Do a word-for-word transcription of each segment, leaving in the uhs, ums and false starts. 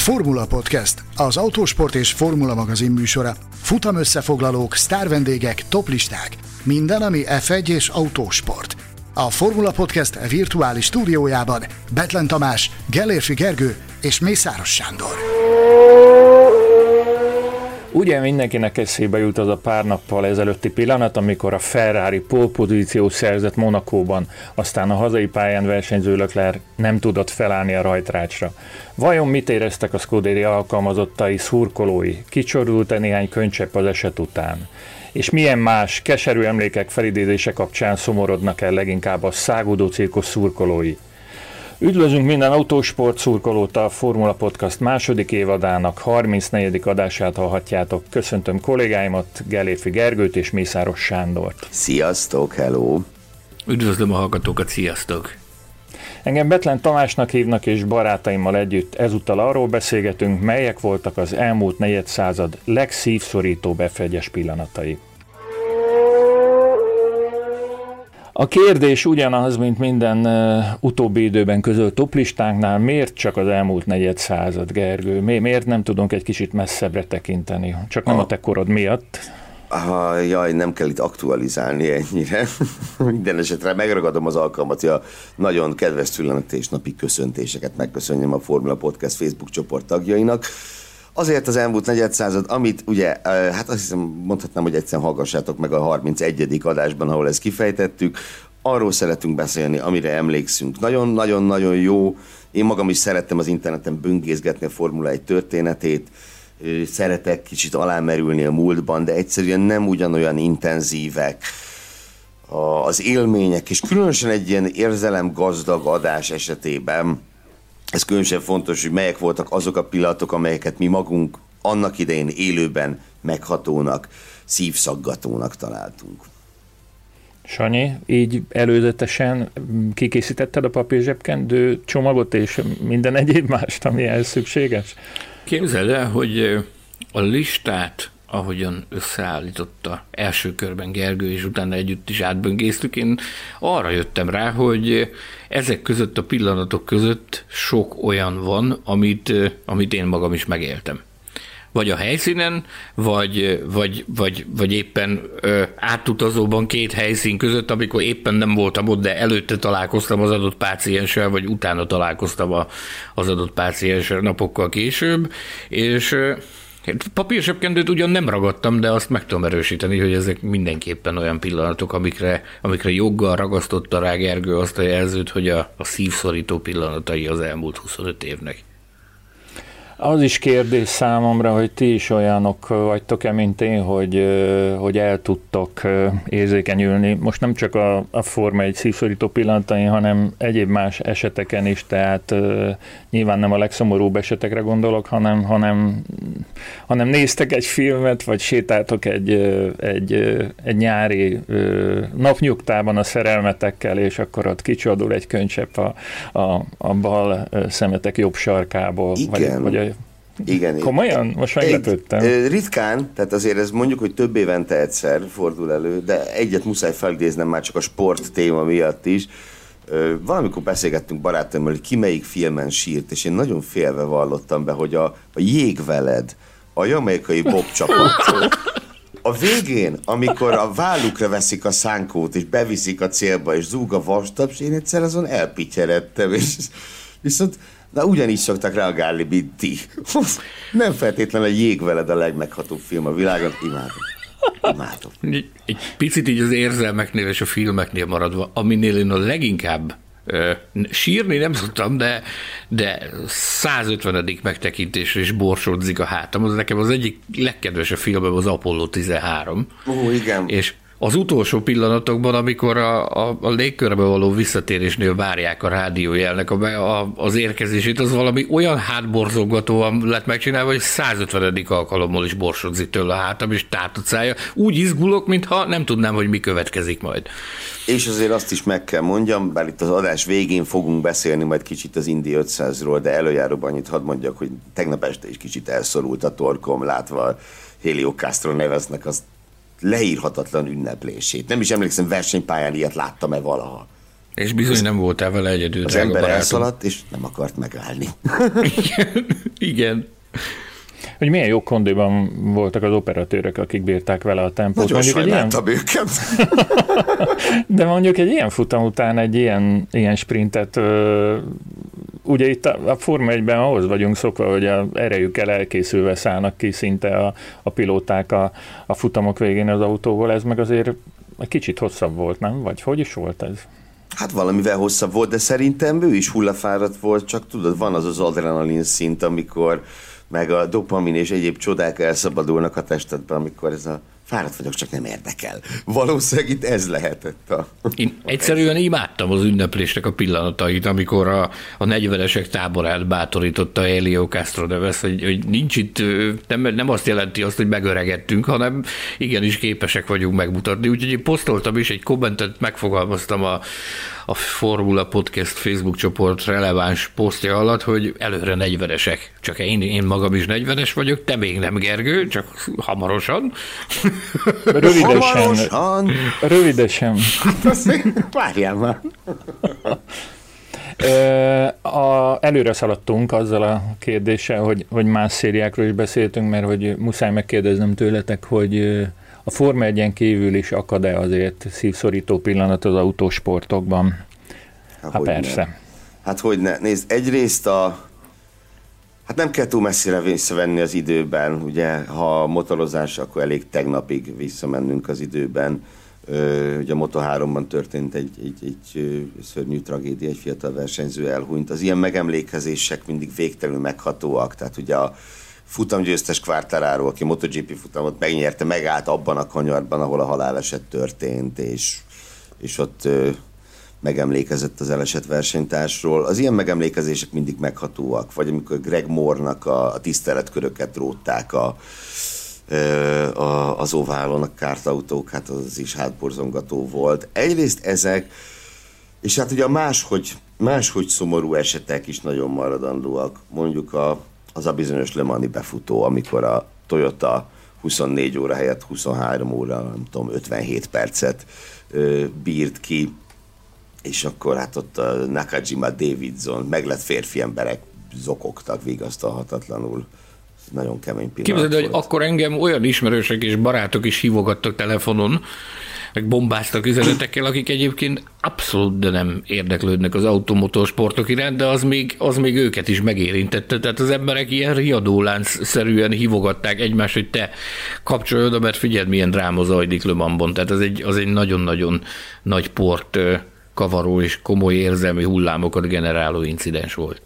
Formula Podcast, az autósport és formula magazin műsora. Futam összefoglalók, sztárvendégek, toplisták. Minden, ami ef egy és autósport. A Formula Podcast virtuális stúdiójában Bethlen Tamás, Gellérfi Gergő és Mészáros Sándor. Ugye mindenkinek eszébe jut az a pár nappal ezelőtti pillanat, amikor a Ferrari pole pozíciót szerzett Monacóban, aztán a hazai pályán versenyző Leclerc nem tudott felállni a rajtrácsra. Vajon mit éreztek a Scuderia alkalmazottai, szurkolói? Kicsordult-e néhány könycsepp az eset után? És milyen más keserű emlékek felidézése kapcsán szomorodnak el leginkább a szágudó cirkusz szurkolói? Üdvözlünk minden autósport szurkolót, a Formula Podcast második évadának harmincnegyedik adását hallhatjátok. Köszöntöm kollégáimat, Gellérfi Gergőt és Mészáros Sándort. Sziasztok, hello! Üdvözlöm a hallgatókat, sziasztok! Engem Bethlen Tamásnak hívnak, és barátaimmal együtt ezúttal arról beszélgetünk, melyek voltak az elmúlt negyedszázad legszívszorítóbb ef egyes pillanatai. A kérdés ugyanaz, mint minden uh, utóbbi időben közölt toplistánknál, miért csak az elmúlt negyedszázad, Gergő? Mi, miért nem tudunk egy kicsit messzebbre tekinteni? Csak nem a, a te korod miatt? Ah, jaj, nem kell itt aktualizálni ennyire. Minden esetre megragadom az alkalmat, hogy a nagyon kedves születésnapi köszöntéseket megköszönjem a Formula Podcast Facebook csoport tagjainak. Azért az elmúlt negyedszázad, amit ugye, hát azt hiszem mondhatnám, hogy egyszerűen hallgassátok meg a harmincegyedik adásban, ahol ezt kifejtettük. Arról szeretünk beszélni, amire emlékszünk. Nagyon-nagyon-nagyon jó. Én magam is szerettem az interneten böngészgetni a Formula egy történetét. Szeretek kicsit alámerülni a múltban, de egyszerűen nem ugyanolyan intenzívek az élmények, és különösen egy ilyen érzelemgazdag adás esetében ez különösen fontos, hogy melyek voltak azok a pillanatok, amelyeket mi magunk annak idején élőben meghatónak, szívszaggatónak találtunk. Sanyi, így előzetesen kikészítetted a papírzsebkendő csomagot és minden egyéb mást, ami ehhez szükséges? Képzeld el, hogy a listát, ahogyan összeállította első körben Gergő, és utána együtt is átböngésztük, én arra jöttem rá, hogy ezek között a pillanatok között sok olyan van, amit, amit én magam is megéltem. Vagy a helyszínen, vagy, vagy, vagy, vagy éppen ö, átutazóban két helyszín között, amikor éppen nem voltam ott, de előtte találkoztam az adott pácienssel, vagy utána találkoztam a, az adott pácienssel napokkal később, és papírsebkendőt ugyan nem ragadtam, de azt meg tudom erősíteni, hogy ezek mindenképpen olyan pillanatok, amikre, amikre joggal ragasztotta rá Gergő azt a jelzőt, hogy a, a szívszorító pillanatai az elmúlt huszonöt évnek. Az is kérdés számomra, hogy ti is olyanok vagytok-e, mint én, hogy, hogy el tudtok érzékenyülni. Most nem csak a, a Forma egy szívszorító pillanatain, hanem egyéb más eseteken is, tehát nyilván nem a legszomorúbb esetekre gondolok, hanem, hanem, hanem néztek egy filmet, vagy sétáltok egy, egy, egy nyári napnyugtában a szerelmetekkel, és akkor ott kicsordul egy könycsepp a, a, a bal szemetek jobb sarkából. Igen. Vagy, vagy a Igen. Komolyan? Most meglepődtem. Ritkán, tehát azért ez mondjuk, hogy több évente egyszer fordul elő, de egyet muszáj felidéznem már csak a sport téma miatt is. Valamikor beszélgettünk barátommal, hogy ki melyik filmen sírt, és én nagyon félve vallottam be, hogy a, a Jégveled, a jamaikai bobcsapat. A végén, amikor a vállukra veszik a szánkót, és beviszik a célba, és zúg a vastaps, én egyszer azon elpityeredtem, és viszont de ugyanígy szoktak reagálni, mint ti. Nem feltétlenül a Jégveled a legmeghatóbb film a világon. Imádom. Imádom. Egy, egy picit így az érzelmeknél és a filmeknél maradva, aminél én a leginkább uh, sírni nem szoktam, de, de százötvenedik megtekintésre is borsodzik a hátam. Az nekem az egyik legkedvesebb filmem az Apollo tizenhárom. Ó, igen. És az utolsó pillanatokban, amikor a, a, a légkörbe való visszatérésnél várják a rádiójelnek a, a, az érkezését, az valami olyan hátborzongatóan lett megcsinálva, hogy százötvenedik alkalommal is borsodzik tőle a hátam, és tátott szája. Úgy izgulok, mintha nem tudnám, hogy mi következik majd. És azért azt is meg kell mondjam, bár itt az adás végén fogunk beszélni majd kicsit az Indy ötszázról, de előjáróban annyit hadd mondjak, hogy tegnap este is kicsit elszorult a torkom, látva Helio Castro neveznek az leírhatatlan ünneplését. Nem is emlékszem, versenypályán ilyet láttam-e valaha. És bizony nem voltál vele egyedül. Az ember elszaladt, és nem akart megállni. Igen. Igen. Hogy milyen jó kondiban voltak az operatőrök, akik bírták vele a tempót. Nagyon sajnáltam ilyen... őket. De mondjuk egy ilyen futam után egy ilyen, ilyen sprintet, ö, ugye itt a, a Forma egyben ahhoz vagyunk szokva, hogy a erejükkel elkészülve szállnak ki szinte a, a pilóták a, a futamok végén az autóval, ez meg azért egy kicsit hosszabb volt, nem? Vagy hogy is volt ez? Hát valamivel hosszabb volt, de szerintem ő is hullafáradt volt, csak tudod, van az az adrenalin szint, amikor meg a dopamin és egyéb csodák elszabadulnak a testedben, amikor ez a fáradt vagyok, csak nem érdekel. Valószínűleg itt ez lehetett a... Én egyszerűen imádtam az ünneplésnek a pillanatait, amikor a, a negyvenesek táborát bátorította Helio Castroneves, hogy, hogy nincs itt, nem, nem azt jelenti azt, hogy megöregettünk, hanem igenis képesek vagyunk megmutatni. Úgyhogy én posztoltam is, egy kommentet megfogalmaztam a, a Formula Podcast Facebook csoport releváns posztja alatt, hogy előre negyvenesek. Csak én, én magam is negyvenes vagyok, te még nem, Gergő, csak hamarosan. Rövidesen. Hamarosan. Rövidesen. Várjál már. A, előre szaladtunk azzal a kérdéssel, hogy, hogy más szériákról is beszéltünk, mert hogy muszáj megkérdeznem tőletek, hogy a Forma egyen kívül is akad-e azért szívszorító pillanat az autósportokban? Hát, hát persze. Ne. Hát hogy ne. Nézd, egyrészt a Hát nem kell túl messzire visszavenni az időben, ugye, ha motorozás, akkor elég tegnapig visszamennünk az időben. Ugye a Moto háromban történt egy, egy, egy szörnyű tragédia, egy fiatal versenyző elhunyt. Az ilyen megemlékezések mindig végtelenül meghatóak, tehát ugye a futamgyőztes Quartararo, aki a MotoGP futamot megnyerte, megállt abban a kanyarban, ahol a haláleset történt, és, és ott megemlékezett az elesett versenytársról. Az ilyen megemlékezések mindig meghatóak, vagy amikor Greg Moore-nak a, a tiszteletköröket rótták a, a, az oválon, a kártautók, hát az is hátborzongató volt. Egyrészt ezek, és hát ugye a máshogy, máshogy szomorú esetek is nagyon maradandóak. Mondjuk a, az a bizonyos Le Mans-i befutó, amikor a Toyota huszonnégy óra helyett huszonhárom óra, nem tudom, ötvenhét percet ö, bírt ki, és akkor hát ott a Nakajima, Davidson, meglett férfi emberek zokogtak vigasztalhatatlanul. Nagyon kemény pillanat. Képzeld, hogy akkor engem olyan ismerősek és barátok is hívogattak telefonon, meg bombáztak üzenetekkel, akik egyébként abszolút de nem érdeklődnek az automotorsportok iránt, de az még, az még őket is megérintette. Tehát az emberek ilyen riadólánc-szerűen hívogatták egymást, hogy te kapcsolj oda, mert figyeld, milyen dráma zajlik Le Mansban. Tehát az egy, az egy nagyon-nagyon nagy port kavaró és komoly érzelmi hullámokat generáló incidens volt.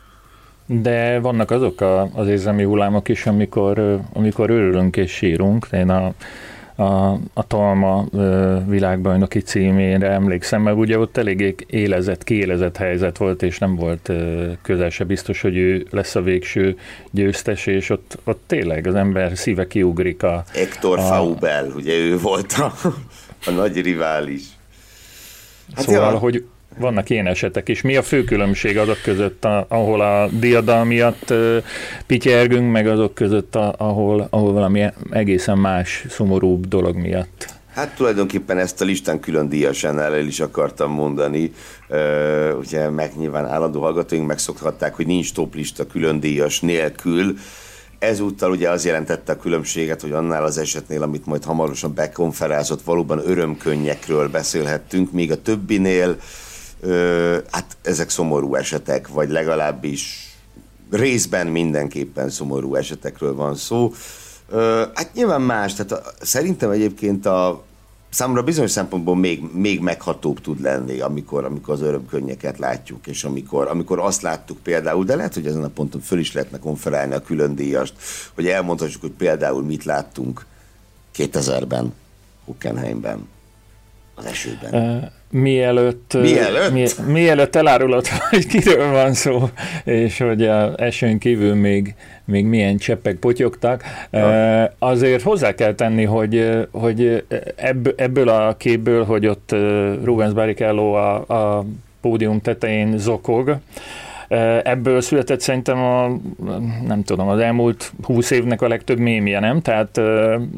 De vannak azok a, az érzelmi hullámok is, amikor, amikor örülünk és sírunk. Én a, a, a Talma világbajnoki címére emlékszem, mert ugye ott eléggé élezett, kiélezett helyzet volt, és nem volt közel se biztos, hogy ő lesz a végső győztes, és ott, ott tényleg az ember szíve kiugrik a... Hector a... Faubel, ugye ő volt a, a nagy rivális. Hát szóval, ja. hogy vannak ilyen esetek is. Mi a fő különbség azok között, ahol a diadal miatt pityergünk, meg azok között, ahol, ahol valami egészen más, szomorúbb dolog miatt? Hát tulajdonképpen ezt a listán külön díjasan el is akartam mondani. Uh, ugye meg nyilván állandó hallgatóink megszokhatták, hogy nincs toplista külön díjas nélkül. Ezúttal ugye az jelentette a különbséget, hogy annál az esetnél, amit majd hamarosan bekonferázott, valóban örömkönnyekről beszélhettünk, míg a többinél Ö, hát ezek szomorú esetek, vagy legalábbis részben mindenképpen szomorú esetekről van szó. Ö, hát nyilván más, tehát a, szerintem egyébként a számomra bizonyos szempontból még, még meghatóbb tud lenni, amikor, amikor az örömkönnyeket látjuk, és amikor, amikor azt láttuk például, de lehet, hogy ezen a ponton föl is lehetne konferálni a külön díjast, hogy elmondhassuk, hogy például mit láttunk kétezerben, Hockenheimben, az esőben. Uh. Mielőtt, mielőtt? Mi, mielőtt elárulod, hogy kiről van szó, és hogy az esőn kívül még, még milyen cseppek potyogtak, ja. Azért hozzá kell tenni, hogy, hogy ebből a képből, hogy ott Rubens Barrichello a, a pódium tetején zokog, ebből született szerintem a, nem tudom, az elmúlt húsz évnek a legtöbb mémje, nem? Tehát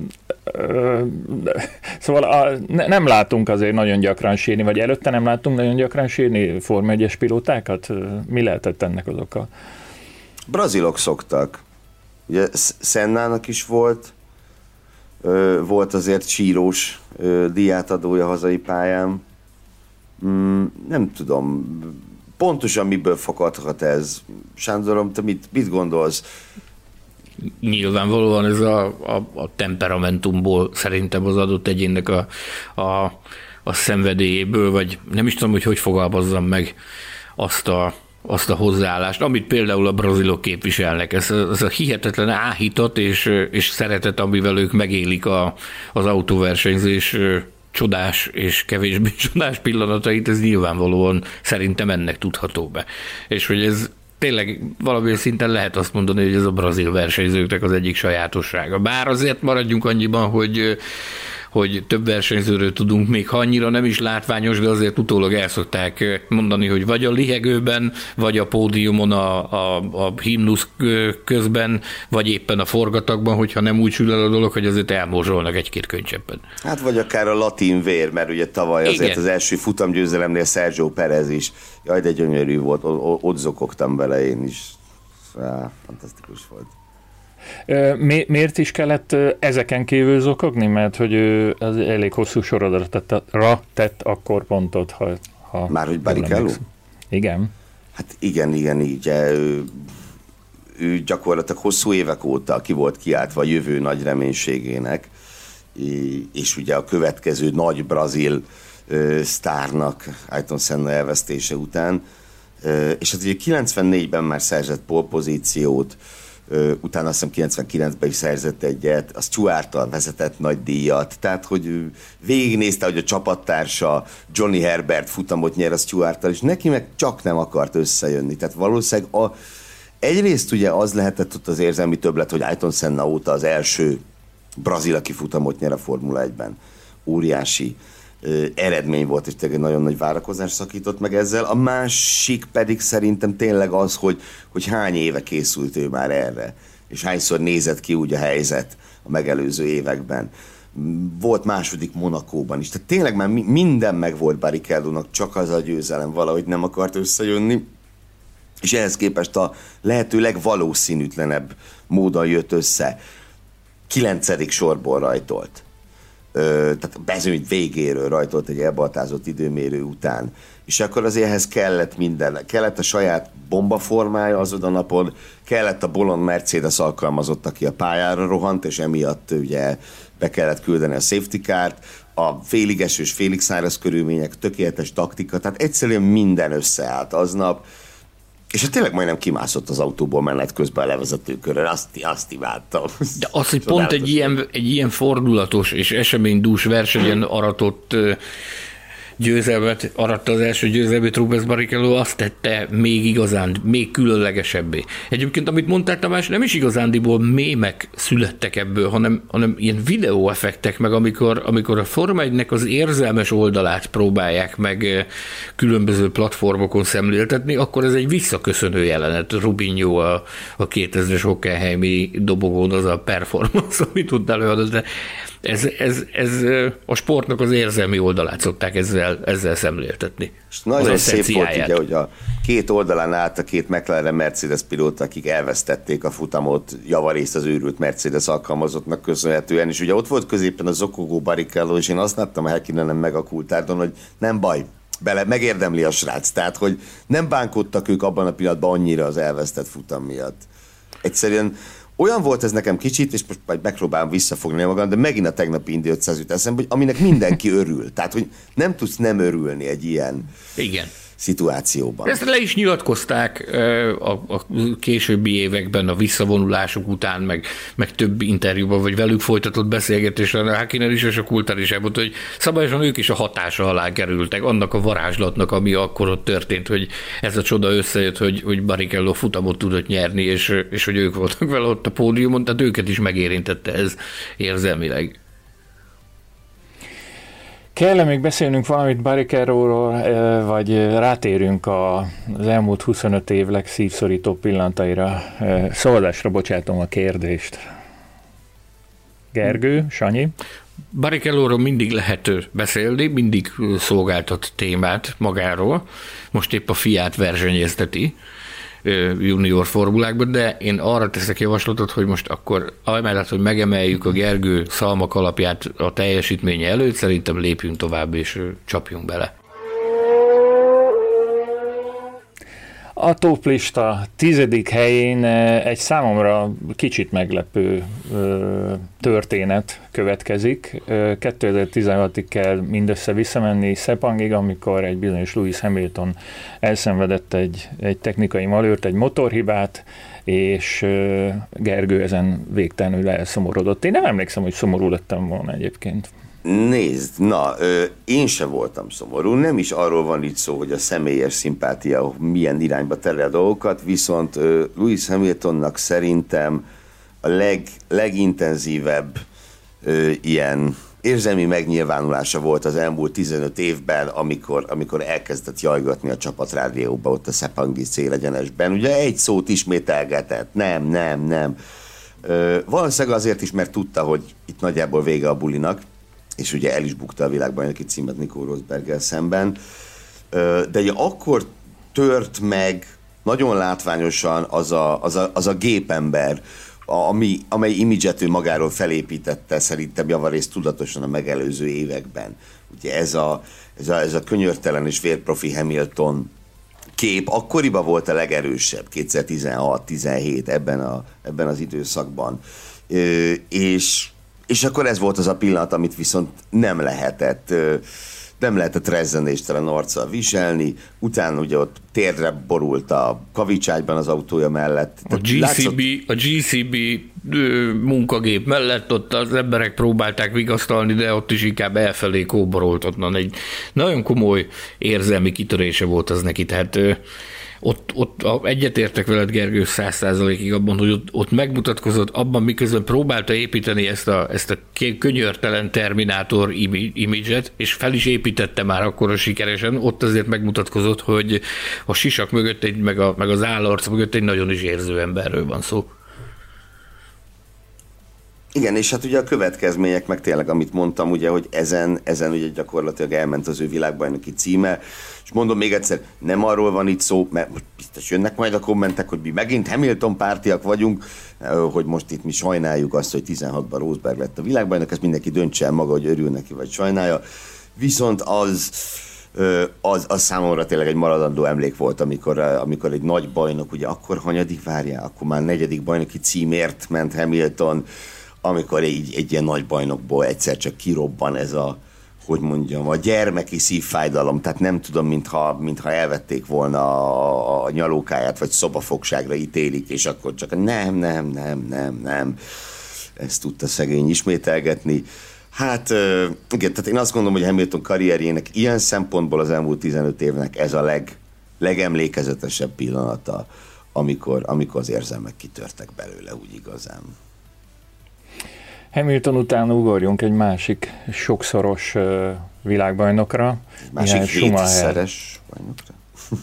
Szóval a, ne, nem látunk azért nagyon gyakran sírni, vagy előtte nem láttunk nagyon gyakran sírni Forma egyes pilótákat? Mi lehetett ennek az oka? Brazilok szoktak. Ugye Sennának is volt, volt azért sírós díjátadója hazai pályán. Nem tudom, pontosan miből fakadhat ez. Sándorom, te mit, mit gondolsz? Nyilvánvalóan ez a, a, a temperamentumból szerintem az adott egyénnek a, a, a szenvedélyéből, vagy nem is tudom, hogy hogy fogalmazzam meg azt a, azt a hozzáállást, amit például a brazilok képviselnek. Ez, ez a hihetetlen áhítat és, és szeretet, amivel ők megélik a, az autóversenyzés csodás és kevésbé csodás pillanatait, ez nyilvánvalóan szerintem ennek tudható be. És hogy ez tényleg valamilyen szinten lehet azt mondani, hogy ez a brazil versenyzőknek az egyik sajátossága. Bár azért maradjunk annyiban, hogy, hogy több versenyzőről tudunk, még ha annyira nem is látványos, de azért utólag el szokták mondani, hogy vagy a lihegőben, vagy a pódiumon a, a, a himnusz közben, vagy éppen a forgatagban, hogyha nem úgy sül el a dolog, hogy azért elmorzsolnak egy-két könycseppen. Hát vagy akár a latin vér, mert ugye tavaly azért igen. Az első futamgyőzelemnél Sergio Perez is, jaj, de gyönyörű volt, ott zokogtam bele én is. Á, fantasztikus volt. Mi, miért is kellett ezeken kívül zokogni? Mert hogy ő az elég hosszú sorozatra tett, tett akkor pontot, ha... ha Már hogy Barrichello? Igen. Hát igen, igen, így ő, ő gyakorlatilag hosszú évek óta ki volt kiáltva a jövő nagy reménységének, és ugye a következő nagy brazil sztárnak Ayrton Senna elvesztése után, és hát ugye kilencvennégyben már szerzett polpozíciót, utána azt hiszem kilencvenkilencben is szerzett egyet, a Stewarttal vezetett nagy díjat, tehát hogy végignézte, hogy a csapattársa Johnny Herbert futamot nyer a Stewarttal, és neki meg csak nem akart összejönni. Tehát valószínűleg a, egyrészt ugye az lehetett ott az érzelmi többlet, hogy Ayrton Senna óta az első brazil, aki futamot nyer a Formula egyben. Óriási ö, eredmény volt, és tényleg egy nagyon nagy várakozás szakított meg ezzel. A másik pedig szerintem tényleg az, hogy, hogy hány éve készült ő már erre, és hányszor nézett ki úgy a helyzet a megelőző években. Volt második Monakóban is. Tehát tényleg már minden meg volt Barrichello-nak, csak az a győzelem valahogy nem akart összejönni, és ehhez képest a lehető legvalószínűtlenebb módon jött össze. Kilencedik sorból rajtolt. Ö, tehát a mezőny végéről rajtolt egy elbaltázott időmérő után. És akkor azért ehhez kellett minden. Kellett a saját bombaformája azon a napon, kellett a bolond Mercedes alkalmazott, aki a pályára rohant, és emiatt ugye be kellett küldeni a safety car-t, a félig esős, félig száraz körülmények, tökéletes taktika, tehát egyszerűen minden összeállt aznap, és hát tényleg majdnem kimászott az autóból menet közben a levezetőkörön, azt, azt imádtam. De az, hogy pont egy ilyen, egy ilyen fordulatos és eseménydús versenyen aratott győzelmet, aratta az első győzelmét Rubens Barrichello, azt tette még igazán, még különlegesebbé. Egyébként, amit mondtál, Tamás, nem is igazándiból mémek születtek ebből, hanem, hanem ilyen videóeffektek, meg amikor, amikor a Forma egynek az érzelmes oldalát próbálják meg különböző platformokon szemléltetni, akkor ez egy visszaköszönő jelenet. Rubinho a, a kétezres Hockenheimi dobogón, az a performance, amit tudnál előadni, de Ez, ez, ez a sportnak az érzelmi oldalát szokták ezzel, ezzel szemléltetni. És nagyon szép volt, ugye, hogy a két oldalán állt a két McLaren Mercedes pilóta, akik elvesztették a futamot javarészt az őrült Mercedes alkalmazottnak köszönhetően, és ugye ott volt középen a zokogó Barrichello, és én azt láttam a Häkkinenen meg a Coulthardon, hogy nem baj, bele, megérdemli a srác, tehát hogy nem bánkodtak ők abban a pillanatban annyira az elvesztett futam miatt. Egyszerűen olyan volt ez nekem kicsit, és most majd megpróbálom visszafogni magam, de megint a tegnapi Indy ötszáz jut eszembe, hogy aminek mindenki örül. Tehát, hogy nem tudsz nem örülni egy ilyen Igen. szituációban. Ezt le is nyilatkozták a, a későbbi években, a visszavonulásuk után, meg, meg több interjúban, vagy velük folytatott beszélgetésen, a Häkkinen is és a Coulthard is elmondta, hogy szabályosan ők is a hatása alá kerültek, annak a varázslatnak, ami akkor ott történt, hogy ez a csoda összejött, hogy, hogy Barrichello futamot tudott nyerni, és, és hogy ők voltak vele ott a pódiumon, tehát őket is megérintette ez érzelmileg. Kell még beszélnünk valamit Barrichello-ról, vagy rátérünk az elmúlt huszonöt év legszívszorító pillanataira? Szavazásra bocsátom a kérdést. Gergő, Sanyi? Barrichello-ról mindig lehet beszélni, mindig szolgáltat témát magáról. Most épp a fiát versenyezteti junior formulákban, de én arra teszek javaslatot, hogy most akkor amellett, hogy megemeljük a Gergő szalmak alapját a teljesítménye előtt, szerintem lépjünk tovább és csapjunk bele. A toplista tizedik helyén egy számomra kicsit meglepő történet következik. kétezer-tizenhatig kell mindössze visszamenni Sepangig, amikor egy bizonyos Lewis Hamilton elszenvedett egy, egy technikai malőrt, egy motorhibát, és Gergő ezen végtelenül elszomorodott. Én nem emlékszem, hogy szomorú lettem volna egyébként. Nézd, na, ö, én se voltam szomorú, nem is arról van itt szó, hogy a személyes szimpátia milyen irányba terel a dolgokat, viszont ö, Lewis Hamiltonnak szerintem a leg, legintenzívebb ö, ilyen érzelmi megnyilvánulása volt az elmúlt tizenöt évben, amikor, amikor elkezdett jajgatni a csapatrádióba ott a Sepangi célegyenesben. Ugye egy szót ismételgetett, nem, nem, nem. Ö, valószínűleg azért is, mert tudta, hogy itt nagyjából vége a bulinak, és ugye el is bukta a világbajnoki címet Nico Rosberggel szemben, de ugye akkor tört meg nagyon látványosan az a, az a, az a gépember, ami, amely imidzset ő magáról felépítette szerintem javarészt tudatosan a megelőző években. Ugye ez a, ez a, ez a könyörtelen és vérprofi Hamilton kép akkoriban volt a legerősebb, kétezer-tizenhat tizenhét ebben, a, ebben az időszakban. És És akkor ez volt az a pillanat, amit viszont nem lehetett, nem lehetett rezzenéstelen arccal viselni. Utána ugye ott térdre borult a kavicságyban az autója mellett. A gé cé bé, a gé cé bé munkagép mellett ott az emberek próbálták vigasztalni, de ott is inkább elfelé kóborolt. Ott egy nagyon komoly érzelmi kitörése volt az neki, tehát Ott, ott egyetértek veled, Gergő, száz százalékig abban, hogy ott, ott megmutatkozott abban, miközben próbálta építeni ezt a, ezt a könyörtelen Terminátor imidzset, és fel is építette már akkor a sikeresen, ott azért megmutatkozott, hogy a sisak mögött, egy, meg, a, meg az állarc mögött egy nagyon is érző emberről van szó. Igen, és hát ugye a következmények, meg tényleg, amit mondtam, ugye, hogy ezen, ezen ugye gyakorlatilag elment az ő világbajnoki címe, és mondom még egyszer, nem arról van itt szó, mert most biztos jönnek majd a kommentek, hogy mi megint Hamilton pártiak vagyunk, hogy most itt mi sajnáljuk azt, hogy tizenhatban Rosberg lett a világbajnok, ezt mindenki döntse el maga, hogy örül neki, vagy sajnálja. Viszont az, az, az számomra tényleg egy maradandó emlék volt, amikor, amikor egy nagy bajnok, ugye akkor hanyadik várjál, akkor már negyedik bajnoki címért ment Hamilton, amikor egy, egy ilyen nagy bajnokból egyszer csak kirobban ez a, hogy mondjam, a gyermeki szívfájdalom, tehát nem tudom, mintha, mintha elvették volna a, a nyalókáját, vagy szobafogságra ítélik, és akkor csak nem, nem, nem, nem, nem. Ezt tudta szegény ismételgetni. Hát igen, tehát én azt gondolom, hogy Hamilton karrierjének ilyen szempontból az elmúlt tizenöt évnek ez a leg, legemlékezetesebb pillanata, amikor, amikor az érzelmek kitörtek belőle úgy igazán. Hamilton után ugorjunk egy másik sokszoros uh, világbajnokra. Másik hétszeres bajnokra.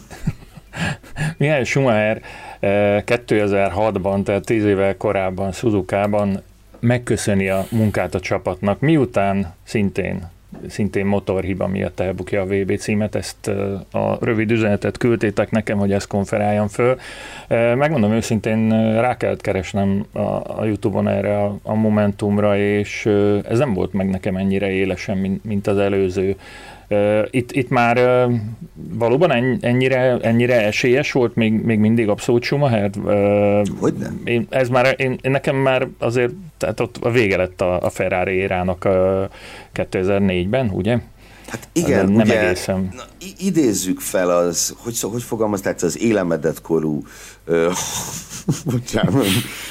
Mihály Schumacher uh, kétezer-hatban, tehát tíz évvel korábban Suzukában megköszöni a munkát a csapatnak, miután szintén szintén motorhiba miatt elbukja a vé bé címet, ezt a rövid üzenetet küldtétek nekem, hogy ezt konferáljam föl. Megmondom őszintén, rá kellett keresnem a, a YouTube-on erre a, a Momentumra, és ez nem volt meg nekem ennyire élesen, mint, mint az előző. Itt, itt már valóban ennyire, ennyire esélyes volt még, még mindig abszolút Schumacher? Hogyne? Én, ez már, én, nekem már azért, tehát ott a vége lett a, a Ferrari érának kétezer-négyben, ugye? Hát igen, nem ugye, egészen. Na, idézzük fel az, hogy, hogy fogalmaz, tehát az élemedett korú, uh, bocsánat,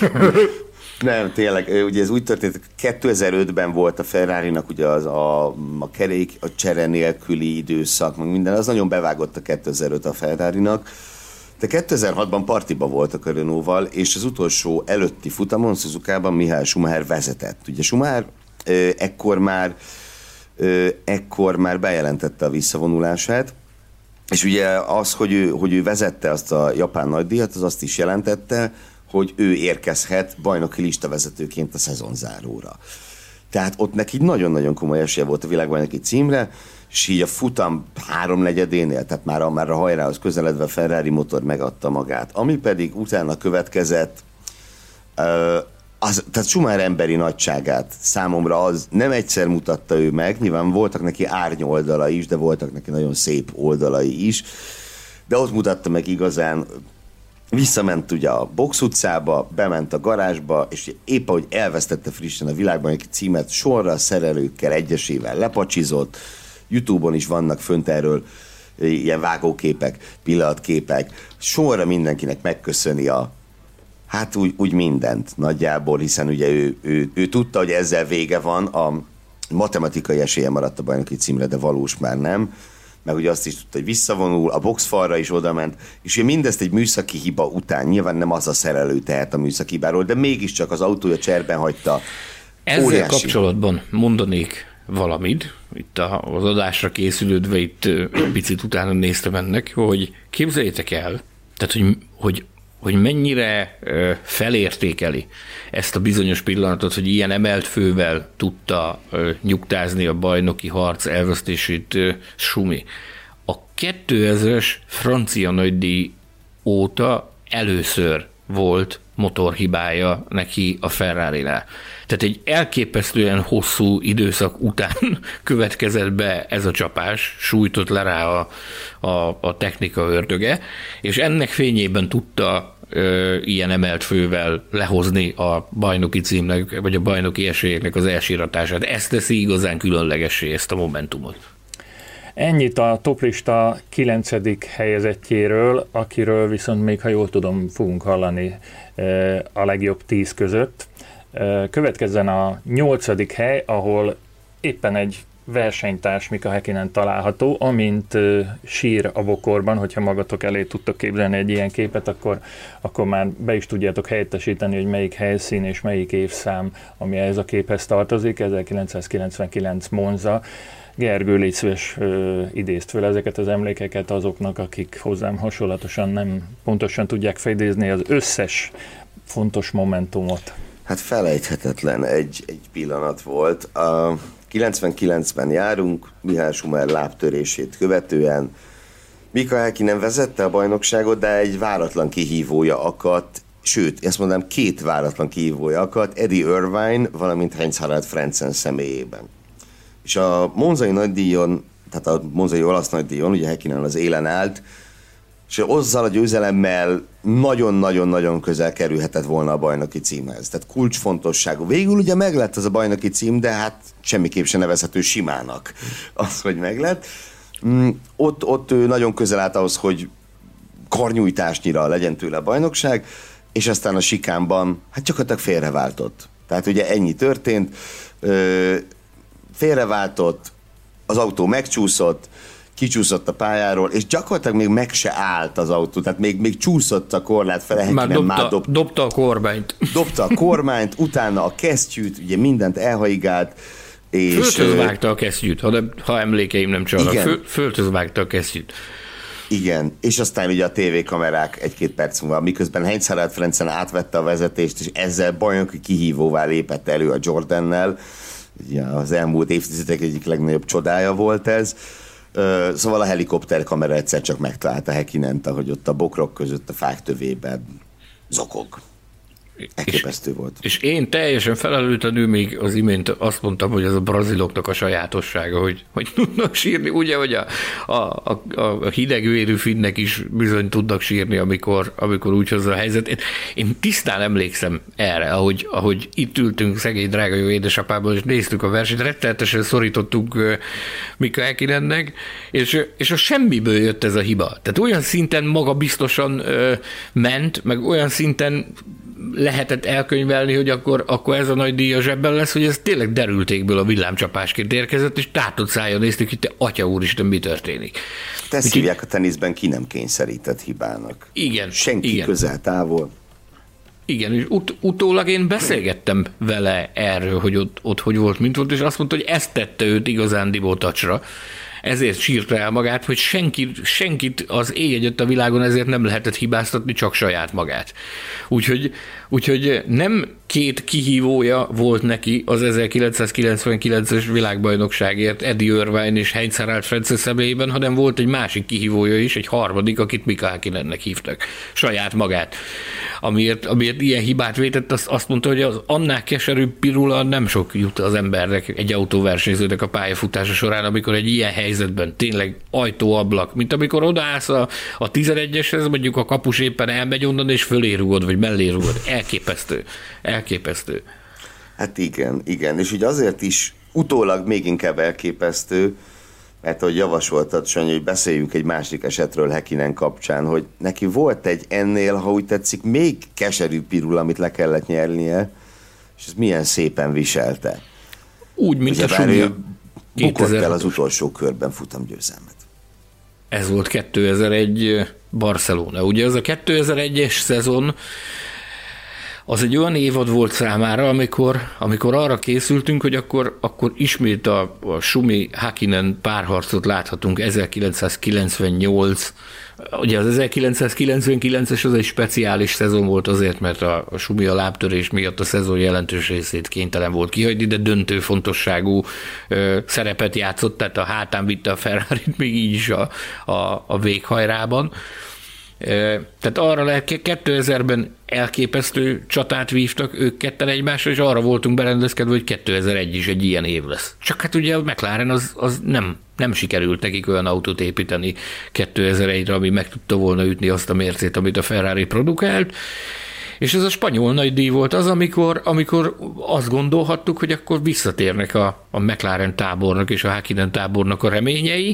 nem, tényleg, ugye ez úgy történt, hogy kétezer-ötben volt a Ferrarinak ugye az a, a kerék, a csere nélküli időszak, meg minden, az nagyon bevágott a kétezer-öt a Ferrarinak, de kétezer-hatban partiba voltak a Renault-val, és az utolsó előtti futamon Suzukában Michael Schumacher vezetett. Ugye Schumacher ö, ekkor már ö, ekkor már bejelentette a visszavonulását, és ugye az, hogy ő, hogy ő vezette azt a japán nagydíjat, az azt is jelentette, hogy ő érkezhet bajnoki listavezetőként a szezonzáróra. Tehát ott neki nagyon-nagyon komoly esélye volt a világbajnoki címre, és így a futam háromnegyedénél, tehát már a, már a hajrához közeledve a Ferrari motor megadta magát. Ami pedig utána következett, az, tehát Schumacher emberi nagyságát számomra az nem egyszer mutatta ő meg, nyilván voltak neki árnyoldalai is, de voltak neki nagyon szép oldalai is, de ott mutatta meg igazán. Visszament ugye a box utcába, bement a garázsba, és épp ahogy elvesztette frissen a világbajnoki címet, sorra szerelőkkel egyesével lepacsizott. YouTube-on is vannak fönt erről ilyen vágóképek, pillanatképek. Sorra mindenkinek megköszöni a, hát úgy, úgy mindent nagyjából, hiszen ugye ő, ő, ő tudta, hogy ezzel vége van, a matematikai esélye maradt a bajnoki címre, de valós már nem. Meg ugye azt is tudta, hogy visszavonul, a boxfalra is odament, és ugye mindezt egy műszaki hiba után, nyilván nem az a szerelő tehet a műszaki hibáról, de mégiscsak az autója cserben hagyta. Ezzel Óriási. kapcsolatban mondanék valamit, itt az adásra készülődve itt egy picit utána néztem ennek, hogy képzeljétek el, tehát hogy, hogy, hogy mennyire felértékeli ezt a bizonyos pillanatot, hogy ilyen emelt fővel tudta nyugtázni a bajnoki harc elvesztését Schumi. A kétezres francia nagydíj óta először volt motorhibája neki a Ferrarinál. Tehát egy elképesztően hosszú időszak után következett be ez a csapás, sújtott le rá a, a, a technika ördöge, és ennek fényében tudta ö, ilyen emelt fővel lehozni a bajnoki címnek, vagy a bajnoki esélyeknek az elsiratását. Ez teszi igazán különlegessé ezt a momentumot. Ennyit a toplista kilencedik helyezettjéről, akiről viszont még, ha jól tudom, fogunk hallani a legjobb tíz között. Következzen a nyolcadik hely, ahol éppen egy versenytárs Mika Häkkinen található, amint sír a bokorban, hogyha magatok elé tudtok képzelni egy ilyen képet, akkor, akkor már be is tudjátok helyettesíteni, hogy melyik helyszín és melyik évszám, ami ez a képhez tartozik, ezerkilencszázkilencvenkilenc Monza. Gergő, légy szíves, idézt föl ezeket az emlékeket azoknak, akik hozzám hasonlatosan nem pontosan tudják felidézni az összes fontos momentumot. Hát felejthetetlen egy, egy pillanat volt. A kilencvenkilencben járunk, Michael Schumacher lábtörését követően. Mika Häkkinen vezette a bajnokságot, de egy váratlan kihívója akadt, sőt, ezt mondanám, két váratlan kihívója akadt, Eddie Irvine, valamint Heinz-Harald Frentzen személyében. És a monzai nagydíjon, tehát a monzai olasz nagydíjon, ugye Häkkinen az élen állt, és azzal a győzelemmel nagyon-nagyon-nagyon közel kerülhetett volna a bajnoki címhez. Tehát kulcsfontosságú. Végül ugye meglett az a bajnoki cím, de hát semmiképp sem nevezhető simának az, hogy meglett. Mm, ott, ott ő nagyon közel állt ahhoz, hogy karnyújtásnyira legyen tőle a bajnokság, és aztán a sikánban hát gyakorlatilag félreváltott. Tehát ugye ennyi történt, ö, félreváltott, az autó megcsúszott, kicsúszott a pályáról, és gyakorlatilag még meg se állt az autó, tehát még, még csúszott a korlát fele, már, dobta, már dob, dobta a kormányt. Dobta a kormányt, utána a kesztyűt, ugye mindent elhaigált, és... Földhöz vágta a kesztyűt, ha, ha emlékeim nem csalnak. Föl, földhöz vágta a kesztyűt. Igen, és aztán ugye a tévékamerák egy-két perc múlva, miközben Heinz-Harald Frentzen átvette a vezetést, és ezzel bajnoki kihívóvá lépett elő a Jordannel. Ugye az elmúlt évtizedek egyik legnagyobb csodája volt ez. Szóval a helikopterkamera egyszer csak megtalálta Häkkinent, ahogy ott a bokrok között a fák tövében zokog. Elképesztő volt. És én teljesen felelőtlenül még az imént azt mondtam, hogy ez a braziloknak a sajátossága, hogy, hogy tudnak sírni, ugye, hogy a, a, a, a hidegvérű finnek is bizony tudnak sírni, amikor, amikor úgy hozza a helyzet. Én, én tisztán emlékszem erre, ahogy, ahogy itt ültünk szegény drága jó édesapából, és néztük a versenyt, rettenetesen szorítottunk uh, Mika Häkkinennek, és, és a semmiből jött ez a hiba. Tehát olyan szinten magabiztosan uh, ment, meg olyan szinten lehetett elkönyvelni, hogy akkor, akkor ez a nagy díj a zsebben lesz, hogy ez tényleg derültékből a villámcsapásként érkezett, és tátott szájon néztük, hogy te atya úristen, mi történik. Te ezt hívják a teniszben, ki nem kényszerített hibának. Igen. Senki igen. közel távol. Igen, és ut- utólag én beszélgettem vele erről, hogy ott, ott hogy volt, mint volt, és azt mondta, hogy ezt tette őt igazán dibótacsra ezért sírta el magát, hogy senki, senkit az ég egyet a világon ezért nem lehetett hibáztatni, csak saját magát. Úgyhogy, úgyhogy nem két kihívója volt neki az ezerkilencszázkilencvenkilences világbajnokságért Eddie Irvine és Heinz-Harald Frentzen személyében, hanem volt egy másik kihívója is, egy harmadik, akit Mika Häkkinennek hívtak, saját magát. Amiért, amiért ilyen hibát vétett, azt, azt mondta, hogy az annál keserűbb pirula nem sok jut az embernek, egy autóversenyzőnek a pályafutása során, amikor egy ilyen helyzetben tényleg ajtó-ablak, mint amikor odaállsz a, a tizenegyeshez, mondjuk a kapus éppen elmegy onnan, és fölé rugod, vagy mellé rugod. Elképesztő. Elképesztő. Hát igen, igen. És ugye azért is utólag még inkább elképesztő, mert ahogy javasoltad, Sanyi, hogy beszéljünk egy másik esetről Häkkinen kapcsán, hogy neki volt egy ennél, ha úgy tetszik, még keserűbb pirul, amit le kellett nyernie, és ez milyen szépen viselte. Úgy, mint ugye a Sumia. Bukott el az utolsó körben futamgyőzelmet. Ez volt kétezer-egy Barcelona. Ugye az a kétezer-egyes szezon az egy olyan évad volt számára, amikor, amikor arra készültünk, hogy akkor, akkor ismét a, a Schumi-Häkkinen párharcot láthatunk ezerkilencszázkilencvennyolc. Ugye az ezerkilencszázkilencvenkilences az egy speciális szezon volt azért, mert a, a Schumi a lábtörés miatt a szezon jelentős részét kénytelen volt kihagyni, de döntő fontosságú ö, szerepet játszott, tehát a hátán vitte a Ferrarit még így is a, a, a véghajrában. Tehát arra lehet, kétezerben elképesztő csatát vívtak ők ketten egymásra, és arra voltunk berendezkedve, hogy kétezer-egy is egy ilyen év lesz. Csak hát ugye a McLaren az, az nem, nem sikerült nekik olyan autót építeni kétezer-egyre, ami meg tudta volna ütni azt a mércét, amit a Ferrari produkált. És ez a spanyol nagydíj volt az, amikor, amikor azt gondolhattuk, hogy akkor visszatérnek a, a McLaren tábornak és a Häkkinen tábornak a reményei.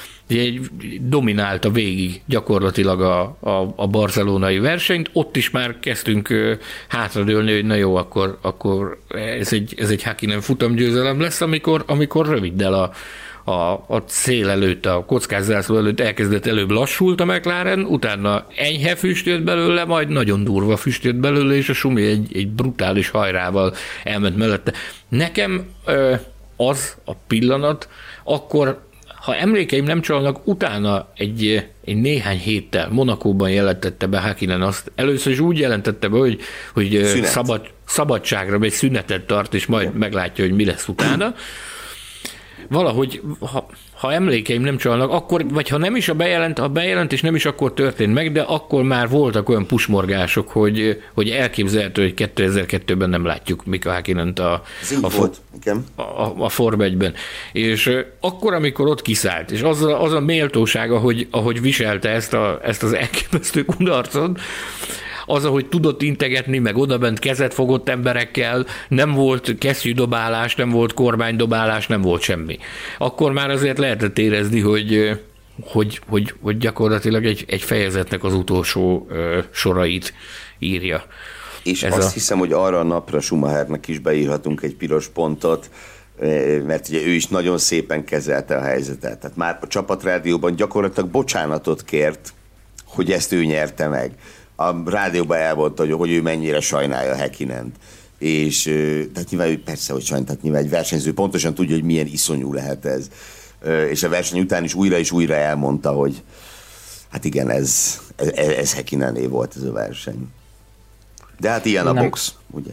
Dominálta végig gyakorlatilag a, a, a barcelonai versenyt, ott is már kezdtünk hátradőlni, hogy na jó, akkor, akkor ez egy, ez egy Häkkinen futamgyőzelem lesz, amikor, amikor röviddel a, a, a cél előtt, a kockázzászló előtt elkezdett, előbb lassult a McLaren, utána enyhe füst jött belőle, majd nagyon durva füst jött belőle, és a Schumi egy, egy brutális hajrával elment mellette. Nekem az a pillanat, akkor ha emlékeim nem csalnak, utána egy, egy néhány héttel Monacóban jelentette be Häkkinen azt, először is úgy jelentette be, hogy, hogy szabad, szabadságra megy, szünetet tart, és majd meglátja, hogy mi lesz utána. Valahogy, ha, ha emlékeim nem csalnak, akkor, vagy ha nem is a bejelent, a bejelentés nem is akkor történt meg, de akkor már voltak olyan pusmorgások, hogy, hogy elképzelhető, hogy kétezer-kettőben nem látjuk Mika Häkkinent a, a, volt, a, a, a Form egyben. És akkor, amikor ott kiszállt, és az a, az a méltósága, hogy, ahogy viselte ezt, a, ezt az elképesztő kudarcot, az, ahogy tudott integetni, meg odabent kezet fogott emberekkel, nem volt kesztyűdobálás, nem volt kormánydobálás, nem volt semmi. Akkor már azért lehetett érezni, hogy, hogy, hogy, hogy gyakorlatilag egy, egy fejezetnek az utolsó ö, sorait írja. És Ez azt a... hiszem, hogy arra a napra Schumachernek is beírhatunk egy piros pontot, mert ugye ő is nagyon szépen kezelte a helyzetet. Tehát már a csapatrádióban gyakorlatilag bocsánatot kért, hogy ezt ő nyerte meg. A rádióban elmondta, hogy ő mennyire sajnálja Häkkinent. És tehát nyilván, persze, hogy sajnál, tehát nyilván egy versenyző pontosan tudja, hogy milyen iszonyú lehet ez. És a verseny után is újra és újra elmondta, hogy hát igen, ez, ez, ez Häkkinené volt ez a verseny. De hát ilyen a Nem. box, ugye?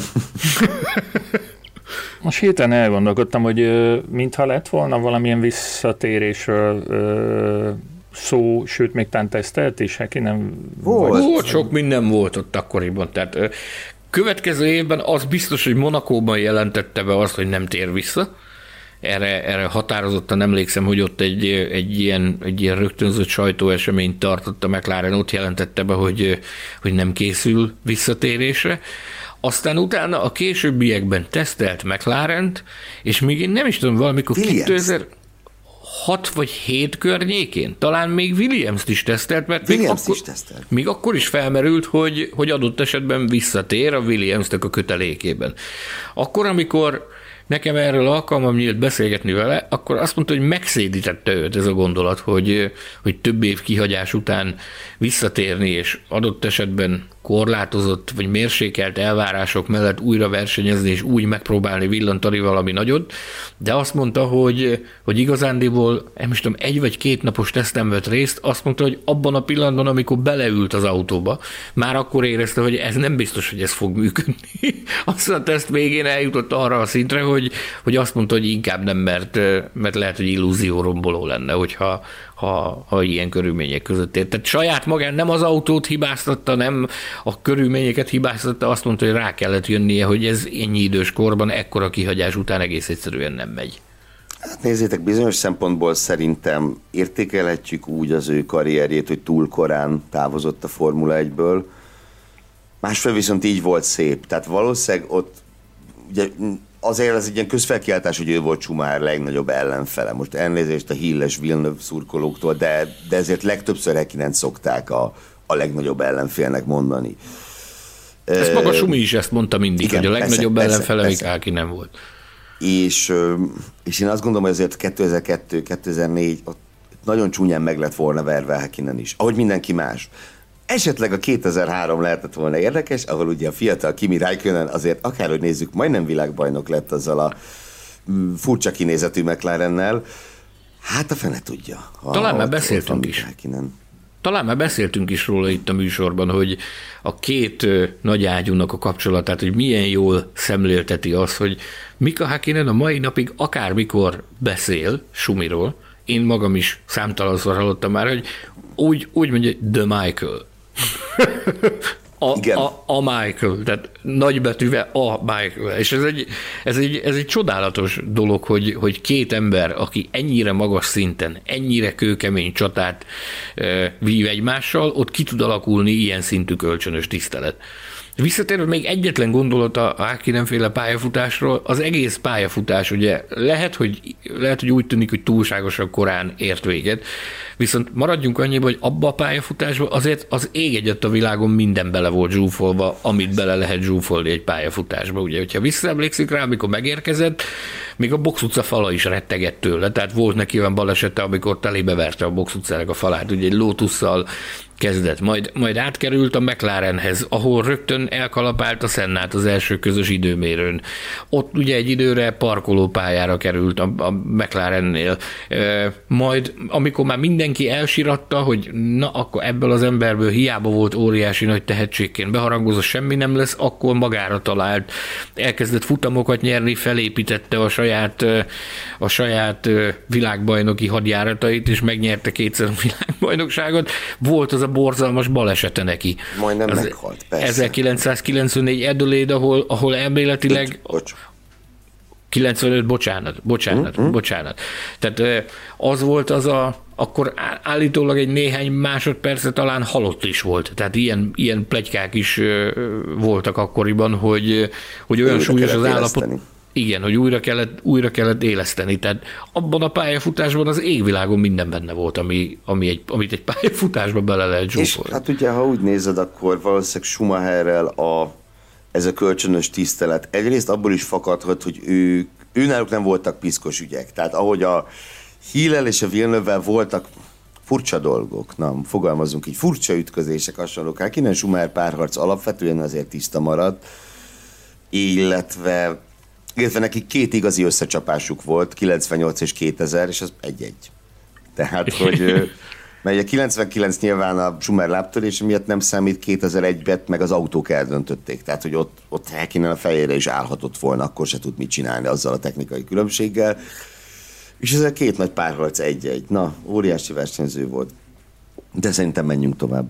Most héten elgondolkodtam, hogy mintha lett volna valamilyen visszatérésről szó, sőt, még tán tesztelt is, Häkkinen Volt. Vagy... Volt, sok minden volt ott akkoriban. Tehát következő évben az biztos, hogy Monacóban jelentette be azt, hogy nem tér vissza. Erre, erre határozottan emlékszem, hogy ott egy, egy, ilyen, egy ilyen rögtönzött sajtóeseményt tartott a McLaren, ott jelentette be, hogy, hogy nem készül visszatérésre. Aztán utána a későbbiekben tesztelt McLarent, és még én nem is tudom, valamikor kétezer-hat vagy hét környékén, talán még Williams-t is tesztelt, mert még akkor, is tesztelt. még akkor is felmerült, hogy, hogy adott esetben visszatér a Williams-nek a kötelékében. Akkor, amikor nekem erről alkalmam nyílt beszélgetni vele, akkor azt mondta, hogy megszédítette őt ez a gondolat, hogy, hogy több év kihagyás után visszatérni, és adott esetben korlátozott vagy mérsékelt elvárások mellett újra versenyezni és úgy megpróbálni villantani valami nagyot, de azt mondta, hogy, hogy igazándiból, nem is tudom, egy vagy két napos teszten vett részt, azt mondta, hogy abban a pillanatban, amikor beleült az autóba, már akkor érezte, hogy ez nem biztos, hogy ez fog működni. Aztán a teszt végén eljutott arra a szintre, hogy, hogy azt mondta, hogy inkább nem, mert, mert lehet, hogy illúzióromboló lenne, hogyha ha, ha ilyen körülmények között ért. Tehát saját magán nem az autót hibáztatta, nem a körülményeket hibáztatta, azt mondta, hogy rá kellett jönnie, hogy ez ennyi idős korban, ekkora kihagyás után egész egyszerűen nem megy. Hát nézzétek, bizonyos szempontból szerintem értékelhetjük úgy az ő karrierjét, hogy túl korán távozott a Formula egyből. Másfél viszont így volt szép. Tehát valószínűleg ott ugye, azért ez egy ilyen közfelkiáltás, hogy ő volt Schumacher legnagyobb ellenfele. Most elnézést a híles Villeneuve szurkolóktól, de, de ezért legtöbbször Häkkinen szokták a, a legnagyobb ellenfélnek mondani. Ezt maga Schumi is ezt mondta mindig, igen, hogy a legnagyobb persze, ellenfele még Häkkinen volt. És, és én azt gondolom, hogy azért kétezer-kettő kétezer-négy ott nagyon csúnyán meg lett volna verve Häkkinen is, ahogy mindenki más. Esetleg a kétezer-három lehetett volna érdekes, ahol ugye a fiatal Kimi Räikkönen azért akárhogy nézzük, majdnem világbajnok lett azzal a furcsa kinézetű McLarennel. Hát a fene tudja. Talán már beszéltünk is. Häkkinen. Talán már beszéltünk is róla itt a műsorban, hogy a két nagy ágyúnak a kapcsolatát, hogy milyen jól szemlélteti az, hogy Mika Häkkinen a mai napig akármikor beszél Schumiról, én magam is számtalanszor hallottam már, hogy úgy, úgy mondja, The Michael. A, a, a Michael, tehát nagybetűvel a Michael. És ez egy, ez egy, ez egy csodálatos dolog, hogy, hogy két ember, aki ennyire magas szinten, ennyire kőkemény csatát e, vív egymással, ott ki tud alakulni ilyen szintű kölcsönös tisztelet. Visszatérve még egyetlen gondolat a Häkkinen-féle pályafutásról, az egész pályafutás ugye lehet, hogy, lehet, hogy úgy tűnik, hogy túlságosan korán ért véget, viszont maradjunk annyiba, hogy abba a pályafutásban azért az ég egyet a világon minden bele volt zsúfolva, amit bele lehet zsúfolni egy pályafutásba. Ugye, hogyha visszaemlékszik rá, amikor megérkezett, még a box utca fala is rettegett tőle, tehát volt neki olyan balesete, amikor telébe verte a box utcának a falát, ugye egy Lotusszal kezdett, majd, majd átkerült a McLarenhez, ahol rögtön elkalapált a Sennát az első közös időmérőn. Ott ugye egy időre parkolópályára került a, a McLarennél. E, majd amikor már mindenki elsiratta, hogy na akkor ebből az emberből hiába volt óriási nagy tehetségként beharangozva, semmi nem lesz, akkor magára talált. Elkezdett futamokat nyerni, felépítette a saját, a saját világbajnoki hadjáratait, és megnyerte kétszer a világbajnokságot. Volt az a borzalmas balesete neki. Majdnem az meghalt, persze. ezerkilencszázkilencvennégy Adelaide, ahol, ahol elméletileg... Bocs. kilencvenöt, bocsánat, bocsánat, mm-hmm. bocsánat. Tehát az volt az a, akkor állítólag egy néhány másodperce talán halott is volt. Tehát ilyen, ilyen pletykák is voltak akkoriban, hogy, hogy olyan újra súlyos az állapot. Igen, hogy újra kellett, újra kellett éleszteni. Tehát abban a pályafutásban az égvilágon minden benne volt, ami, ami egy, amit egy pályafutásban bele lehet zsúfolni. És hát ugye, ha úgy nézed, akkor valószínűleg Schumacherrel a, ez a kölcsönös tisztelet egyrészt abból is fakadhat, hogy ő, ő náluk nem voltak piszkos ügyek. Tehát ahogy a Hill-el és a Villeneuve-vel voltak furcsa dolgok, na, fogalmazunk így, furcsa ütközések, hasonlók. Hát innen Schumacher párharc alapvetően azért tiszta maradt, illetve illetve neki két igazi összecsapásuk volt, kilencvennyolc és kétezer, és az egy-egy. Tehát, hogy mert a kilencvenkilenc nyilván a Schumacher lábtörése miatt nem számít, kétezer-egyben meg az autók eldöntötték. Tehát, hogy ott, ott Häkkinen a fejére is állhatott volna, akkor se tud mit csinálni azzal a technikai különbséggel. És ez a két nagy párharc egy-egy. Na, óriási versenyző volt. De szerintem menjünk tovább.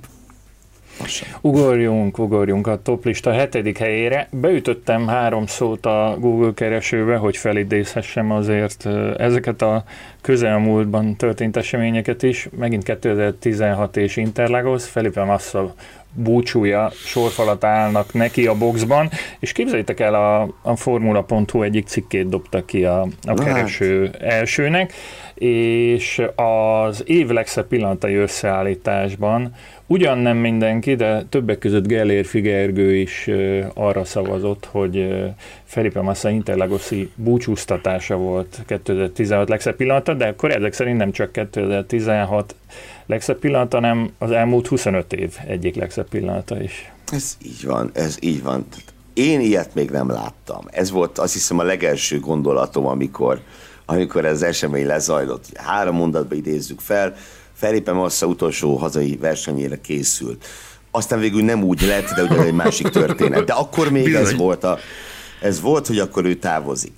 Ugorjunk, ugorjunk a toplista hetedik helyére. Beütöttem három szót a Google keresőbe, hogy felidézhessem azért ezeket a közelmúltban történt eseményeket is. Megint kétezer-tizenhat és Interlagos, Felipe Massa búcsúja sorfalat állnak neki a boxban, és képzeljétek el, a, a formula pont hu egyik cikkét dobta ki a, a kereső elsőnek, és az év legszebb pillanatai összeállításban ugyan nem mindenki, de többek között Gellér Figergő is arra szavazott, hogy Felipe Massa interlagoszi búcsúztatása volt kétezer-tizenhat legszebb pillanata, de akkor ezek szerint nem csak kétezer-tizenhat legszebb pillanata, hanem az elmúlt huszonöt év egyik legszebb pillanata is. Ez így van, ez így van. Én ilyet még nem láttam. Ez volt azt hiszem a legelső gondolatom, amikor, amikor ez az esemény lezajlott. Három mondatba idézzük fel. Felipe Massa utolsó hazai versenyére készült. Aztán végül nem úgy lett, de ugye egy másik történet. De akkor még Bizony. ez volt, a, ez volt, hogy akkor ő távozik.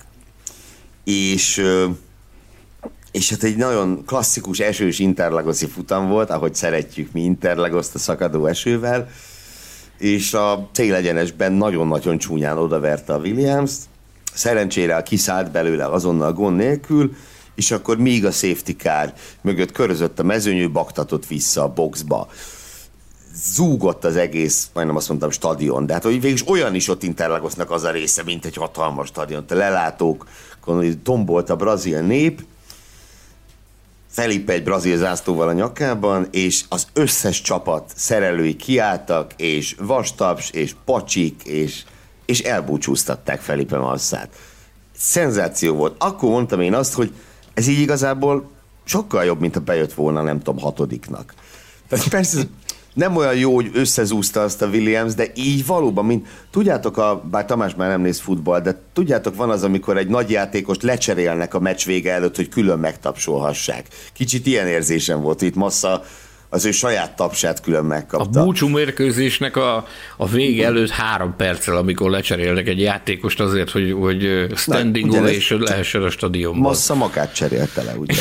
És, és hát egy nagyon klasszikus esős interlagoszi futam volt, ahogy szeretjük mi Interlagoszt a szakadó esővel, és a célegyenesben nagyon-nagyon csúnyán odaverte a Williams-t. Szerencsére kiszállt belőle azonnal gond nélkül, és akkor még a safety car mögött körözött a mezőnyő, baktatott vissza a boxba. Zúgott az egész, majdnem azt mondtam, stadion, de hát hogy végülis olyan is ott Interlagosnak az a része, mint egy hatalmas stadion. A lelátók, tombolt a brazil nép, Felipe egy brazil zászlóval a nyakában, és az összes csapat szerelői kiálltak, és vastaps, és pacsik, és, és elbúcsúztatták Felipe Massát. Szenzáció volt. Akkor mondtam én azt, hogy ez így igazából sokkal jobb, mint ha bejött volna, nem tudom, hatodiknak. Tehát persze nem olyan jó, hogy összezúzta azt a Williams, de így valóban, mint tudjátok, a, bár Tamás már nem néz futball, de tudjátok, van az, amikor egy nagy játékost lecserélnek a meccs vége előtt, hogy külön megtapsolhassák. Kicsit ilyen érzésem volt, itt Massa az ő saját tapsát külön megkapta. A búcsú mérkőzésnek a, a vége előtt három perccel, amikor lecserélnek egy játékost azért, hogy, hogy standing ovation lehessen a stadionban. Massa magát cserélte le, ugye?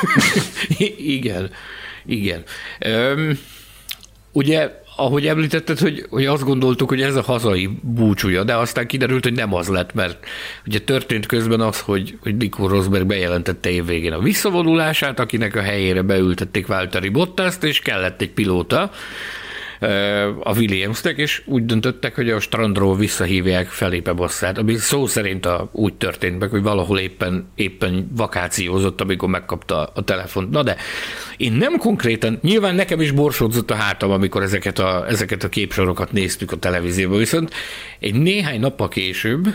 igen, igen. Üm, ugye, ahogy említetted, hogy, hogy azt gondoltuk, hogy ez a hazai búcsúja, de aztán kiderült, hogy nem az lett, mert ugye történt közben az, hogy, hogy Nico Rosberg bejelentette évvégén a visszavonulását, akinek a helyére beültették Valtteri Bottaszt, és kellett egy pilóta a Williamsnek, és úgy döntöttek, hogy a strandról visszahívják Felipe Massát, ami szó szerint a, úgy történt meg, hogy valahol éppen, éppen vakációzott, amikor megkapta a telefont. Na de én nem konkrétan, nyilván nekem is borsódzott a hátam, amikor ezeket a, ezeket a képsorokat néztük a televízióban, viszont egy néhány nappal később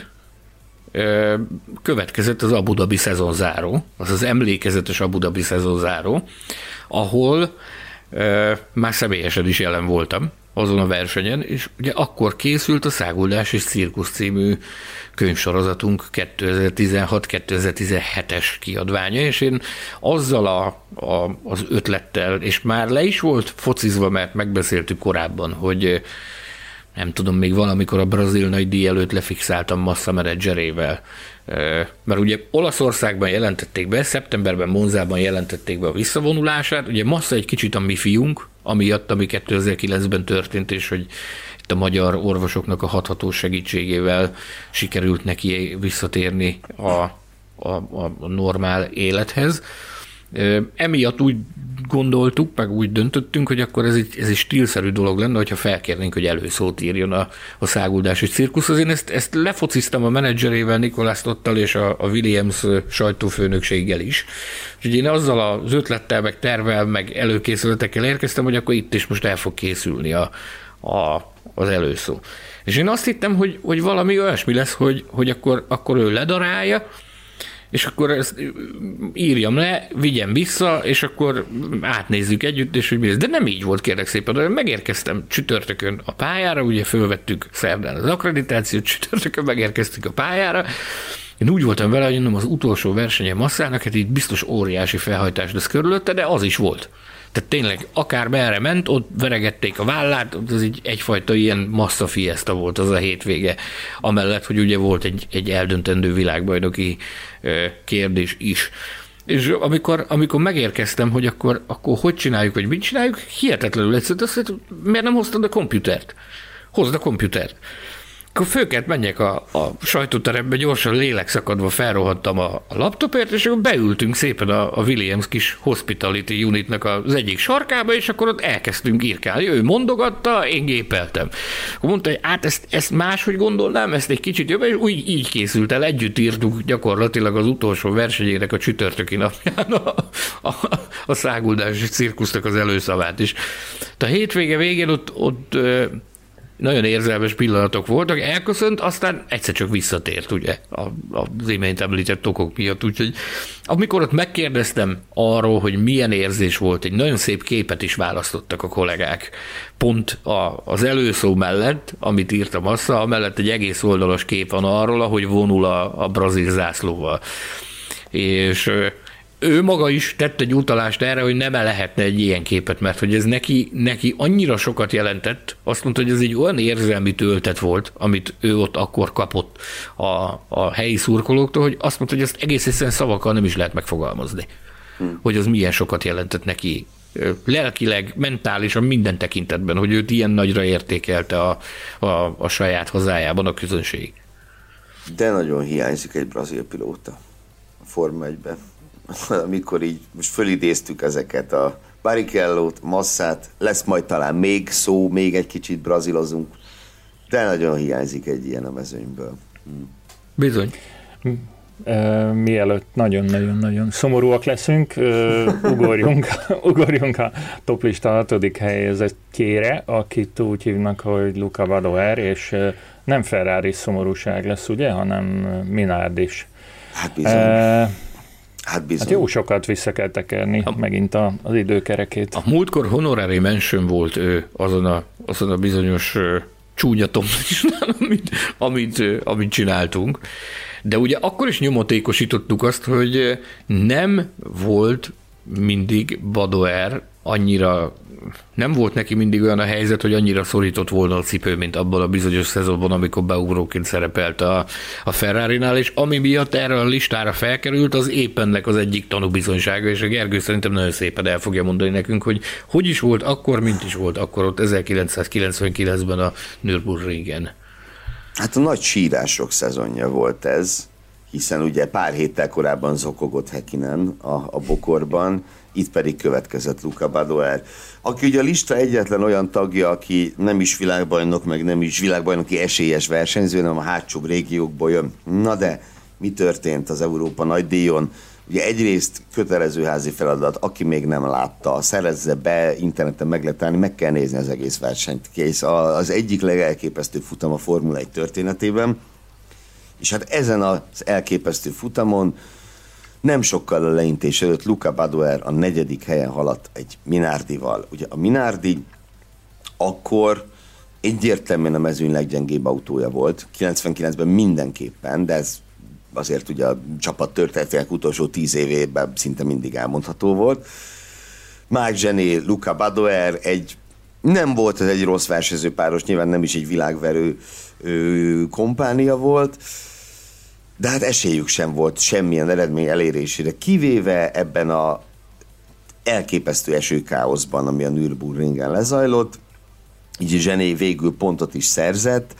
ö, következett az Abu Dhabi szezonzáró, az az emlékezetes Abu Dhabi szezonzáró, ahol Uh, már személyesen is jelen voltam azon a versenyen, és ugye akkor készült a Száguldás és Cirkusz című könyvsorozatunk kétezer-tizenhat kétezer-tizenhetes kiadványa, és én azzal a, a, az ötlettel, és már le is volt focizva, mert megbeszéltük korábban, hogy nem tudom, még valamikor a brazil nagydíj előtt lefixáltam Massa menedzserével, mert ugye Olaszországban jelentették be, szeptemberben Monzában jelentették be a visszavonulását, ugye Massa egy kicsit a mi fiunk, amiatt, ami kétezer-kilencben történt, és hogy itt a magyar orvosoknak a hathatós segítségével sikerült neki visszatérni a, a, a normál élethez. Emiatt úgy gondoltuk, meg úgy döntöttünk, hogy akkor ez egy, ez egy stílszerű dolog lenne, hogyha felkérnénk, hogy előszót írjon a, a Száguldás és Cirkuszhoz. Én ezt, ezt lefociztam a menedzserével, Nicolas Tottal és a, a Williams sajtófőnökséggel is. Úgyhogy én azzal az ötlettel, meg tervel, meg előkészületekkel érkeztem, hogy akkor itt is most el fog készülni a, a, az előszó. És én azt hittem, hogy, hogy valami olyasmi lesz, hogy, hogy akkor, akkor ő ledarálja, és akkor ezt írjam le, vigyem vissza, és akkor átnézzük együtt, és hogy mi ez. De nem így volt, kérlek szépen. Megérkeztem csütörtökön a pályára, ugye fölvettük szerdán az akkreditációt, csütörtökön megérkeztük a pályára. Én úgy voltam vele, hogy nem az utolsó versenye Massának, hát így biztos óriási felhajtás lesz körülötte, de az is volt. Tehát tényleg akár merre ment, ott veregették a vállát, az egy, egyfajta ilyen Massa fiesta volt az a hétvége, amellett, hogy ugye volt egy, egy eldöntendő világbajnoki kérdés is. És amikor, amikor megérkeztem, hogy akkor, akkor hogy csináljuk, vagy mit csináljuk, hihetetlenül egyszerűen azt mondta, miért nem hoztad a komputert? Hozd a komputert. Akkor föl kellett menjek a, a sajtóterembe, gyorsan lélekszakadva felrohadtam a, a laptopért, és akkor beültünk szépen a, a Williams kis hospitality unitnak az egyik sarkába, és akkor ott elkezdtünk írkálni. Ő mondogatta, én gépeltem. Akkor mondta, hogy hát ezt, ezt máshogy gondolnám, ezt egy kicsit jobb, és úgy így készült el. Együtt írtuk gyakorlatilag az utolsó versenyének a csütörtöki napján a, a, a Száguldás és Cirkusznak az előszavát is. A hétvége végén ott, ott nagyon érzelmes pillanatok voltak, elköszönt, aztán egyszer csak visszatért, ugye, az imént említett okok miatt, úgyhogy amikor ott megkérdeztem arról, hogy milyen érzés volt, egy nagyon szép képet is választottak a kollégák, pont a, az előszó mellett, amit írtam assza, mellett egy egész oldalas kép van arról, ahogy vonul a, a brazil zászlóval. És ő maga is tett egy utalást erre, hogy nem lehetne egy ilyen képet, mert hogy ez neki, neki annyira sokat jelentett, azt mondta, hogy ez egy olyan érzelmi töltet volt, amit ő ott akkor kapott a, a helyi szurkolóktól, hogy azt mondta, hogy ezt egész egyszerűen szavakkal nem is lehet megfogalmazni, hmm. hogy az milyen sokat jelentett neki lelkileg, mentálisan, minden tekintetben, hogy őt ilyen nagyra értékelte a, a, a saját hazájában a közönség. De nagyon hiányzik egy brazil pilóta a Forma egyben. Amikor így most fölidéztük ezeket a Barrichello-t, Massát, lesz majd talán még szó, még egy kicsit brazilozunk, de nagyon hiányzik egy ilyen a mezőnyből. Hm. Bizony. Uh, mielőtt nagyon-nagyon-nagyon szomorúak leszünk, uh, ugorjunk, ugorjunk a toplista hatodik helyezettjére, akit úgy hívnak, hogy Luca Badoer, és uh, nem Ferrari szomorúság lesz, ugye, hanem Minard is. Hát bizony. Uh, Hát, hát jó sokat vissza kell tekerni a, megint a, az időkerekét. A múltkor honorary mention volt ő azon a, azon a bizonyos uh, csúnya toplistán, amit, amit, uh, amit csináltunk. De ugye akkor is nyomatékosítottuk azt, hogy nem volt mindig Badoer annyira, nem volt neki mindig olyan a helyzet, hogy annyira szorított volna a cipő, mint abban a bizonyos szezonban, amikor beugróként szerepelt a, a Ferrarinál, és ami miatt erre a listára felkerült, az éppennek az egyik tanúbizonysága, és a Gergő szerintem nagyon szépen el fogja mondani nekünk, hogy hogy is volt akkor, mint is volt akkor ott ezerkilencszázkilencvenkilencben a Nürburgringen. Hát a nagy sírások szezonja volt ez, hiszen ugye pár héttel korábban zokogott Häkkinen a, a bokorban, itt pedig következett Luca Badoer, aki ugye a lista egyetlen olyan tagja, aki nem is világbajnok, meg nem is világbajnoki esélyes versenyző, hanem a hátsóbb régiókból jön. Na de mi történt az Európa nagydíjon? Ugye egyrészt kötelező házi feladat, aki még nem látta, szerezze be, interneten meg lehet állni, meg kell nézni az egész versenyt. Kész. Az egyik legelképesztőbb futam a Formula egy történetében, és hát ezen az elképesztő futamon nem sokkal a leintés előtt Luca Badoer a negyedik helyen haladt egy Minardival. Ugye a Minardi akkor egyértelműen a mezőny leggyengébb autója volt, kilencvenkilencben mindenképpen, de ez azért ugye a csapat történetének utolsó tíz évében szinte mindig elmondható volt. Marc Gené, Luca Badoer, egy, nem volt ez egy rossz versenyzőpáros, nyilván nem is egy világverő ö, kompánia volt, de hát esélyük sem volt semmilyen eredmény elérésére, kivéve ebben a elképesztő esőkáoszban, ami a Nürburgringen lezajlott. Így Gené végül pontot is szerzett,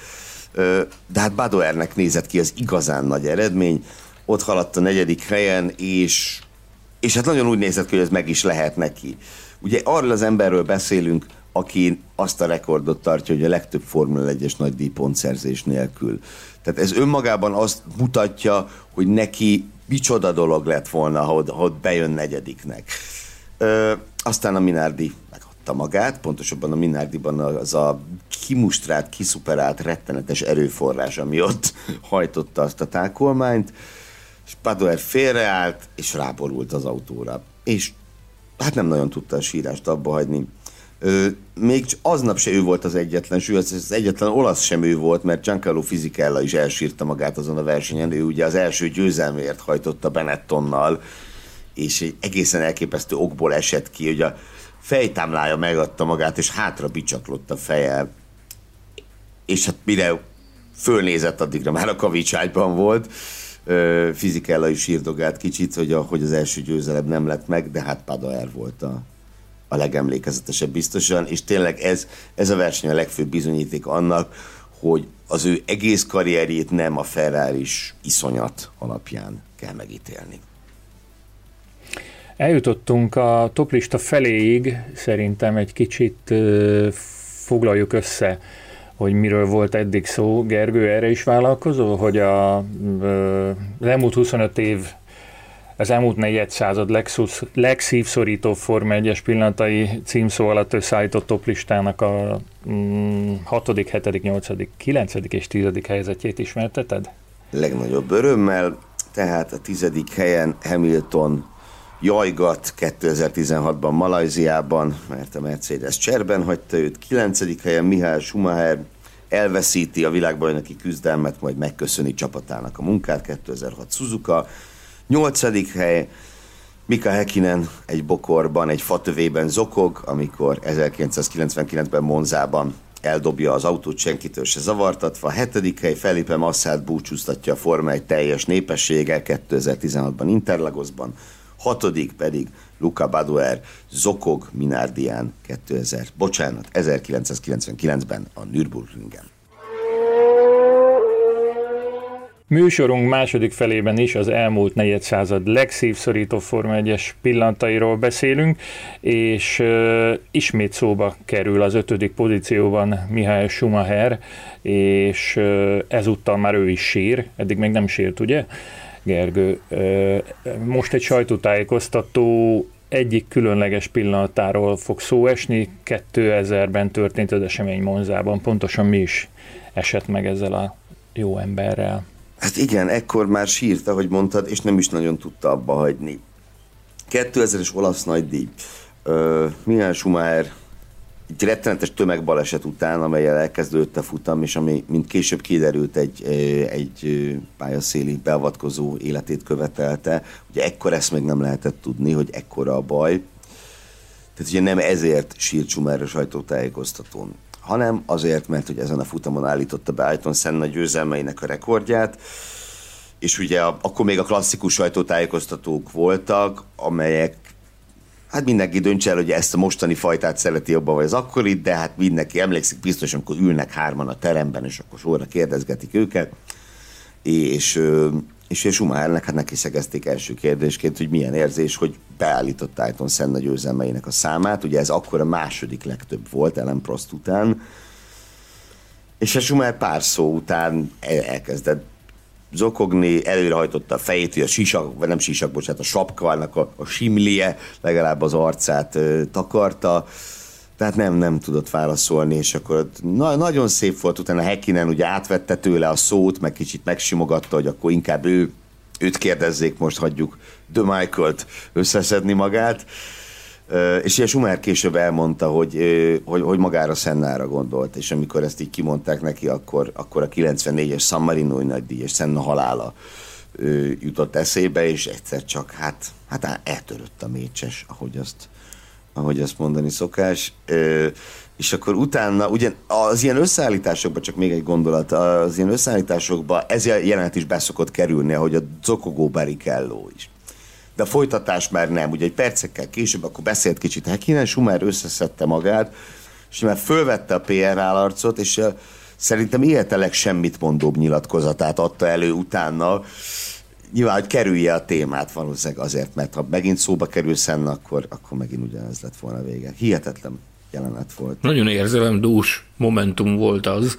de hát Badoernek nézett ki az igazán nagy eredmény, ott haladt a negyedik helyen, és, és hát nagyon úgy nézett ki, hogy ez meg is lehet neki. Ugye arról az emberről beszélünk, aki azt a rekordot tartja, hogy a legtöbb Formula egyes nagydíj pontszerzés nélkül. Tehát ez önmagában azt mutatja, hogy neki micsoda dolog lett volna, ha ott bejön negyediknek. Ö, aztán a Minardi megadta magát, pontosabban a Minardiban az a kimustrált, kiszuperált, rettenetes erőforrás, ami ott hajtotta azt a tákolmányt, és Badoer félreállt, és ráborult az autóra. És hát nem nagyon tudta a sírást abba hagyni. Ö, még aznap se ő volt az egyetlen, sőt az egyetlen olasz sem ő volt, mert Giancarlo Fisichella is elsírta magát azon a versenyen. Ő ugye az első győzelmért hajtotta Benettonnal, és egy egészen elképesztő okból esett ki, hogy a fejtámlája megadta magát, és hátra bicsaklott a feje. És hát mire fölnézett, addigra már a kavicságyban volt. Fisichella is sírdogált kicsit, hogy, a, hogy az első győzelem nem lett meg, de hát Badoer volt a, a legemlékezetesebb biztosan, és tényleg ez, ez a verseny a legfőbb bizonyíték annak, hogy az ő egész karrierjét nem a Ferraris iszonyat alapján kell megítélni. Eljutottunk a toplista feléig, szerintem egy kicsit uh, foglaljuk össze, hogy miről volt eddig szó. Gergő, erre is vállalkozol, hogy a, uh, az elmúlt huszonöt év az elmúlt negyedszázad legszúsz, legszívszorító Forma egyes pillanatai címszó alatt összeállított toplistának a mm, hatodik, hetedik, nyolcadik, kilencedik és tizedik helyezettjét ismerteted? Legnagyobb örömmel, tehát a tizedik helyen Hamilton jajgat kétezer-tizenhatban Malajziában, mert a Mercedes cserben hagyta őt. kilencedik helyen Michael Schumacher elveszíti a világbajnoki küzdelmet, majd megköszöni csapatának a munkát, kétezer-hat Suzuka. nyolcadik hely Mika Häkkinen egy bokorban, egy fatövében zokog, amikor ezerkilencszázkilencvenkilencben Monzában eldobja az autót, senkitől se zavartatva. hetedik hely Felipe Massát búcsúztatja a Forma egy teljes népessége kétezer-tizenhatban Interlagosban. hatodik pedig Luca Badoer zokog Minardián kétezer, bocsánat, ezerkilencszázkilencvenkilencben a Nürburgringen. Műsorunk második felében is az elmúlt negyedszázad legszívszorító Forma egyes pillanatairól beszélünk, és uh, ismét szóba kerül az ötödik pozícióban Michael Schumacher, és uh, ezúttal már ő is sír, eddig még nem sírt, ugye, Gergő? Uh, most egy sajtótájékoztató egyik különleges pillanatáról fog szó esni, kétezerben történt az esemény Monzában. Pontosan mi is esett meg ezzel a jó emberrel? Hát igen, ekkor már sírt, ahogy mondtad, és nem is nagyon tudta abba hagyni. kétezres olasz nagydíj. Uh, Michael Schumacher egy rettenetes tömegbaleset után, amellyel elkezdődött a futam, és ami, mint később kiderült, egy, egy pályaszéli beavatkozó életét követelte. Ugye ekkor ezt még nem lehetett tudni, hogy ekkora a baj. Tehát ugye nem ezért sírt Schumacher a sajtótájékoztatón, hanem azért, mert hogy ezen a futamon állította be Ayrton Senna győzelmeinek a rekordját, és ugye a, akkor még a klasszikus sajtótájékoztatók voltak, amelyek, hát mindenki döntse el, hogy ezt a mostani fajtát szereti jobban, vagy az akkorit, de hát mindenki emlékszik biztos, amikor ülnek hárman a teremben, és akkor sorra kérdezgetik őket, és, és Schumachernek hát neki szegezték első kérdésként, hogy milyen érzés, hogy beállított Ayrton Senna győzelmeinek a számát, ugye ez akkor a második legtöbb volt Alain Prost után, és a Schumacher pár szó után elkezdett zokogni, előrehajtotta a fejét, hogy a sisak, vagy nem sisak, bocsánat, a sapkának a, a simlie legalább az arcát ö, takarta, tehát nem, nem tudott válaszolni, és akkor na, nagyon szép volt, utána Häkkinen ugye átvette tőle a szót, meg kicsit megsimogatta, hogy akkor inkább ő, őt kérdezzék, most hagyjuk de Michaelt összeszedni magát, ö, és ilyen Schumacher később elmondta, hogy, ö, hogy, hogy magára Sennára gondolt, és amikor ezt így kimondták neki, akkor, akkor a kilencvennégyes San Marinói nagydíj és Senna halála ö, jutott eszébe, és egyszer csak hát, hát eltörött a mécses, ahogy azt, ahogy azt mondani szokás. Ö, és akkor utána, ugye az ilyen összeállításokban, csak még egy gondolat, az ilyen összeállításokban ez a jelenet is beszokott kerülni, ahogy a zokogó Barrichello is. De a folytatás már nem. Ugye egy percekkel később akkor beszélt kicsit Häkkinen, Schumacher összeszedte magát, és már fölvette a pé er állarcot, és uh, szerintem életeleg semmit mondóbb nyilatkozatát adta elő utána. Nyilván, hogy kerülje a témát valószínűleg azért, mert ha megint szóba kerül Senna, akkor, akkor megint ugyanez lett volna vége. Hihetetlen jelenet volt. Nagyon érzelemdús momentum volt az.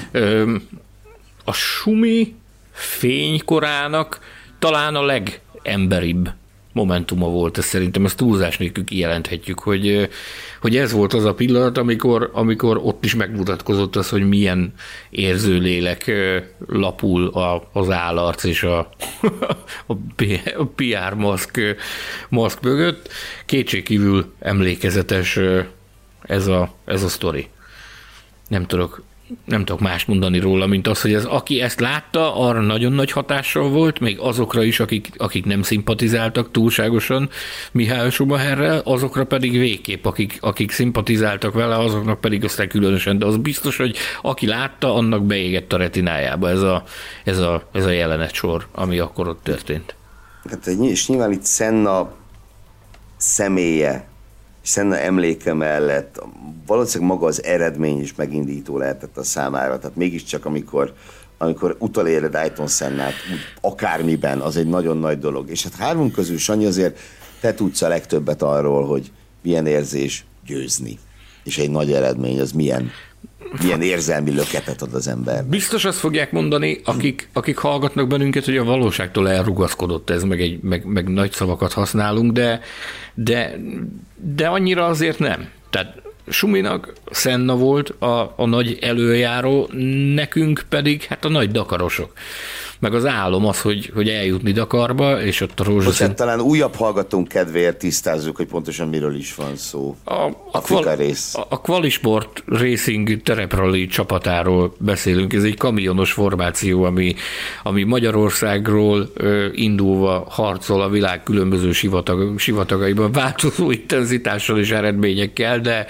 A Schumi fénykorának talán a legemberibb momentuma volt, ez szerintem ezt túlzás nélkül kijelenthetjük, hogy, hogy ez volt az a pillanat, amikor, amikor ott is megmutatkozott az, hogy milyen érzőlélek lapul a, az állarc és a, a pé er maszk, maszk mögött. Kétségkívül emlékezetes ez a, ez a sztori. Nem tudok Nem tudok mást mondani róla, mint az, hogy az, aki ezt látta, arra nagyon nagy hatással volt, még azokra is, akik, akik nem szimpatizáltak túlságosan Michael Schumacherrel, azokra pedig végképp, akik, akik szimpatizáltak vele, azoknak pedig aztán különösen, de az biztos, hogy aki látta, annak beégett a retinájába ez a, ez a, ez a jelenet sor, ami akkor ott történt. Hát, és nyilván itt Senna személye, Senna emléke mellett valószínűleg maga az eredmény is megindító lehetett a számára, tehát mégiscsak amikor, amikor utoléred Ayrton Sennát úgy akármiben, az egy nagyon nagy dolog. És hát hármunk közül, Sanyi, azért te tudsz a legtöbbet arról, hogy milyen érzés győzni. és egy nagy eredmény, az milyen, milyen érzelmi löketet ad az ember. Biztos azt fogják mondani, akik, akik hallgatnak bennünket, hogy a valóságtól elrugaszkodott ez, meg, egy, meg, meg nagy szavakat használunk, de, de, de annyira azért nem. Tehát Suminak Senna volt a, a nagy előjáró, nekünk pedig hát a nagy dakarosok. Meg az álom az, hogy, hogy eljutni Dakarba, és ott a rózsaszín... Most talán újabb hallgatónk kedvéért tisztázzuk, hogy pontosan miről is van szó. A, a, kval, rész. a, a Qualisport Racing tereprali csapatáról beszélünk. Ez egy kamionos formáció, ami, ami Magyarországról ö, indulva harcol a világ különböző sivatag, sivatagaiban, változó intenzitással és eredményekkel, de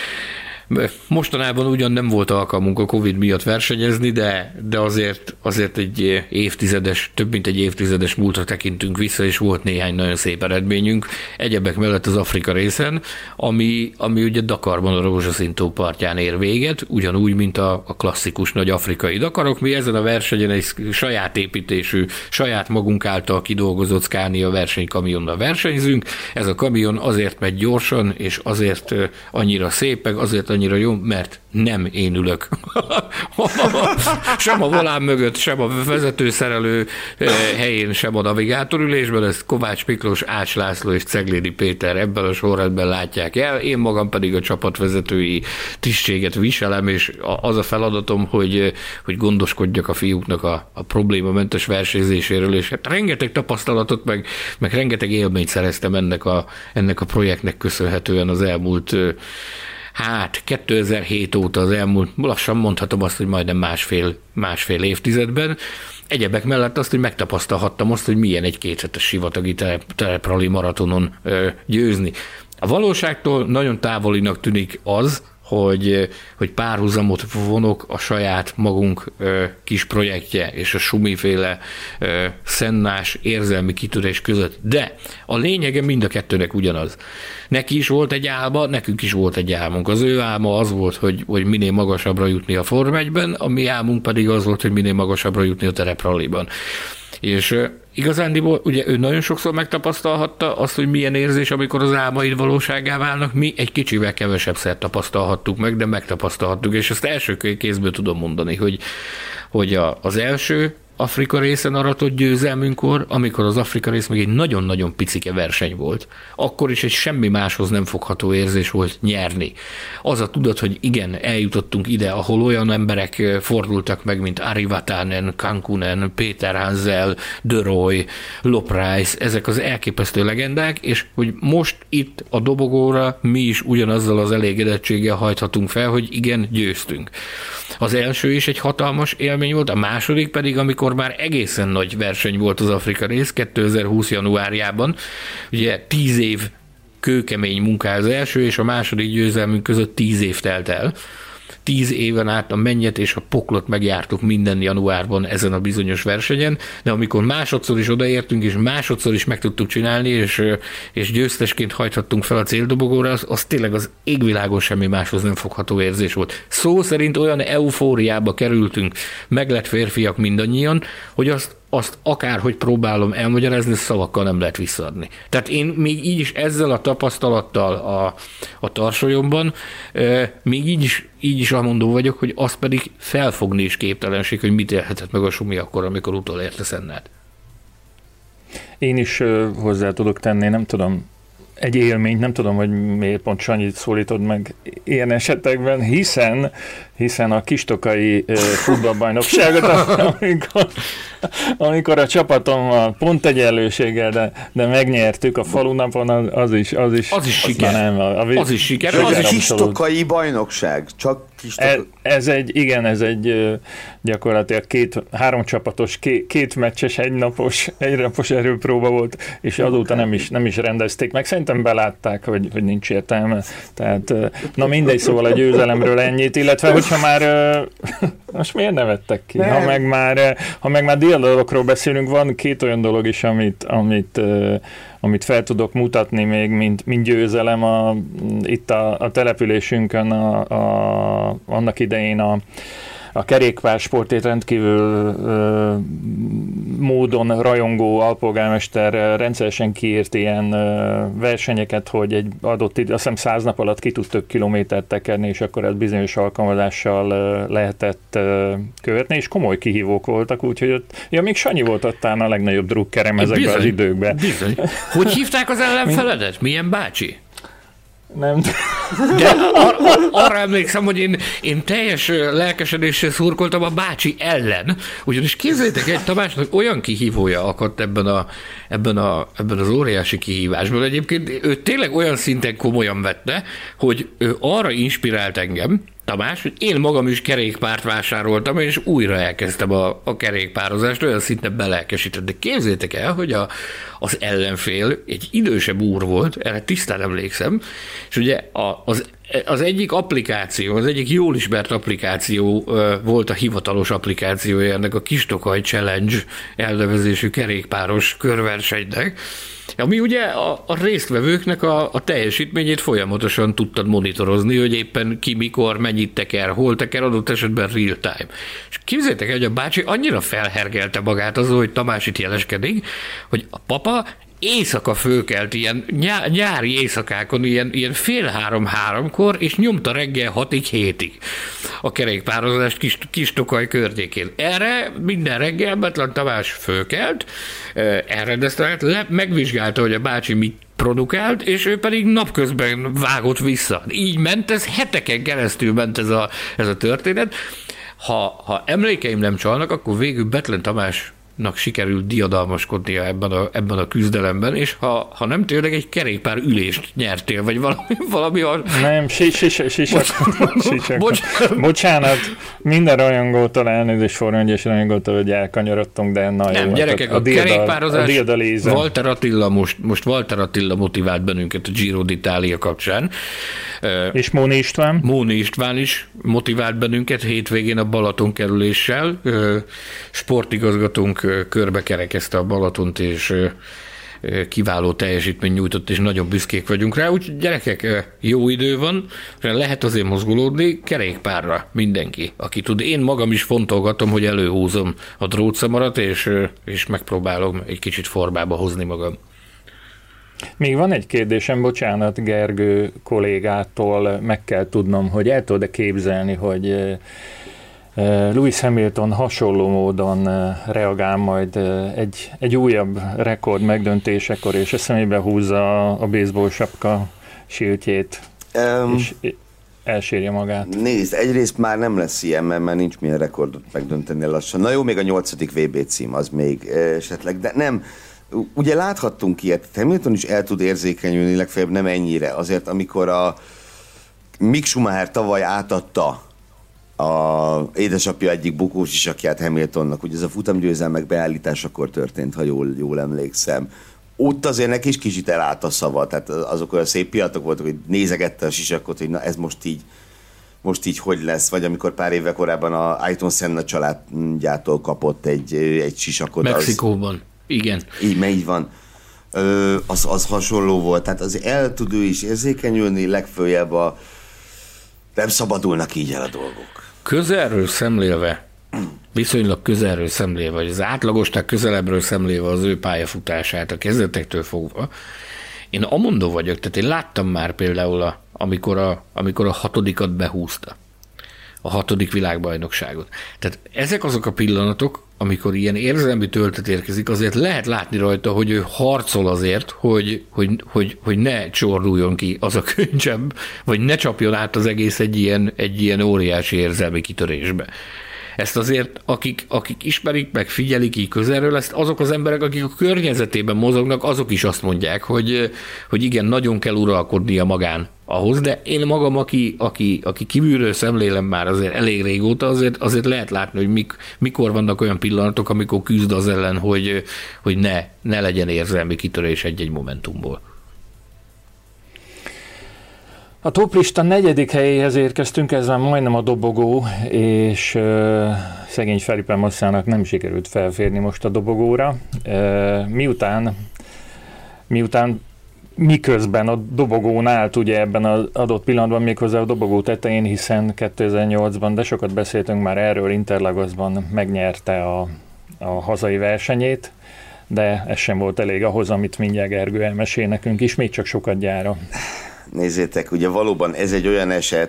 mostanában ugyan nem volt alkalmunk a Covid miatt versenyezni, de, de azért, azért egy évtizedes, több mint egy évtizedes múltra tekintünk vissza, és volt néhány nagyon szép eredményünk. Egyebek mellett az Afrika részen, ami, ami ugye Dakarban a rózsaszín tó partján ér véget, ugyanúgy, mint a, a klasszikus nagy afrikai Dakarok. Mi ezen a versenyen egy saját építésű, saját magunk által kidolgozott Scania versenykamionnal versenyzünk. Ez a kamion azért megy gyorsan, és azért annyira szép, meg azért annyira jó, mert nem én ülök. Sem a volán mögött, sem a vezetőszerelő helyén, sem a navigátorülésben, ezt Kovács Miklós, Ács László és Ceglédi Péter ebben a sorrendben látják el, én magam pedig a csapatvezetői tisztséget viselem, és az a feladatom, hogy, hogy gondoskodjak a fiúknak a, a problémamentes versenyzéséről, és hát rengeteg tapasztalatot, meg, meg rengeteg élményt szereztem ennek a, ennek a projektnek köszönhetően az elmúlt Hát kétezer-hét óta, az elmúlt, lassan mondhatom azt, hogy majdnem másfél, másfél évtizedben. Egyebek mellett azt, hogy megtapasztalhattam azt, hogy milyen egy kéthetes sivatagi tereprali maratonon ö, győzni. A valóságtól nagyon távolinak tűnik az, hogy, hogy párhuzamot vonok a saját magunk ö, kis projektje és a Sumiféle ö, szennás érzelmi kitörés között. De a lényege mind a kettőnek ugyanaz. Neki is volt egy álma, nekünk is volt egy álmunk. Az ő álma az volt, hogy, hogy minél magasabbra jutni a Forma egyben, a mi álmunk pedig az volt, hogy minél magasabbra jutni a terepralliban. És igazándiból ugye ő nagyon sokszor megtapasztalhatta azt, hogy milyen érzés, amikor az álmaid valóságá válnak. Mi egy kicsivel kevesebbszer tapasztalhattuk meg, de megtapasztalhattuk, és ezt első kézből tudom mondani, hogy, hogy a, az első Afrika részen aratott győzelmünkkor, amikor az Afrika rész még egy nagyon-nagyon picike verseny volt, akkor is egy semmi máshoz nem fogható érzés volt nyerni. Az a tudat, hogy igen, eljutottunk ide, ahol olyan emberek fordultak meg, mint Ari Vatanen, Kankunen, Péter Hansel, De Roy, Loprijs, ezek az elképesztő legendák, és hogy most itt a dobogóra mi is ugyanazzal az elégedettséggel hajthatunk fel, hogy igen, győztünk. Az első is egy hatalmas élmény volt, a második pedig, amikor már egészen nagy verseny volt az Afrika rész kétezer-húsz januárjában. Ugye tíz év kőkemény munká az első, és a második győzelmünk között tíz év telt el. Tíz éven át a mennyet és a poklot megjártuk minden januárban ezen a bizonyos versenyen, de amikor másodszor is odaértünk, és másodszor is meg tudtuk csinálni, és, és győztesként hajthattunk fel a céldobogóra, az, az tényleg az égvilágon semmi máshoz nem fogható érzés volt. Szó szerint olyan eufóriába kerültünk, meglett férfiak mindannyian, hogy azt azt akárhogy próbálom elmagyarázni, szavakkal nem lehet visszaadni. Tehát én még így is ezzel a tapasztalattal a, a tarsolyomban, e, még így is, így is amondó vagyok, hogy azt pedig felfogni is képtelenség, hogy mit élhetett meg a Sumi akkor, amikor utolérte Sennát. Én is uh, hozzá tudok tenni, nem tudom, egy élményt, nem tudom, hogy miért pont Sanyit szólítod meg ilyen esetekben, hiszen, hiszen a kistokai uh, futballbajnokságot, amikor, amikor a csapatom pont egyenlőséggel, de, de megnyertük a falunapon, az is, az is, az is siker. Nem, a, a, az is siker. Az egy kistokai bajnokság, csak kistok... ez, ez egy, igen, ez egy gyakorlatilag két, három csapatos, két, két meccses, egynapos, egynapos erőpróba volt, és azóta nem is, nem is rendezték meg. Szerintem belátták, hogy, hogy nincs értelme. Tehát, na mindegy, szóval a győzelemről ennyit, illetve hogyha már, most miért nevettek ki? Ha meg már, ha meg már diadalokról beszélünk, van két olyan dolog is, amit, amit, amit fel tudok mutatni még, mint, mint győzelem a, itt a, a településünkön, a, a, annak idején a a kerékpársportért rendkívül ö, módon rajongó alpolgármester rendszeresen kiírt ilyen ö, versenyeket, hogy egy adott idő, azt hiszem száz nap alatt ki tud több kilométert tekerni, és akkor ez bizonyos alkalmazással ö, lehetett ö, követni, és komoly kihívók voltak, úgyhogy ott, ja, még Sanyi volt ottán a legnagyobb drukkerem ezekben bizony, az időkben. Bizony. Hogy hívták az ellenfeledet? Milyen bácsi? Nem. De ar- ar- arra emlékszem, hogy én, én teljes lelkesedéssel szurkoltam a bácsi ellen, ugyanis képzeljétek egy, Tamásnak olyan kihívója akadt ebben, a, ebben, a, ebben az óriási kihívásban. Egyébként ő tényleg olyan szinten komolyan vette, hogy ő arra inspirált engem, Tamás, hogy én magam is kerékpárt vásároltam, és újra elkezdtem a, a kerékpározást, olyan szinten belelkesített. De képzeljétek el, hogy a, az ellenfél egy idősebb úr volt, erre tisztán emlékszem, és ugye a, az, az egyik applikáció, az egyik jól ismert applikáció volt a hivatalos applikációja ennek a Kistokaj Challenge elnevezésű kerékpáros körversenynek, ami ugye a, a résztvevőknek a, a teljesítményét folyamatosan tudtad monitorozni, hogy éppen ki, mikor, mennyit teker, hol teker, adott esetben real time. És képzeljétek el, hogy a bácsi annyira felhergelte magát azon, hogy Tamás itt jeleskedik, hogy a papa éjszaka fölkelt, ilyen nyá, nyári éjszakákon, ilyen, ilyen fél három-háromkor, és nyomta reggel hatig, hétig a kerékpározást Kis, Kistokaj környékén. Erre minden reggel Betlen Tamás fölkelt, elrendezte, le, megvizsgálta, hogy a bácsi mit produkált, és ő pedig napközben vágott vissza. Így ment, ez heteken keresztül ment ez a, ez a történet. Ha, ha emlékeim nem csalnak, akkor végül Betlen Tamás sikerült diadalmaskodnia ebben a, ebben a küzdelemben, és ha, ha nem tényleg egy kerékpár ülést nyertél, vagy valami... valami a... Nem, sisak. Bocsánat, minden rajongótól, elnézést Forma-egyes rajongótól, hogy elkanyarodtunk, de na nem, jó. Gyerekek, a, a kerékpározás, Walter Attila, most, most Walter Attila motivált bennünket a Giro d'Italia kapcsán. És Móni István? Móni István is motivált bennünket hétvégén a Balaton kerüléssel. Sportigazgatónk körbe kerekezte a Balatont, és kiváló teljesítmény nyújtott, és nagyon büszkék vagyunk rá. Úgyhogy gyerekek, jó idő van, lehet azért mozgolódni, kerékpárra mindenki, aki tud. Én magam is fontolgatom, hogy előhúzom a drótszamarat, és, és megpróbálom egy kicsit formába hozni magam. Még van egy kérdésem, bocsánat, Gergő kollégától meg kell tudnom, hogy el tudod-e képzelni, hogy Lewis Hamilton hasonló módon reagál majd egy, egy újabb rekord megdöntésekor, és a szemébe húzza a baseball sapka siltjét, um, és elsírja magát. Nézd, egyrészt már nem lesz ilyen, mert már nincs milyen rekordot megdönteni lassan. Na jó, még a nyolcadik vé bé cím az még esetleg, de nem. Ugye láthattunk ilyet, Hamilton is el tud érzékenyülni, legfeljebb nem ennyire. Azért, amikor a Mick Schumacher tavaly átadta a édesapja egyik bukós isakját Hamiltonnak, ugye ez a futamgyőzelmek beállításakor történt, ha jól, jól emlékszem. Ott azért neki is kicsit elállt a szava, tehát azok olyan szép pillanatok voltak, hogy nézegette a sisakot, hogy na ez most így, most így hogy lesz, vagy amikor pár évvel korábban a Ayrton Senna családjától kapott egy, egy sisakot. Mexikóban. Az, igen. Így, mert így van. Ö, az, az hasonló volt. Tehát az el tud ő is érzékenyülni, legfőjebb a... nem szabadulnak így el a dolgok. Közelről szemlélve, viszonylag közelről szemlélve, vagy az átlagosnak közelebbről szemlélve az ő pályafutását a kezdetektől fogva, én amondó vagyok, tehát én láttam már például, a, amikor, a, amikor a hatodikat behúzta. A hatodik világbajnokságot. Tehát ezek azok a pillanatok, amikor ilyen érzelmi töltet érkezik, azért lehet látni rajta, hogy ő harcol azért, hogy, hogy, hogy, hogy ne csorduljon ki az a könycsebb, vagy ne csapjon át az egész egy ilyen, egy ilyen óriási érzelmi kitörésbe. Ezt azért, akik, akik ismerik, meg figyelik így közelről, ezt azok az emberek, akik a környezetében mozognak, azok is azt mondják, hogy, hogy igen, nagyon kell uralkodnia magán ahhoz, de én magam, aki, aki, aki kívülről szemlélem már azért elég régóta, azért, azért lehet látni, hogy mik, mikor vannak olyan pillanatok, amikor küzd az ellen, hogy, hogy ne, ne legyen érzelmi kitörés egy-egy momentumból. A toplista negyedik helyéhez érkeztünk, ez már majdnem a dobogó, és uh, szegény Felipe Massának nem sikerült felférni most a dobogóra. Uh, miután, miután miközben a dobogón állt ugye ebben az adott pillanatban, méghozzá a dobogó tetején, hiszen kétezer-nyolcban, de sokat beszéltünk már erről, Interlagosban megnyerte a, a hazai versenyét, de ez sem volt elég ahhoz, amit mindjárt Gergő elmesél nekünk is, még csak sokat gyára. Nézzétek, ugye valóban ez egy olyan eset,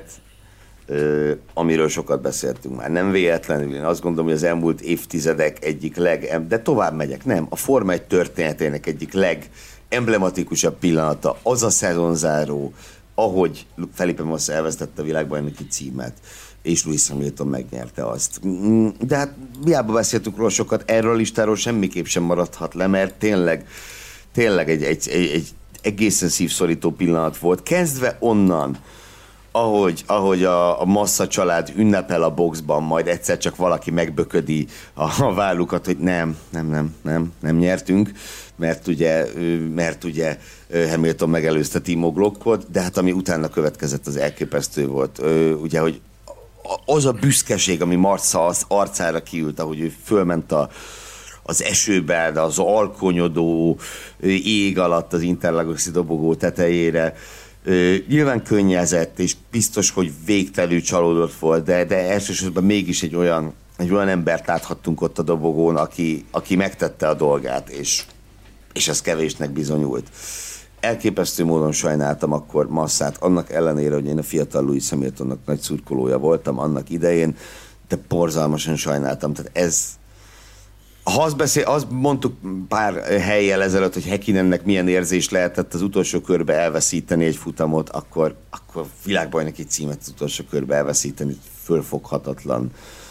ö, amiről sokat beszéltünk már. Nem véletlenül, én azt gondolom, hogy az elmúlt évtizedek egyik leg... De tovább megyek, nem. A Forma egy történetének egyik legemblematikusabb pillanata, az a szezonzáró, ahogy Felipe Massa elvesztette a világbajnoki címet, és Lewis Hamilton megnyerte azt. De hát hiába beszéltünk róla sokat, erről a listáról semmiképp sem maradhat le, mert tényleg, tényleg egy, egy, egy, egy egészen szívszorító pillanat volt. Kezdve onnan, ahogy, ahogy a, a Massa család ünnepel a boxban, majd egyszer csak valaki megböködi a, a vállukat, hogy nem, nem, nem, nem, nem nyertünk, mert ugye, mert ugye Hamilton megelőzte Timo Glockot, de hát ami utána következett, az elképesztő volt. Ugye, hogy az a büszkeség, ami Massa az arcára kiült, ahogy ő fölment a, az esőben, az alkonyodó ég alatt az Interlagosi dobogó tetejére. Nyilván könnyezett, és biztos, hogy végtelű csalódott volt, de, de elsősorban mégis egy olyan, egy olyan embert láthattunk ott a dobogón, aki, aki megtette a dolgát, és, és ez kevésnek bizonyult. Elképesztő módon sajnáltam akkor Massát, annak ellenére, hogy én a fiatal Lewis Hamiltonnak nagy szurkolója voltam annak idején, de borzalmasan sajnáltam. Tehát ez, ha azt, beszél, azt mondtuk pár hellyel ezelőtt, hogy Häkkinennek milyen érzés lehetett az utolsó körbe elveszíteni egy futamot, akkor, akkor világbajnoki címet az utolsó körbe elveszíteni fölfoghatatlan,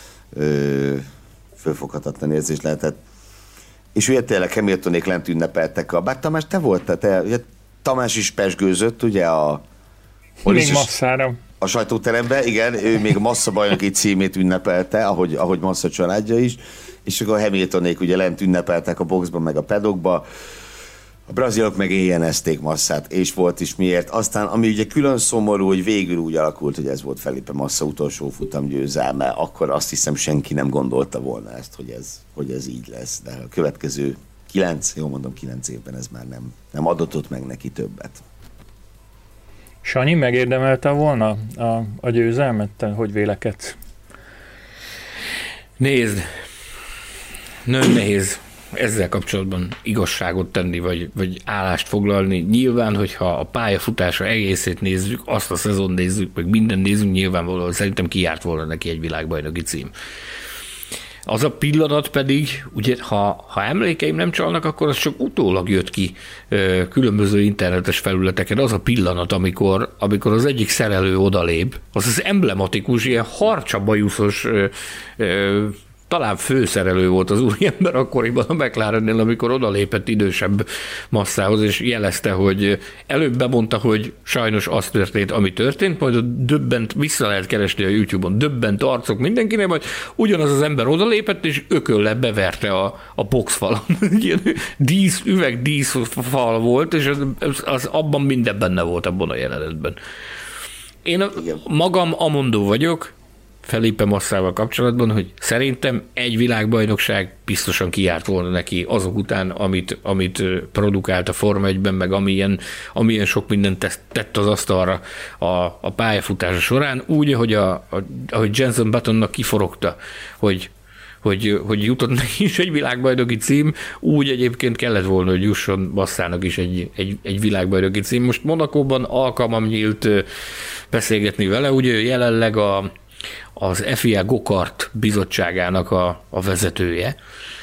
ö, fölfoghatatlan érzés lehetett. És ugye tényleg Hamiltonék lent ünnepeltek a... Bár Tamás, te voltál, te, ugye Tamás is pesgőzött, ugye a... Még Massára. A sajtóteremben, igen, ő még Massa bajnoki címét ünnepelte, ahogy, ahogy Massa családja is, és akkor a Hamiltonék ugye lent ünnepeltek a boxban, meg a pedokba, a brazilok meg éjjenezték Massát, és volt is miért. Aztán, ami ugye külön szomorú, hogy végül úgy alakult, hogy ez volt Felipe Massa utolsó futam győzelme, akkor azt hiszem senki nem gondolta volna ezt, hogy ez, hogy ez így lesz. De a következő kilenc, jó mondom, kilenc évben ez már nem, nem adatott meg neki többet. Sanyi, megérdemelte volna a, a győzelmet? Te hogy vélekedsz? Nézd, nagyon nehéz ezzel kapcsolatban igazságot tenni, vagy, vagy állást foglalni. Nyilván, hogyha a pályafutása egészét nézzük, azt a szezon nézzük, meg minden nézzük, nyilvánvalóan szerintem kijárt volna neki egy világbajnoki cím. Az a pillanat pedig, ugye, ha, ha emlékeim nem csalnak, akkor az csak utólag jött ki ö, különböző internetes felületeken. Az a pillanat, amikor, amikor az egyik szerelő odalép, az az emblematikus, ilyen harcsabajuszos ö, ö, talán főszerelő volt az úriember akkoriban a McLarennél, amikor odalépett idősebb Massához, és jelezte, hogy előbb bemondta, hogy sajnos az történt, ami történt, majd a döbbent, vissza lehet keresni a YouTube-on, döbbent arcok mindenkinek, majd ugyanaz az ember odalépett, és ökölle beverte a, a boxfalon. dísz, üveg díszfal volt, és az, az abban minden benne volt abban a jelenetben. Én a, magam amondó vagyok, Felipe Massával kapcsolatban, hogy szerintem egy világbajnokság biztosan kijárt volna neki azok után, amit, amit produkált a Forma egyben, meg amilyen, amilyen sok mindent tett az asztalra a, a pályafutása során, úgy, ahogy, a, a, ahogy Jenson Buttonnak kiforogta, hogy hogy, hogy jutott neki is egy világbajnoki cím, úgy egyébként kellett volna, hogy jusson Massának is egy, egy, egy világbajnoki cím. Most Monacóban alkalmam nyílt beszélgetni vele, ugye jelenleg a az ef i á Go-kart bizottságának a, a vezetője,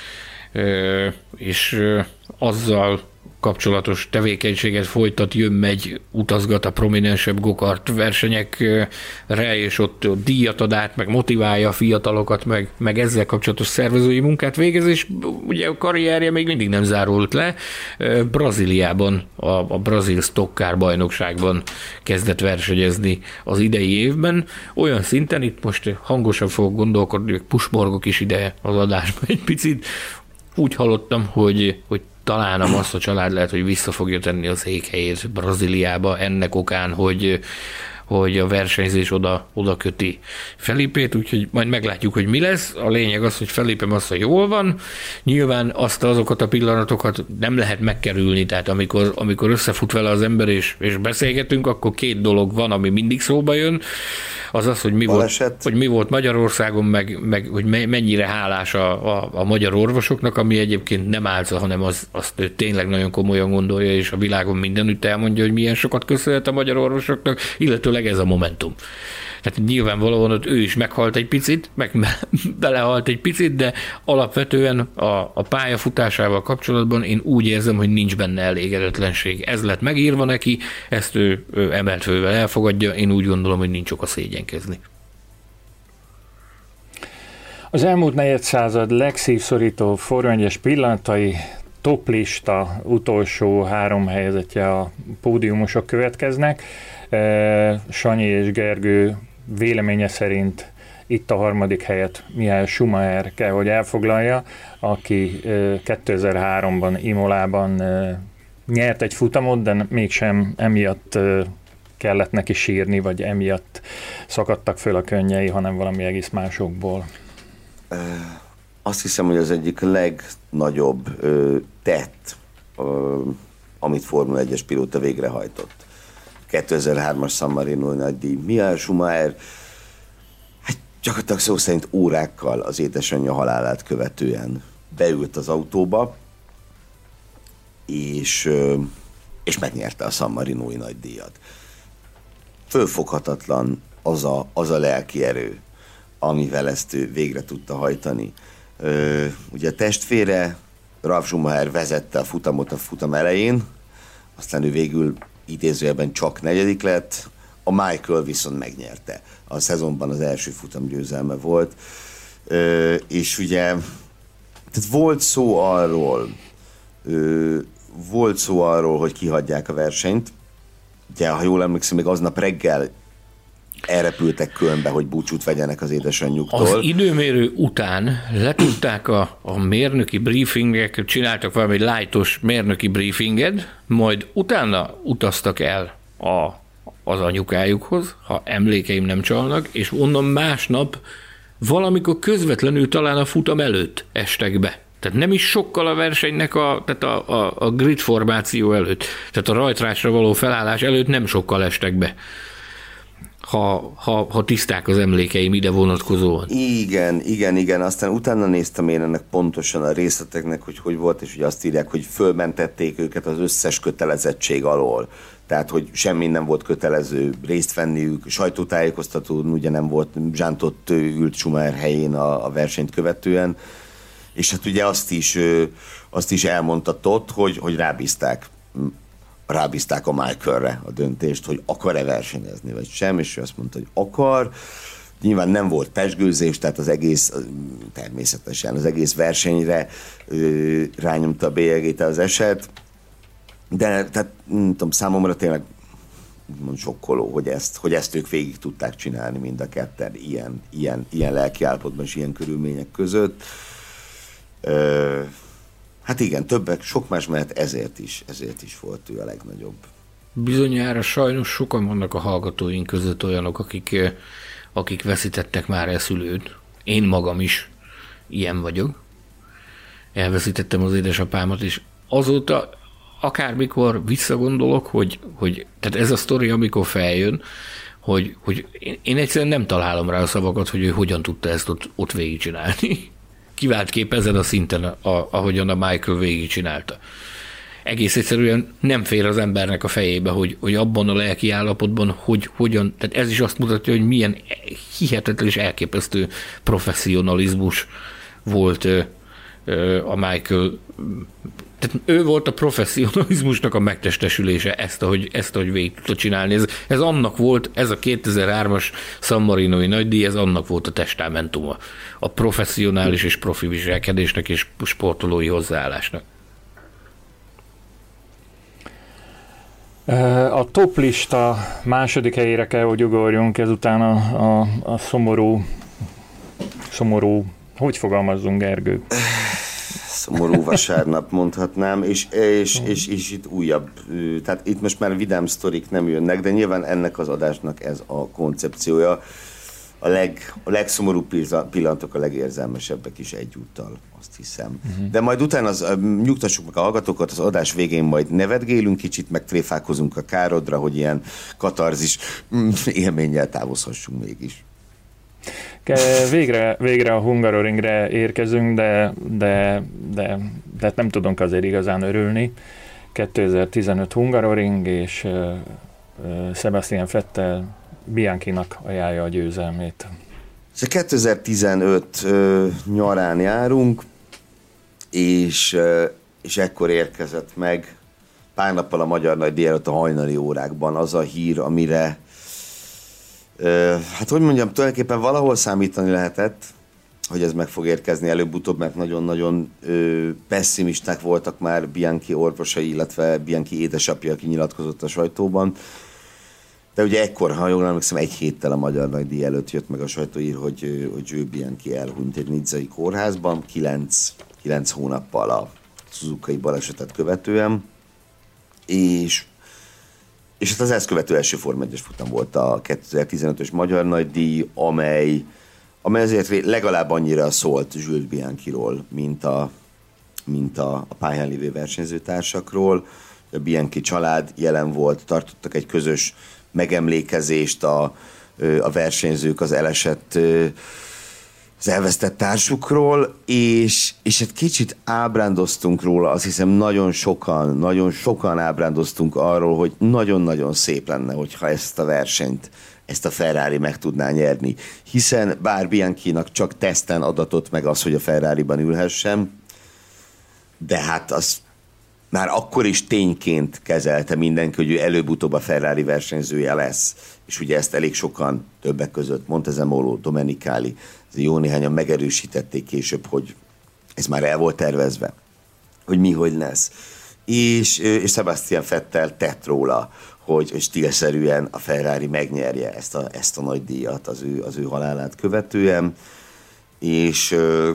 ö, és ö, azzal kapcsolatos tevékenységet folytat, jön, megy, utazgat a prominensebb go-kart versenyekre, és ott díjat ad át, meg motiválja a fiatalokat, meg, meg ezzel kapcsolatos szervezői munkát végez, és ugye a karrierje még mindig nem zárult le. Brazíliában, a, a brazil stock car bajnokságban kezdett versenyezni az idei évben. Olyan szinten, itt most hangosan fogok gondolkodni, hogy pusmorgok is ide az adásban egy picit, úgy hallottam, hogy, hogy talán a Massa család lehet, hogy vissza fogja tenni az székhelyét Brazíliába ennek okán, hogy, hogy a versenyzés oda, oda köti Felipét, úgyhogy majd meglátjuk, hogy mi lesz. A lényeg az, hogy Felipem az, hogy jól van. Nyilván azt azokat a pillanatokat nem lehet megkerülni, tehát amikor, amikor összefut vele az ember és, és beszélgetünk, akkor két dolog van, ami mindig szóba jön. Az az, hogy mi, volt, hogy mi volt Magyarországon, meg, meg hogy mennyire hálás a, a, a magyar orvosoknak, ami egyébként nem álca, hanem az, azt ő tényleg nagyon komolyan gondolja, és a világon mindenütt elmondja, hogy milyen sokat köszönhet a magyar orvosoknak, illetőleg ez a Momentum. Tehát nyilvánvalóan ott ő is meghalt egy picit, meg belehalt egy picit, de alapvetően a, a pályafutásával kapcsolatban én úgy érzem, hogy nincs benne elégedetlenség. Ez lett megírva neki, ezt ő, ő emelt fővel elfogadja, én úgy gondolom, hogy nincs oka szégyenkezni. Az elmúlt negyedszázad legszívszorító Forma egyes pillanatai, toplista utolsó három helyzetje a pódiumosok következnek. Sanyi és Gergő véleménye szerint itt a harmadik helyet Mihály Schumacher kell, hogy elfoglalja, aki kétezer-háromban Imolában nyert egy futamot, de mégsem emiatt kellett neki sírni, vagy emiatt szakadtak föl a könnyei, hanem valami egész másokból. Azt hiszem, hogy az egyik legnagyobb tett, amit Formula egyes pilóta végrehajtott. kétezer-hármas San Marino nagydíj. Mihály Schumacher hát gyakorlatilag szó szerint órákkal az édesanyja halálát követően beült az autóba, és, és megnyerte a San Marinói nagydíjat. Fölfoghatatlan az a, az a lelki erő, amivel ezt ő végre tudta hajtani. Ugye a testvére, Ralf Schumacher vezette a futamot a futam elején, aztán ő végül idézőjelben csak negyedik lett, a Michael viszont megnyerte. A szezonban az első futam győzelme volt, ö, és ugye tehát volt szó arról, ö, volt szó arról, hogy kihagyják a versenyt. Ugye, ha jól emlékszem, még aznap reggel elrepültek Kölnbe, hogy búcsút vegyenek az édesanyjuktól. Az időmérő után letudták a, a mérnöki briefingek, csináltak valami lightos mérnöki briefinget, majd utána utaztak el a, az anyukájukhoz, ha emlékeim nem csalnak, és onnan másnap valamikor közvetlenül talán a futam előtt estek be. Tehát nem is sokkal a versenynek a, tehát a, a, a grid formáció előtt, tehát a rajtrácsra való felállás előtt nem sokkal estek be. Ha, ha, ha tiszták az emlékeim ide vonatkozóan. Igen, igen, igen. Aztán utána néztem én ennek pontosan a részleteknek, hogy hogy volt, és ugye azt írják, hogy fölmentették őket az összes kötelezettség alól. Tehát, hogy semmi nem volt kötelező részt venniük, sajtótájékoztatón ugye nem volt, Zsántott ült Schumacher helyén a, a versenyt követően, és hát ugye azt is, azt is elmondtatott, hogy, hogy rábízták rábízták a Michaelre a döntést, hogy akar-e versenyezni, vagy sem, és ő azt mondta, hogy akar. Nyilván nem volt pezsgőzés, tehát az egész, természetesen az egész versenyre ö, rányomta a bélyegét az eset, de tehát, nem tudom, számomra tényleg mond, sokkoló, hogy ezt, hogy ezt ők végig tudták csinálni mind a ketten ilyen, ilyen, ilyen lelkiállapotban és ilyen körülmények között. Ö, Hát igen, többek, sok más mellett ezért is, ezért is volt ő a legnagyobb. Bizonyára sajnos sokan vannak a hallgatóink között olyanok, akik, akik veszítettek már el szülőt. Én magam is ilyen vagyok. Elveszítettem az édesapámat, és azóta akármikor visszagondolok, hogy, hogy tehát ez a sztori, amikor feljön, hogy, hogy én, én egyszerűen nem találom rá a szavakat, hogy ő hogyan tudta ezt ott, ott végigcsinálni. Kivált kép ezen a szinten, a, ahogyan a Michael végigcsinálta. Egész egyszerűen nem fér az embernek a fejébe, hogy, hogy abban a lelki állapotban, hogy hogyan, tehát ez is azt mutatja, hogy milyen hihetetlen és elképesztő professzionalizmus volt ö, ö, a Michael. Tehát ő volt a professzionalizmusnak a megtestesülése, ezt, ahogy, ezt, ahogy végig tudta csinálni. Ez, ez annak volt, ez a kétezer-hármas San Marinói nagydíj, ez annak volt a testamentuma. A professzionális és profi viselkedésnek és sportolói hozzáállásnak. A toplista második helyére kell, hogy ugorjunk, ezután a, a, a szomorú, szomorú, hogy fogalmazzunk, Gergő? szomorú vasárnap mondhatnám, és, és, és, és itt újabb, tehát itt most már vidám sztorik nem jönnek, de nyilván ennek az adásnak ez a koncepciója. A, leg, a legszomorúbb pillanatok a legérzelmesebbek is egyúttal, azt hiszem. Uh-huh. De majd utána az, nyugtassuk meg a hallgatókat, az adás végén majd nevetgélünk kicsit, meg tréfálkozunk a Károdra, hogy ilyen katarzis élménnyel távozhassunk mégis. Végre, végre a Hungaroringre érkezünk, de, de, de, de nem tudunk azért igazán örülni. kétezer-tizenöt Hungaroring, és uh, uh, Sebastian Vettel Bianchinak ajánlja a győzelmét. És a kétezer-tizenöt uh, nyarán járunk, és, uh, és ekkor érkezett meg pár nappal a magyar nagydíj előtt a hajnali órákban az a hír, amire uh, hát hogy mondjam, tulajdonképpen valahol számítani lehetett, hogy ez meg fog érkezni előbb-utóbb, mert nagyon-nagyon uh, pessimisták voltak már Bianchi orvosai, illetve Bianchi édesapja, aki nyilatkozott a sajtóban. De ugye ekkor, ha jól emlékszem, egy héttel a magyar nagydíj előtt jött meg a sajtóír, hogy, hogy Jules Bianchi elhunyt egy nizzai kórházban, kilenc, kilenc hónappal a Suzukai balesetet követően, és, és az ezt követő első Forma egyes futam volt a kétezer-tizenötös magyar nagydíj, amely, amely azért legalább annyira szólt Jules Bianchiról, mint a, mint a, a pályán lévő versenyzőtársakról. A Bianchi család jelen volt, tartottak egy közös megemlékezést a, a versenyzők az elesett, az elvesztett társukról, és, és egy kicsit ábrándoztunk róla, azt hiszem nagyon sokan, nagyon sokan ábrándoztunk arról, hogy nagyon-nagyon szép lenne, hogyha ezt a versenyt, ezt a Ferrari meg tudná nyerni. Hiszen bár Bianchinak csak teszten adatott meg az, hogy a Ferrariban ülhessen, de hát az már akkor is tényként kezelte mindenki, hogy ő előbb-utóbb a Ferrari versenyzője lesz. És ugye ezt elég sokan, többek között Montezemolo, Domenicali, jó néhányan megerősítették később, hogy ez már el volt tervezve, hogy mi hogy lesz. És, és Sebastian Vettel tett róla, hogy stílszerűen a Ferrari megnyerje ezt a, ezt a nagy díjat az ő, az ő halálát követően. És...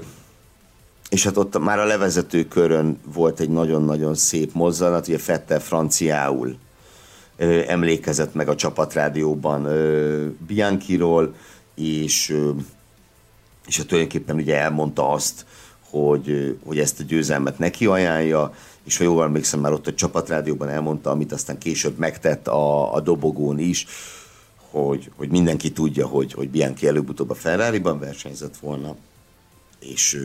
És hát ott már a levezető körön volt egy nagyon-nagyon szép mozzanat, ugye Vettel franciául ö, emlékezett meg a csapatrádióban ö, Bianchiról, és, ö, és hát tulajdonképpen ugye elmondta azt, hogy, hogy ezt a győzelmet neki ajánlja, és ha jól emlékszem, már ott a csapatrádióban elmondta, amit aztán később megtett a, a dobogón is, hogy, hogy mindenki tudja, hogy, hogy Bianchi előbb-utóbb a Ferrariban versenyzett volna, és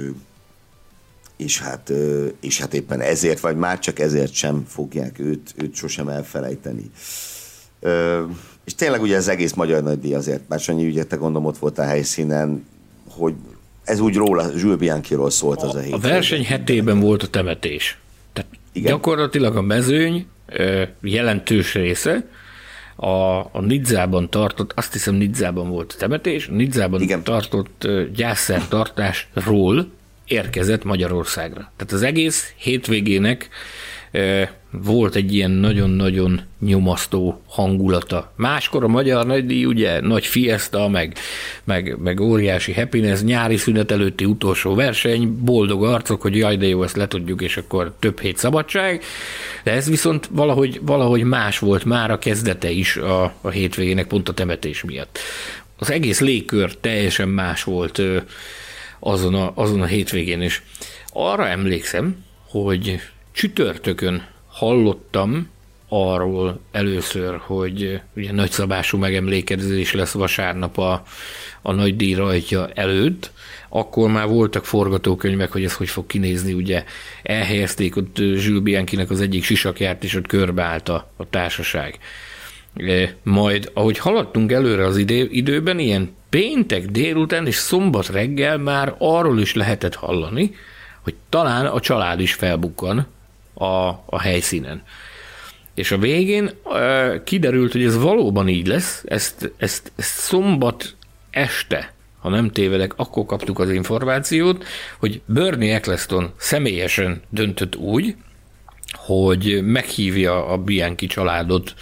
És hát, és hát éppen ezért, vagy már csak ezért sem fogják őt, őt sosem elfelejteni. És tényleg ugye az egész magyar nagydíj azért, már Sanyi, ugye te gondolom ott volt a helyszínen, hogy ez úgy róla, Jules Bianchiról szólt az a, a hét. A verseny hetében volt a temetés. Tehát igen? Gyakorlatilag a mezőny jelentős része a, a Nizzában tartott, azt hiszem Nizzában volt a temetés, a Nizzában igen. tartott gyászszertartásról érkezett Magyarországra. Tehát az egész hétvégének e, volt egy ilyen nagyon-nagyon nyomasztó hangulata. Máskor a magyar nagydíj, ugye, nagy fiesta, meg, meg, meg óriási happiness, nyári szünet előtti utolsó verseny, boldog arcok, hogy jaj, de jó, ezt letudjuk, és akkor több hét szabadság. De ez viszont valahogy, valahogy más volt már a kezdete is a, a hétvégének, pont a temetés miatt. Az egész légkör teljesen más volt azon a, azon a hétvégén is. Arra emlékszem, hogy csütörtökön hallottam arról először, hogy ugye nagyszabású megemlékezés lesz vasárnap a, a nagydíj rajtja előtt, akkor már voltak forgatókönyvek, hogy ez hogy fog kinézni, ugye elhelyezték ott Jules Bianchinek az egyik sisakját, és ott körbeállt a, a társaság. Majd, ahogy haladtunk előre az idő, időben, ilyen péntek délután és szombat reggel már arról is lehetett hallani, hogy talán a család is felbukkan a, a helyszínen. És a végén uh, kiderült, hogy ez valóban így lesz, ezt, ezt, ezt szombat este, ha nem tévedek, akkor kaptuk az információt, hogy Bernie Ecclestone személyesen döntött úgy, hogy meghívja a Bianchi családot,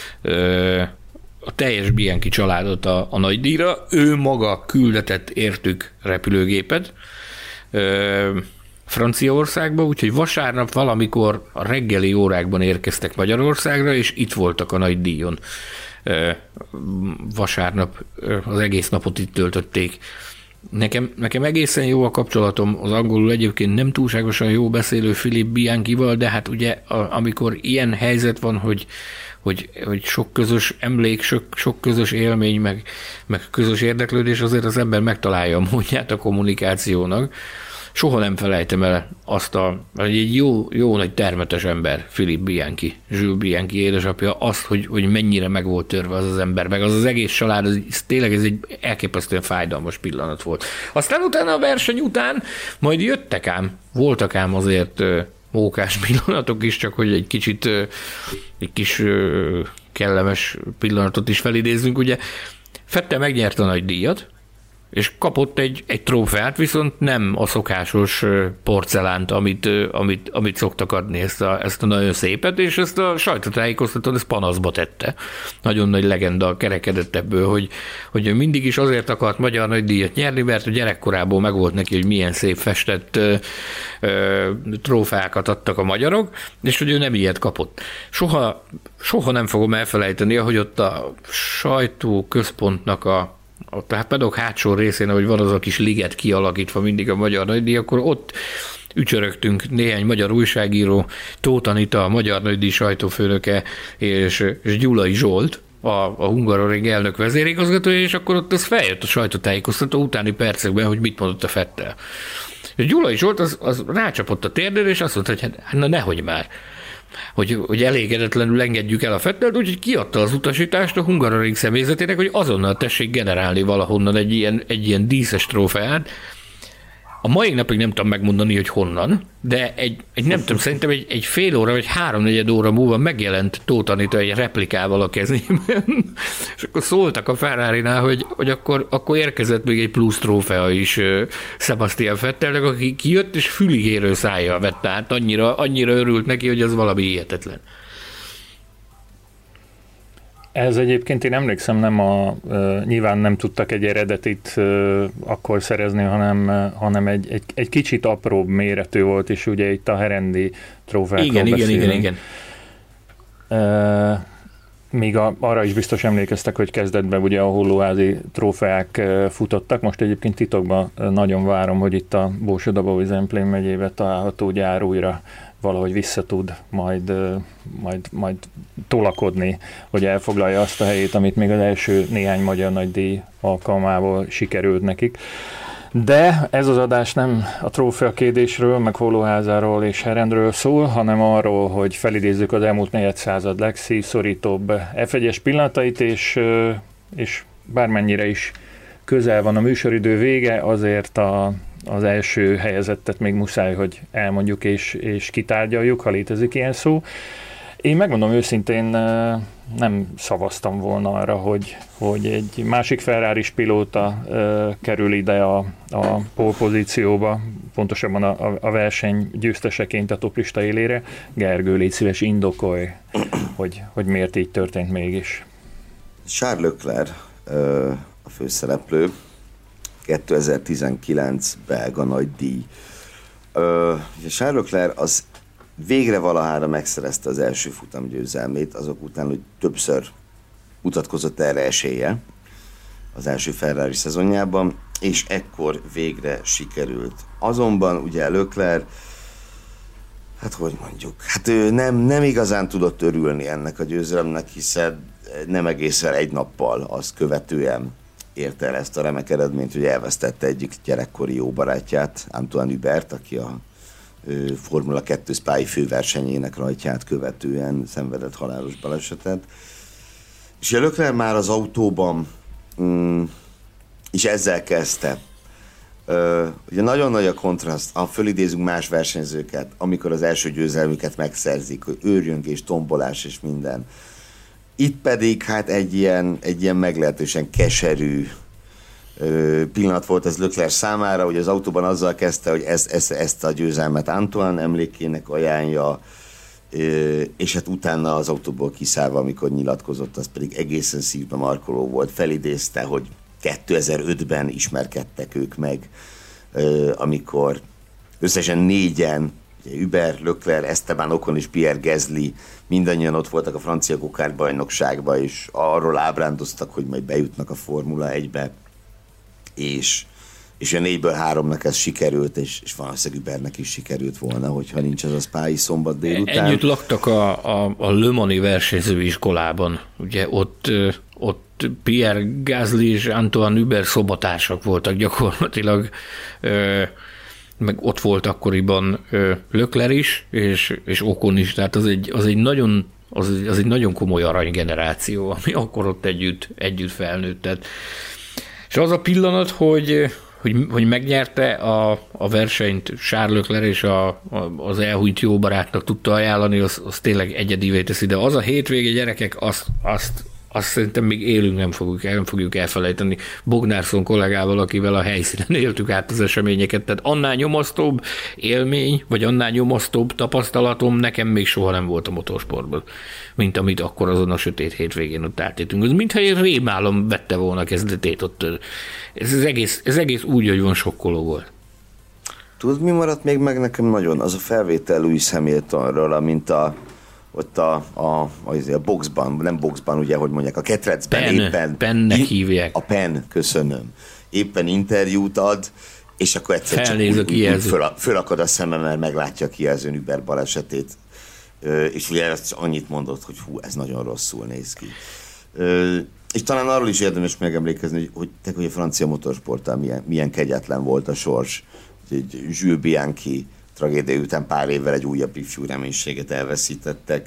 a teljes Bianchi családot a, a nagydíjra. Ő maga küldetett értük repülőgépet, Franciaországba, úgyhogy vasárnap valamikor a reggeli órákban érkeztek Magyarországra, és itt voltak a nagy díjon. Vasárnap az egész napot itt töltötték. Nekem, nekem egészen jó a kapcsolatom az angolul egyébként nem túlságosan jó beszélő Philippe Bianchival, de hát ugye a, amikor ilyen helyzet van, hogy, hogy, hogy sok közös emlék, sok, sok közös élmény, meg, meg közös érdeklődés, azért az ember megtalálja a módját a kommunikációnak. Soha nem felejtem el azt a, egy jó, jó nagy termetes ember, Philippe Bianchi, Jules Bianchi édesapja, azt, hogy, hogy mennyire meg volt törve az az ember, meg az az egész család, az, ez tényleg ez egy elképesztően fájdalmas pillanat volt. Aztán utána a verseny után majd jöttek ám, voltak ám azért mókás pillanatok is, csak hogy egy kicsit, egy kis kellemes pillanatot is felidézzünk, ugye Vettel megnyerte a nagy díjat, és kapott egy, egy trófeát, viszont nem a szokásos porcelánt, amit, amit, amit szoktak adni, ezt a, ezt a nagyon szépet, és ezt a sajtótájékoztatón ezt panaszba tette. Nagyon nagy legenda kerekedett ebből, hogy, hogy mindig is azért akart magyar nagydíjat nyerni, mert a gyerekkorából megvolt neki, hogy milyen szép festett ö, ö, trófeákat adtak a magyarok, és hogy ő nem ilyet kapott. Soha, soha nem fogom elfelejteni, ahogy ott a sajtóközpontnak a tehát pedok hátsó részén, ahogy van az a kis liget kialakítva mindig a magyar nagydíj, akkor ott ücsörögtünk néhány magyar újságíró, Tóth Anita, a magyar nagydíj sajtófőnöke, és, és Gyulai Zsolt, a, a Hungaroring elnök vezérigazgatója, és akkor ott ez feljött a sajtótájékoztató utáni percekben, hogy mit mondott a Vettel. És Gyulai Zsolt az, az rácsapott a térdére, és azt mondta, hogy hát, na nehogy már. Hogy, hogy elégedetlenül engedjük el a Vettelt, úgyhogy kiadta az utasítást a Hungaroring személyzetének, hogy azonnal tessék generálni valahonnan egy ilyen, egy ilyen díszes trófeát. A mai napig nem tudom megmondani, hogy honnan, de egy, egy nem tudom, szerintem egy, egy fél óra vagy háromnegyed óra múlva megjelent Tóth Anita egy replikával a kezében, és akkor szóltak a Ferrarinál, hogy, hogy akkor, akkor érkezett még egy plusz trófea is Sebastian Vettelnek, aki kijött, és fülig érő szájjal vette át, annyira, annyira örült neki, hogy az valami hihetetlen. Ez egyébként én emlékszem, nem a, uh, nyilván nem tudtak egy eredetit uh, akkor szerezni, hanem, uh, hanem egy, egy, egy kicsit apróbb méretű volt, és ugye itt a Herendi trófeákról igen, beszélünk. Igen, igen, igen. Uh, még a, arra is biztos emlékeztek, hogy kezdetben ugye a hollóházi trófeák uh, futottak, most egyébként titokban uh, nagyon várom, hogy itt a Borsod-Abaúj Zemplén megyében található gyár újra valahogy visszatud majd, majd, majd tolakodni, hogy elfoglalja azt a helyét, amit még az első néhány magyar nagydíj alkalmából sikerült nekik. De ez az adás nem a trófeakérdésről, meg Hollóházáról és Herendről szól, hanem arról, hogy felidézzük az elmúlt negyedszázad legszívszorítóbb ef egyes pillanatait, és, és bármennyire is közel van a műsoridő vége, azért a az első helyezettet még muszáj, hogy elmondjuk és, és kitárgyaljuk, ha létezik ilyen szó. Én megmondom őszintén, nem szavaztam volna arra, hogy, hogy egy másik Ferraris pilóta uh, kerül ide a, a pole pozícióba, pontosabban a, a verseny győzteseként a toplista élére. Gergő, légy szíves, indokolj, hogy, hogy miért így történt mégis. Charles Leclerc uh, a főszereplő, kétezer-tizenkilenc belga nagydíj. Uh, Charles Leclerc az végre valahára megszerezte az első futamgyőzelmét, azok után, hogy többször mutatkozott erre esélye az első Ferrari szezonjában, és ekkor végre sikerült. Azonban ugye Leclerc, hát hogy mondjuk, hát ő nem, nem igazán tudott örülni ennek a győzelemnek, hiszen nem egészen egy nappal azt követően érte el ezt a remek eredményt, hogy elvesztette egyik gyerekkori jó barátját, Antoine Hubert, aki a Formula kettő Spy főversenyének rajtját követően szenvedett halálos balesetet. És Leclerc már az autóban mm, és ezzel kezdte. Ö, ugye nagyon nagy a kontraszt, ha fölidézünk más versenyzőket, amikor az első győzelmüket megszerzik, hogy őrjöngés, tombolás és minden. Itt pedig hát egy ilyen, egy ilyen meglehetősen keserű ö, pillanat volt ez Leclerc számára, hogy az autóban azzal kezdte, hogy ezt, ezt, ezt a győzelmet Antoine emlékének ajánlja, ö, és hát utána az autóból kiszállva, amikor nyilatkozott, az pedig egészen szívbe markoló volt. Felidézte, hogy kétezer-ötben ismerkedtek ők meg, ö, amikor összesen négyen, Hubert, Leclerc, Esteban Ocon és Pierre Gasly, mindannyian ott voltak a francia go-kart-bajnokságba, és arról ábrándoztak, hogy majd bejutnak a Formula egybe, és, és a négyből háromnak ez sikerült, és, és valószínűleg Hubertnek is sikerült volna, hogyha nincs ez a spái szombat délután. Együtt laktak a, a, a Le Mans-i versenyzőiskolában, ugye ott, ott Pierre Gasly és Antoine Hubert szobatársak voltak gyakorlatilag, meg ott volt akkoriban Leclerc is, és, és Ocon is, tehát az egy, az egy nagyon az, az egy nagyon komoly aranygeneráció, ami akkor ott együtt, együtt felnőtt. Tehát. És az a pillanat, hogy, hogy, hogy megnyerte a, a versenyt Charles Leclerc, és a, a, az elhúnyt jó barátnak tudta ajánlani, az, az tényleg egyedivé teszi, de az a hétvége, gyerekek, azt, azt azt szerintem még élünk, nem fogjuk, nem fogjuk elfelejteni. Bognárszon kollégával, akivel a helyszínen éltük át az eseményeket, tehát annál nyomasztóbb élmény, vagy annál nyomasztóbb tapasztalatom nekem még soha nem volt a motorsportban, mint amit akkor azon a sötét hétvégén ott átéltünk. Ez mintha egy rémálom vette volna kezdetét ott. Ez, ez, egész, ez egész úgy, hogy van sokkoló volt. Tudod, mi maradt még meg nekem nagyon? Az a felvétel Lewis Hamiltonról, amint a ott a, a, a boxban, nem boxban, ugye, hogy mondják, a ketrecben pen, éppen... Pennek hívják. A pen, köszönöm. Éppen interjút ad, és akkor egyszer Felnéz csak úgy, úgy föl, fölakad a szemem, mert meglátja a kijelzőn Hubert balesetét. És ugye ezt annyit mondott, hogy hú, ez nagyon rosszul néz ki. És talán arról is érdemes megemlékezni, hogy, hogy, hogy a francia motorsporttal milyen, milyen kegyetlen volt a sors. Egy Jules Bianchi tragédia után pár évvel egy újabb ifjú reménységet elveszítettek.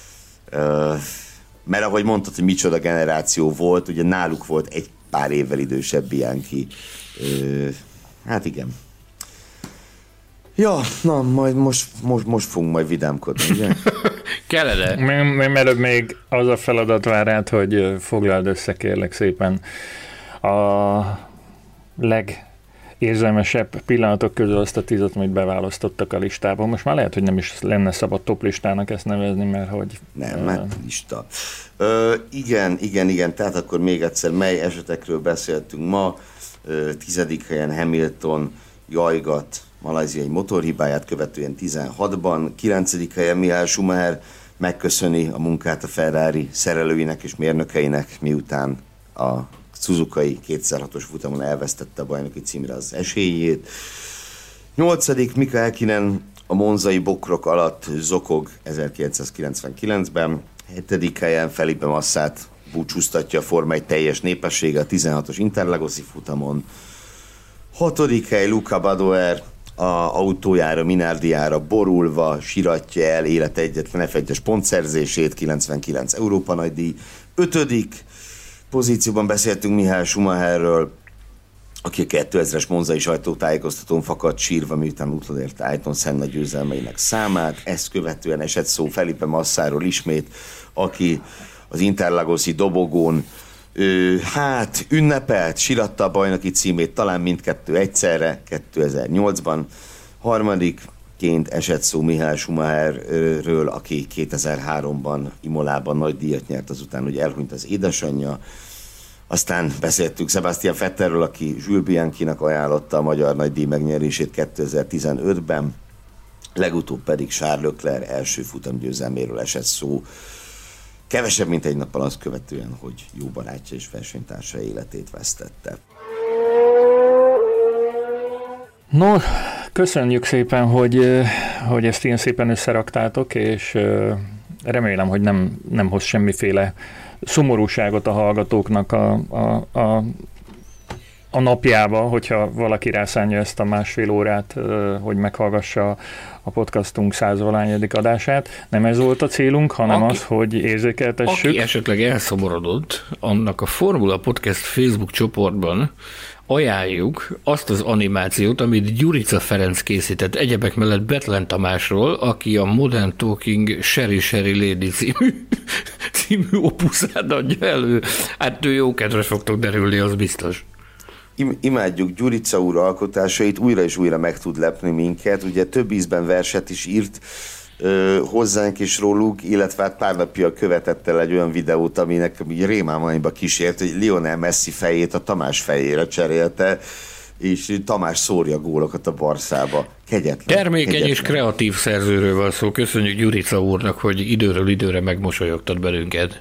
Mert ahogy mondtad, hogy micsoda generáció volt, ugye náluk volt egy pár évvel idősebb Bianchi. Hát igen. Ja, na, majd most, most, most fogunk majd vidámkodni, ugye? Kellene. Mert még az a feladat vár át, hogy foglald össze, kérlek szépen, a leg érzelmesebb pillanatok közül azt a tízat, amit beválasztottak a listába. Most már lehet, hogy nem is lenne szabad top listának ezt nevezni, mert hogy... Nem, uh... mert lista. Ö, igen, igen, igen, tehát akkor még egyszer, mely esetekről beszéltünk ma. Ö, tizedik helyen Hamilton jajgat malajziai motorhibáját, követően tizenhatban. kilencedik helyen Michael Schumacher megköszöni a munkát a Ferrari szerelőinek és mérnökeinek, miután a Suzuki kétezer-hatos futamon elvesztette a bajnoki címre az esélyét. Nyolcadik Mika Häkkinen a monzai bokrok alatt zokog ezerkilencszázkilencvenkilencben. Hetedik helyen Felipe Massát búcsúztatja a Forma egy teljes népessége a tizenhatos Interlagoszi futamon. Hatodik hely Luca Badoer a autójára, Minardiára borulva siratja el élet egyetlen ef egyes pontszerzését, kilencvenkilenc Európa nagydíj. Ötödik pozícióban beszéltünk Michael Schumacherről, aki a kétezres monzai sajtótájékoztatón fakadt sírva, miután utolérte Ayrton Senna győzelmeinek számát. Ezt követően esett szó Felipe Massáról ismét, aki az Interlagoszi dobogón ő, hát ünnepelt, síratta a bajnoki címét, talán mindkettő egyszerre, kétezer-nyolcban. Harmadikként esett szó Michael Schumacherről, aki kétezer-háromban Imolában nagy díjat nyert azután, hogy elhunyt az édesanyja. Aztán beszéltünk Sebastian Vettelről, aki Jules Bianchinak ajánlotta a magyar nagydíj megnyerését kétezer-tizenötben. Legutóbb pedig Charles Leclerc első futamgyőzelméről esett szó. Kevesebb, mint egy nappal azt követően, hogy jó barátja és versenytársa életét vesztette. No, köszönjük szépen, hogy, hogy ezt ilyen szépen összeraktátok, és remélem, hogy nem, nem hoz semmiféle szomorúságot a hallgatóknak a, a, a, a napjába, hogyha valaki rászánja ezt a másfél órát, hogy meghallgassa a podcastunk százvalányadik adását. Nem ez volt a célunk, hanem aki, az, hogy érzékeltessük. Aki esetleg elszomorodott, annak a Formula Podcast Facebook csoportban ajánljuk azt az animációt, amit Gyurica Ferenc készített egyebek mellett Betlen Tamásról, aki a Modern Talking Sherry Sherry Lady című, című opuszát adja elő. Hát ő jó kedvre fogtok derülni, az biztos. Imádjuk Gyurica úr alkotásait, újra és újra meg tud lepni minket. Ugye több ízben verset is írt ö, hozzánk és róluk, illetve hát pár napja követett el egy olyan videót, aminek rémálmaiba kísért, hogy Lionel Messi fejét a Tamás fejére cserélte, és Tamás szórja gólokat a Barszába. Kegyetlen. Termékeny kegyetlen. és kreatív szerzőről van szó. Köszönjük Gyurica úrnak, hogy időről időre megmosolyogtat belünket.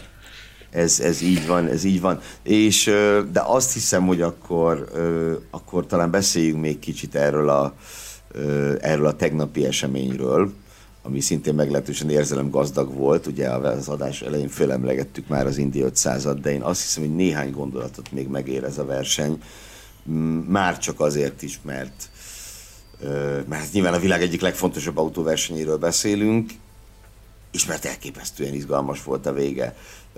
Ez, ez így van, ez így van. És, de azt hiszem, hogy akkor, akkor talán beszéljünk még kicsit erről a, erről a tegnapi eseményről, ami szintén meglehetősen érzelemgazdag volt. Ugye az adás elején fölemlegettük már az Indy ötszázat, de én azt hiszem, hogy néhány gondolatot még megér ez a verseny. Már csak azért is, mert, mert nyilván a világ egyik legfontosabb autóversenyéről beszélünk, és mert elképesztően izgalmas volt a vége.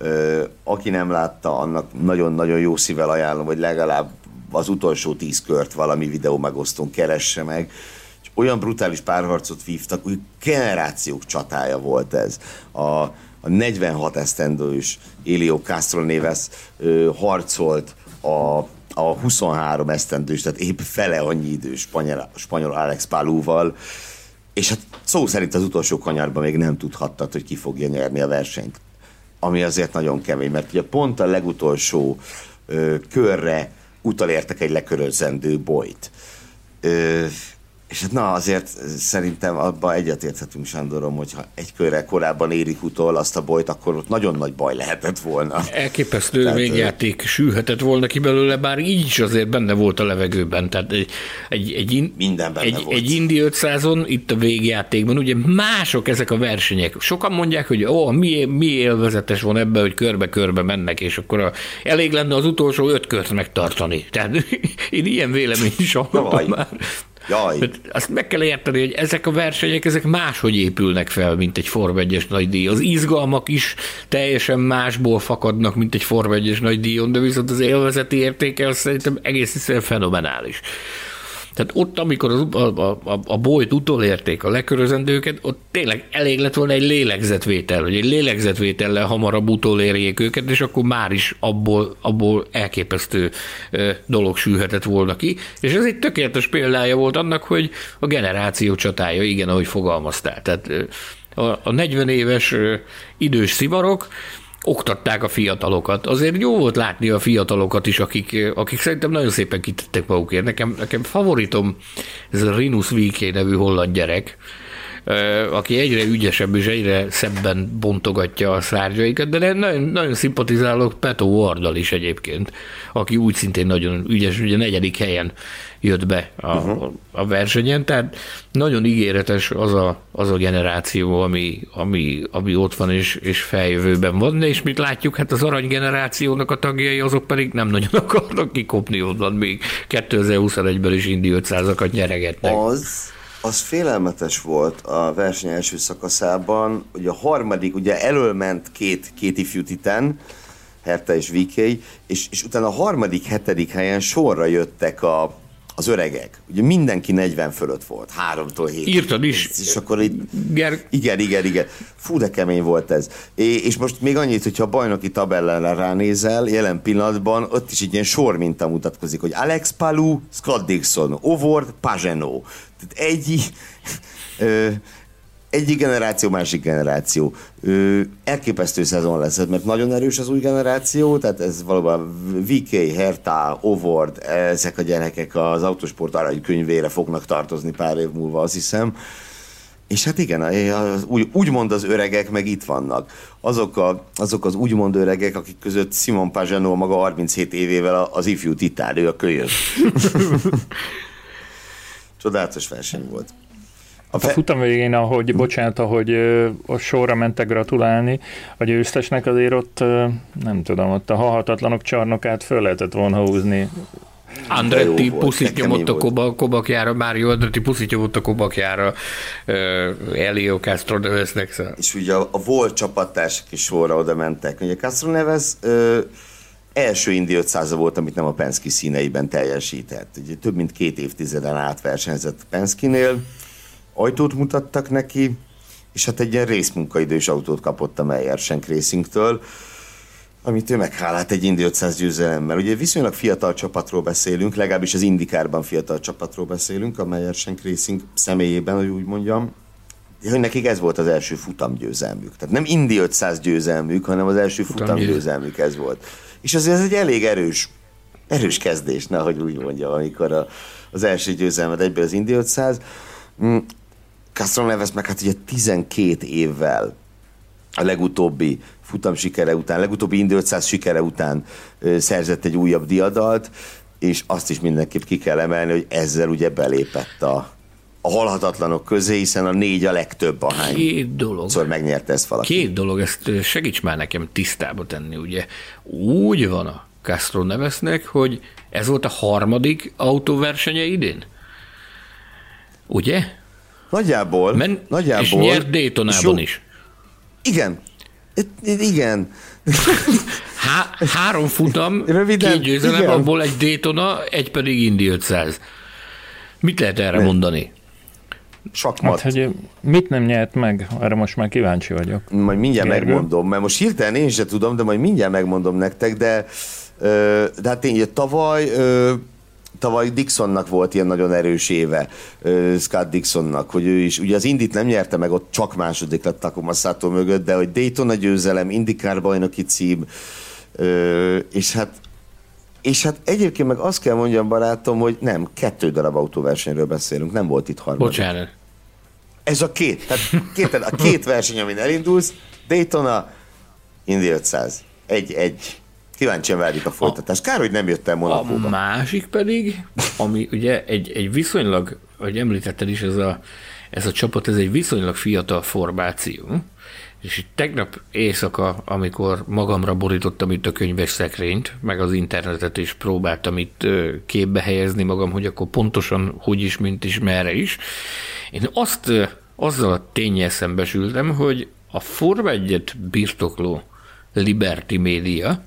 Aki nem látta, annak nagyon-nagyon jó szívvel ajánlom, hogy legalább az utolsó tíz kört valami videó megosztón keresse meg. És olyan brutális párharcot vívtak, hogy generációk csatája volt ez. A, a negyvenhat esztendős Elio Castroneves harcolt a, a huszonhárom esztendős, tehát épp fele annyi idős spanyol, spanyol Alex Palúval, és hát szó szerint az utolsó kanyarban még nem tudhattad, hogy ki fogja nyerni a versenyt. Ami azért nagyon kemény, mert ugye pont a legutolsó ö, körre utalértek egy lekörözendő bolyt. Ö, és hát na azért szerintem abban egyetérthetünk, Sándorom, hogyha egy körrel korábban érik utol azt a bolyt, akkor ott nagyon nagy baj lehetett volna. Elképesztő tehát, végjáték sülhetett volna ki belőle, bár így is azért benne volt a levegőben. Tehát egy, egy, egy, Minden benne egy, volt. egy Indy ötszázon, itt a végjátékban, ugye mások ezek a versenyek. Sokan mondják, hogy ó, mi, mi élvezetes van ebben, hogy körbe-körbe mennek, és akkor a, elég lenne az utolsó öt kört megtartani. Tehát én ilyen véleményt is hallottam már. Jaj. Azt meg kell érteni, hogy ezek a versenyek, ezek máshogy épülnek fel, mint egy Forma egyes nagydíj. Az izgalmak is teljesen másból fakadnak, mint egy Forma egyes nagydíjon, de viszont az élvezeti értéke az szerintem egész egyszerűen fenomenális. Tehát ott, amikor az, a, a, a bolyt utolérték a lekörözendőket, ott tényleg elég lett volna egy lélegzetvétel, hogy egy lélegzetvétellel hamarabb utolérjék őket, és akkor már is abból, abból elképesztő dolog sülhetett volna ki. És ez egy tökéletes példája volt annak, hogy a generáció csatája, igen, ahogy fogalmaztál. Tehát a, a negyven éves idős szivarok oktatták a fiatalokat. Azért jó volt látni a fiatalokat is, akik, akik szerintem nagyon szépen kitettek magukért. Nekem, nekem favoritom ez a Rinus vé ká nevű holland gyerek, aki egyre ügyesebb és egyre szebben bontogatja a szárnyaikat, de nagyon, nagyon szimpatizálok Peto Wardal is egyébként, aki úgy szintén nagyon ügyes, ugye negyedik helyen jött be a, uh-huh. a versenyen, tehát nagyon ígéretes az a, az a generáció, ami, ami, ami ott van és, és feljövőben van, és mit látjuk, hát az arany generációnak a tagjai, azok pedig nem nagyon akarnak kikopni onnan, még kétezer-huszonegyben is Indy ötszázakat nyeregetnek. Az... Az félelmetes volt a verseny első szakaszában, hogy a harmadik, ugye elől ment két, két ifjú titán, Herta és vé ká, és, és utána a harmadik, hetedik helyen sorra jöttek a, az öregek. Ugye mindenki negyven fölött volt, háromtól hétig. Írtad is. És akkor itt... Ger... Igen, igen, igen. Fú, de kemény volt ez. És most még annyit, hogyha a bajnoki tabellára ránézel, jelen pillanatban ott is egy ilyen sorminta mutatkozik, hogy Alex Palou, Scott Dixon, Award, Pagenaud. Tehát egy, ö, egyik generáció, másik generáció. Ö, elképesztő szezon lesz, mert nagyon erős az új generáció, tehát ez valóban vé ká, Herta, Award, ezek a gyerekek az autósport aranykönyvére fognak tartozni pár év múlva, azt hiszem. És hát igen, az, úgy, úgymond az öregek meg itt vannak. Azok, a, azok az úgymond öregek, akik között Simon Pagenaud maga harminchét évével az ifjú titán, ő a kölyök. Csodálatos verseny volt. A, fe... a futam végén, ahogy, bocsánat, ahogy a sorra mentek gratulálni a győztesnek, azért ott, nem tudom, ott a halhatatlanok csarnokát föl lehetett volna húzni. Andretti puszit nyomott a koba, kobakjára, Mário Andretti puszit nyomott a kobakjára, Elio Castronevesnek. És ugye a, a volt csapattársak is sorra oda mentek. Ugye Castroneves első Indy ötszáza volt, amit nem a Penske színeiben teljesített. Ugye több mint két évtizeden át versenyzett Penske-nél, ajtót mutattak neki, és hát egy ilyen részmunkaidős autót kapott a Meyer-Shank Racingtől, amit ő meghálált egy Indy ötszáz győzelemmel. Ugye viszonylag fiatal csapatról beszélünk, legalábbis az IndyCarban fiatal csapatról beszélünk, a Meyer-Shank Racing személyében, hogy úgy mondjam, hogy nekik ez volt az első futamgyőzelmük. Tehát nem Indy ötszáz győzelmük, hanem az első futamgyőzelmük ez volt. És azért ez egy elég erős erős kezdés, nehogy úgy mondjam, amikor a, az első győzelmed egyből az Indy ötszáz. Castroneves meg hát ugye tizenkét évvel a legutóbbi futam sikere után, legutóbbi Indy ötszáz sikere után ö, szerzett egy újabb diadalt, és azt is mindenképp ki kell emelni, hogy ezzel ugye belépett a, a halhatatlanok közé, hiszen a négy a legtöbb, ahány Két dolog. Szóval megnyerte ezt valaki. Két dolog, ezt segíts már nekem tisztába tenni, ugye. Úgy van a Castronevesnek, hogy ez volt a harmadik autóversenye idén? Ugye? Nagyjából. Men, nagyjából. És nyert Daytonában is. Igen. Igen. Há, három futam, Röviden, két győzelem, igen. abból egy Daytona, egy pedig Indy ötszáz. Mit lehet erre Ne. mondani? Sakmat. Hát, hogy mit nem nyert meg, arra most már kíváncsi vagyok. Majd mindjárt Gergő? megmondom, mert most hirtelen én sem tudom, de majd mindjárt megmondom nektek, de, ö, de hát tényleg tavaly, ö, tavaly Dixonnak volt ilyen nagyon erős éve, ö, Scott Dixonnak, hogy ő is, ugye az Indit nem nyerte meg, ott csak második lett Takuma Sato mögött, de hogy Daytona győzelem, IndyCar bajnoki cím, ö, és hát és hát egyébként meg azt kell mondjam, barátom, hogy nem, kettő darab autóversenyről beszélünk, nem volt itt harmadik. Bocsánat. Ez a két, tehát két, a két verseny, amin elindulsz, Daytona, Indy ötszáz. Egy, egy. Kíváncsian várjuk a folytatást. Kár, hogy nem jöttem A Monakóba. másik pedig, ami ugye egy, egy viszonylag, ahogy említetted is, ez a, ez a csapat, ez egy viszonylag fiatal formáció. És itt tegnap éjszaka, amikor magamra borítottam itt a könyves szekrényt, meg az internetet, és próbáltam itt képbe helyezni magam, hogy akkor pontosan hogy is, mint is, merre is, én azt, azzal a ténnyel szembesültem, hogy a Forma egyet birtokló Liberty Media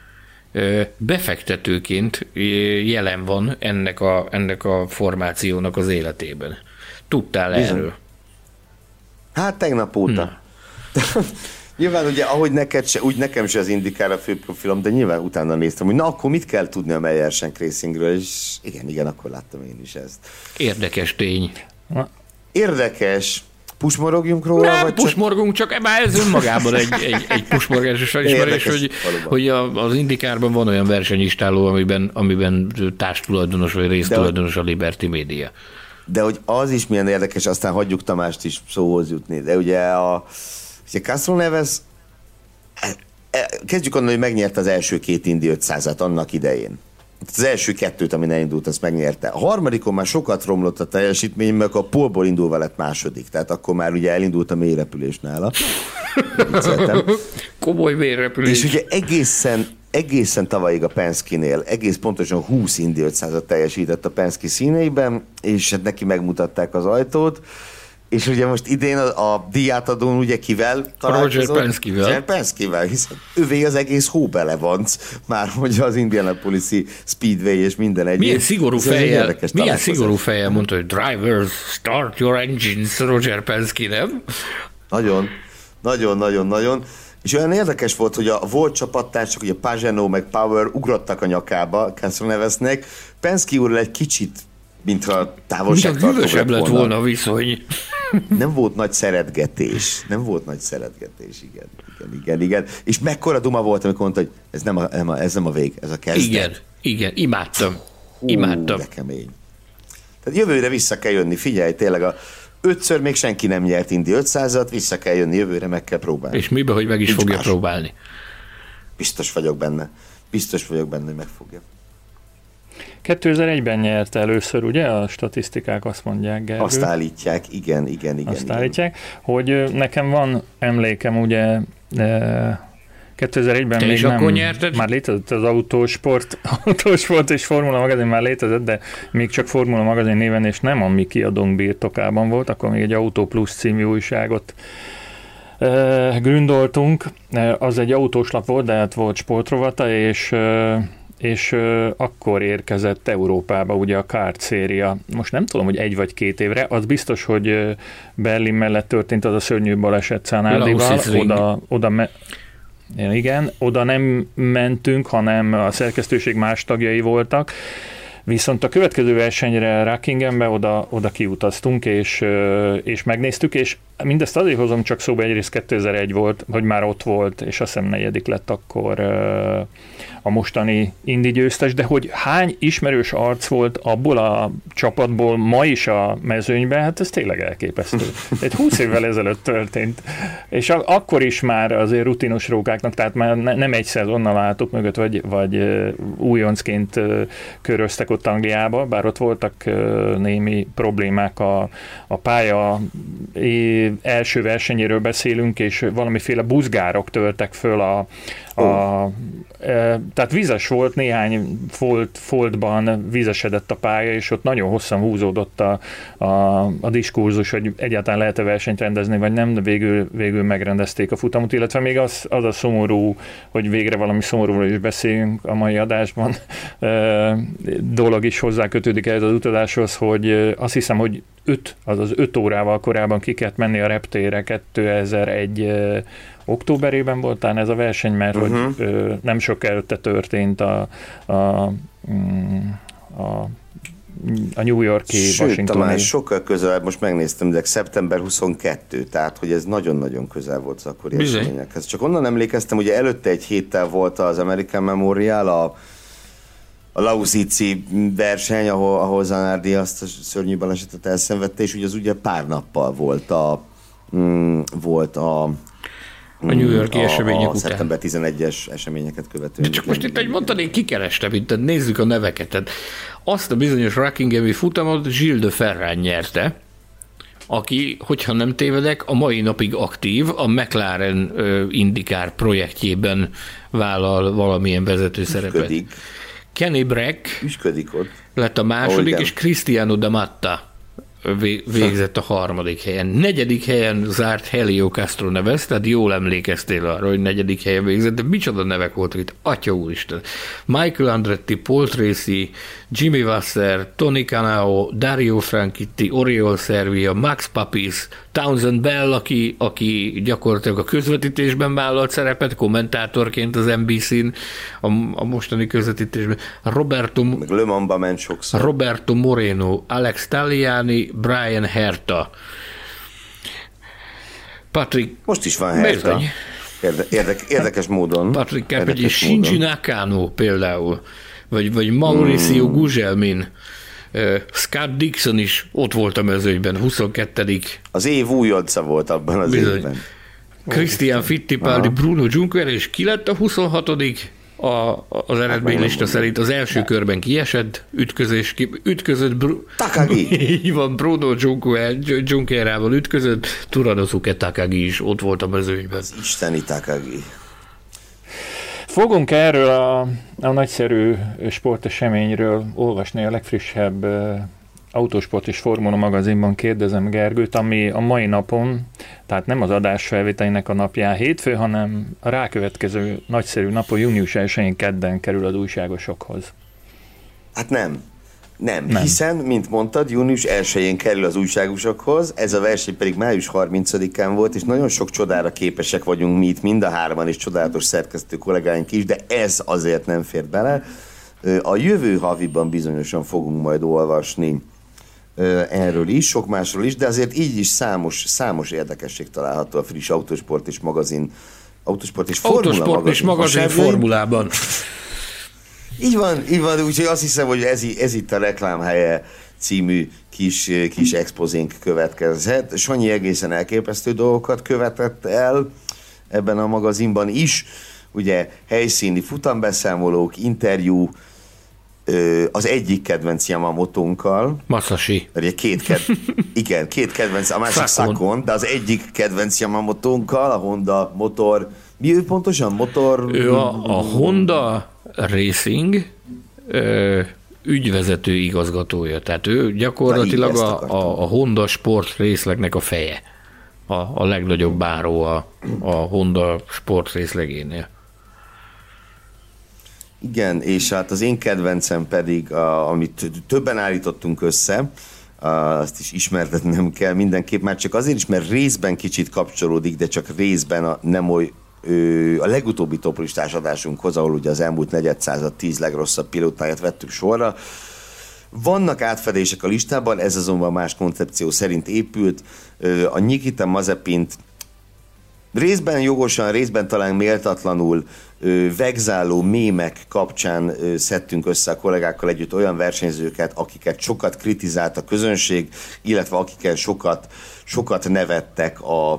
befektetőként jelen van ennek a, ennek a formációnak az életében. Tudtál Bizony. erről? Hát tegnap óta. Na. Nyilván ugye, ahogy neked se, úgy nekem se az IndyCar a főprofilom, de nyilván utána néztem, hogy na akkor mit kell tudni a Meyersenk Racingről, és igen, igen, akkor láttam én is ezt. Érdekes tény. Érdekes. Pusmorogjunk róla, Nem, vagy csak... pusmorgunk, csak már ez önmagában egy, egy, egy pusmorgásos felismerés, Érdekes, hogy, valóban. hogy a, az IndyCarban van olyan versenyistáló, amiben, amiben társtulajdonos vagy résztulajdonos a Liberty Media. De hogy az is milyen érdekes, aztán hagyjuk Tamást is szóhoz jutni, de ugye a ugye Castroneves, kezdjük onnan, hogy megnyerte az első két Indy ötszázat annak idején. Az első kettőt, amin elindult, azt megnyerte. A harmadikon már sokat romlott a teljesítmény, mert a pólból indulva lett második, tehát akkor már ugye elindult a mélyrepülés nála. Komoly mélyrepülés. És ugye egészen, egészen tavalyig a Penske-nél, egész pontosan húsz Indy ötszázat teljesített a Penske színeiben, és hát neki megmutatták az ajtót, és ugye most idén a, a díjátadón ugye kivel találkozott? Roger Penske-vel. Roger Penske-vel, hiszen ővé az egész hóbelevanc, már hogy az Indianapolis-i Speedway és minden egyéb. Milyen szigorú Ez egy fejjel, érdekes milyen találkozás. szigorú fejjel mondta, hogy drivers, start your engines, Roger Penske, nem? Nagyon, nagyon, nagyon, nagyon. És olyan érdekes volt, hogy a volt csapattársak, ugye Pagano meg Power ugrottak a nyakába Castronevesnek. Penske úrral egy kicsit, mintha távolságtartóbb Hűvösebb lett volna. volna a viszony. Nem volt nagy szeretgetés. Nem volt nagy szeretgetés, igen. Igen, igen, igen. És mekkora duma volt, amikor mondta, hogy ez nem a, nem a, ez nem a vég, ez a kezdet. Igen, igen, imádtam. Hú, Imádtam. de kemény. Tehát jövőre vissza kell jönni, figyelj, tényleg a ötször még senki nem nyert Indy ötszázat, vissza kell jönni jövőre, meg kell próbálni. És mibe, hogy meg is Nincs fogja más. próbálni. Biztos vagyok benne. Biztos vagyok benne, hogy megfogja. kétezer-egyben nyert először, ugye? A statisztikák azt mondják, Gergő. Azt állítják, igen, igen, igen. Azt igen. állítják, hogy ö, nekem van emlékem, ugye e, kétezer-egyben Te még is nem, akkor nyerted? már létezett az autósport, autósport és Formula magazin már létezett, de még csak Formula magazin néven, és nem a mi kiadónk birtokában volt, akkor még egy Auto Plus című újságot e, gründoltunk. E, az egy autós lap volt, de hát volt sportrovata, és e, és uh, akkor érkezett Európába ugye a kart széria. Most nem tudom, hogy egy vagy két évre, az biztos, hogy uh, Berlin mellett történt az a szörnyű baleset Szánárdival, oda, oda me- igen, oda nem mentünk, hanem a szerkesztőség más tagjai voltak, Viszont a következő versenyre Rockingham-be oda, oda kiutaztunk, és, és megnéztük, és mindezt azért hozom csak szóba, egyrészt kétezer-egy volt, hogy már ott volt, és azt hiszem negyedik lett akkor a mostani Indy győztes, de hogy hány ismerős arc volt abból a csapatból ma is a mezőnyben, hát ez tényleg elképesztő. Egy húsz évvel ezelőtt történt. És a, akkor is már azért rutinos rókáknak, tehát már ne, nem egy szezonnal álltuk mögött, vagy, vagy újoncként köröztek ott Angliába, bár ott voltak némi problémák a, a pálya első versenyéről beszélünk, és valamiféle buzgárok törtek föl a, a, a e, tehát vizes volt, néhány folt, foltban vizesedett a pálya, és ott nagyon hosszan húzódott a, a, a diskurzus, hogy egyáltalán lehet-e versenyt rendezni, vagy nem, de végül, végül megrendezték a futamot, illetve még az, az a szomorú, hogy végre valami szomorúról is beszéljünk a mai adásban, e, dolog is hozzákötődik ehhez az utazáshoz, hogy azt hiszem, hogy öt, azaz öt órával korábban ki kellett menni a reptérre, kétezer-egy októberében volt talán ez a verseny, mert uh-huh. hogy ö, nem sok előtte történt a, a, a, a New York-i, Sőt, Washingtoni. Tamás, sokkal közelebb, most megnéztem, de szeptember huszonkettő, tehát hogy ez nagyon-nagyon közel volt az akkori eseményekhez. Csak onnan emlékeztem, ugye előtte egy héttel volt az American Memorial, a a Lausitzi verseny, ahol, ahol Zanardi azt a szörnyű balesetet elszenvedte, és ugye az ugye pár nappal volt a mm, volt a a New York-i események a után. szeptember tizenegyes eseményeket követően. De csak most itt, hogy mondtad, én kikerestem, itt nézzük a neveket. Tehát azt a bizonyos Rockingham-i futamot Gilles de Ferran nyerte, aki, hogyha nem tévedek, a mai napig aktív, a McLaren uh, IndyCar projektjében vállal valamilyen vezető szerepet. Üsködik. Kenny Brack Üsködik ott. lett a második, oh, és Cristiano D'Amatta végzett a harmadik helyen. Negyedik helyen zárt Helio Castro nevez, tehát jól emlékeztél arra, hogy negyedik helyen végzett, de micsoda nevek voltak itt, atya úristen. Michael Andretti, Paul Tracy, Jimmy Wasser, Tony Kanao, Dario Franchitti, Oriol Servia, Max Papis, Townsend Bell, aki, aki gyakorlatilag a közvetítésben vállalt szerepet, kommentátorként az en bé cén, a, a mostani közvetítésben, Roberto, meg Le Mans-ba ment sokszor. Roberto Moreno, Alex Tagliani, Brian Herta. Patrick... Most is van Herta. Érde, érdek, érdekes módon. Patrick Capelli és Shinji Nakano például, vagy, vagy Mauricio hmm. Gugelmin. Uh, Scott Dixon is ott volt a mezőnyben, huszonkettő. Az év újonca volt abban az Bizony. évben. Christian Fittipaldi, Bruno Juncker, és ki lett a huszonhatodik A, az eredménylista hát szerint az első hát. körben kiesett, ütközés, ütközött Bru- Takagi. Van, Bruno Junckerával ütközött, Turanosuke Takagi is ott volt a mezőnyben. Az isteni Takagi. Fogunk erről a, a nagyszerű sporteseményről olvasni a legfrissebb uh, Autósport és Formula magazinban, kérdezem Gergőt, ami a mai napon, tehát nem az adás felvételének a napján hétfő, hanem a rákövetkező nagyszerű napon, június elsején kedden kerül az újságosokhoz. Hát nem. Nem, nem, hiszen, mint mondtad, június elsején kerül az újságosokhoz, ez a verseny pedig május harmincadikán volt, és nagyon sok csodára képesek vagyunk mi itt, mind a hárman, és csodálatos szerkesztő kollégáink is, de ez azért nem fér bele. A jövő haviban bizonyosan fogunk majd olvasni erről is, sok másról is, de azért így is számos, számos érdekesség található a friss Autósport és magazin, Autósport és Formula Autósport magazin, és magazin formulában. Így van, így van, úgyhogy azt hiszem, hogy ez, ez itt a reklámhelye című kis, kis expozénk következhet. Sanyi egészen elképesztő dolgokat követett el ebben a magazinban is, ugye helyszíni futambeszámolók, interjú, az egyik kedvenc Yamamotónkkal. Masashi. Két ked, igen, két kedvenc, a másik Sakon, de az egyik kedvenc Yamamotónkkal, a Honda motor, mi ő pontosan? Motor... Ő a, a Honda Racing ö, ügyvezető igazgatója, tehát ő gyakorlatilag Na, a, a, a Honda sport részlegnek a feje. A, a legnagyobb báró a, a Honda sport részlegénél. Igen, és hát az én kedvencem pedig, a, amit többen állítottunk össze, a, azt is ismertetnem kell mindenképp, már csak azért is, mert részben kicsit kapcsolódik, de csak részben a, nem oly, ö, a legutóbbi toplistás adásunkhoz, ahol ugye az elmúlt negyedszázad tíz legrosszabb pilótáját vettük sorra. Vannak átfedések a listában, ez azonban más koncepció szerint épült. A Nikita Mazepint részben jogosan, részben talán méltatlanul vegzáló mémek kapcsán szedtünk össze a kollégákkal együtt olyan versenyzőket, akiket sokat kritizált a közönség, illetve akiket sokat, sokat nevettek a,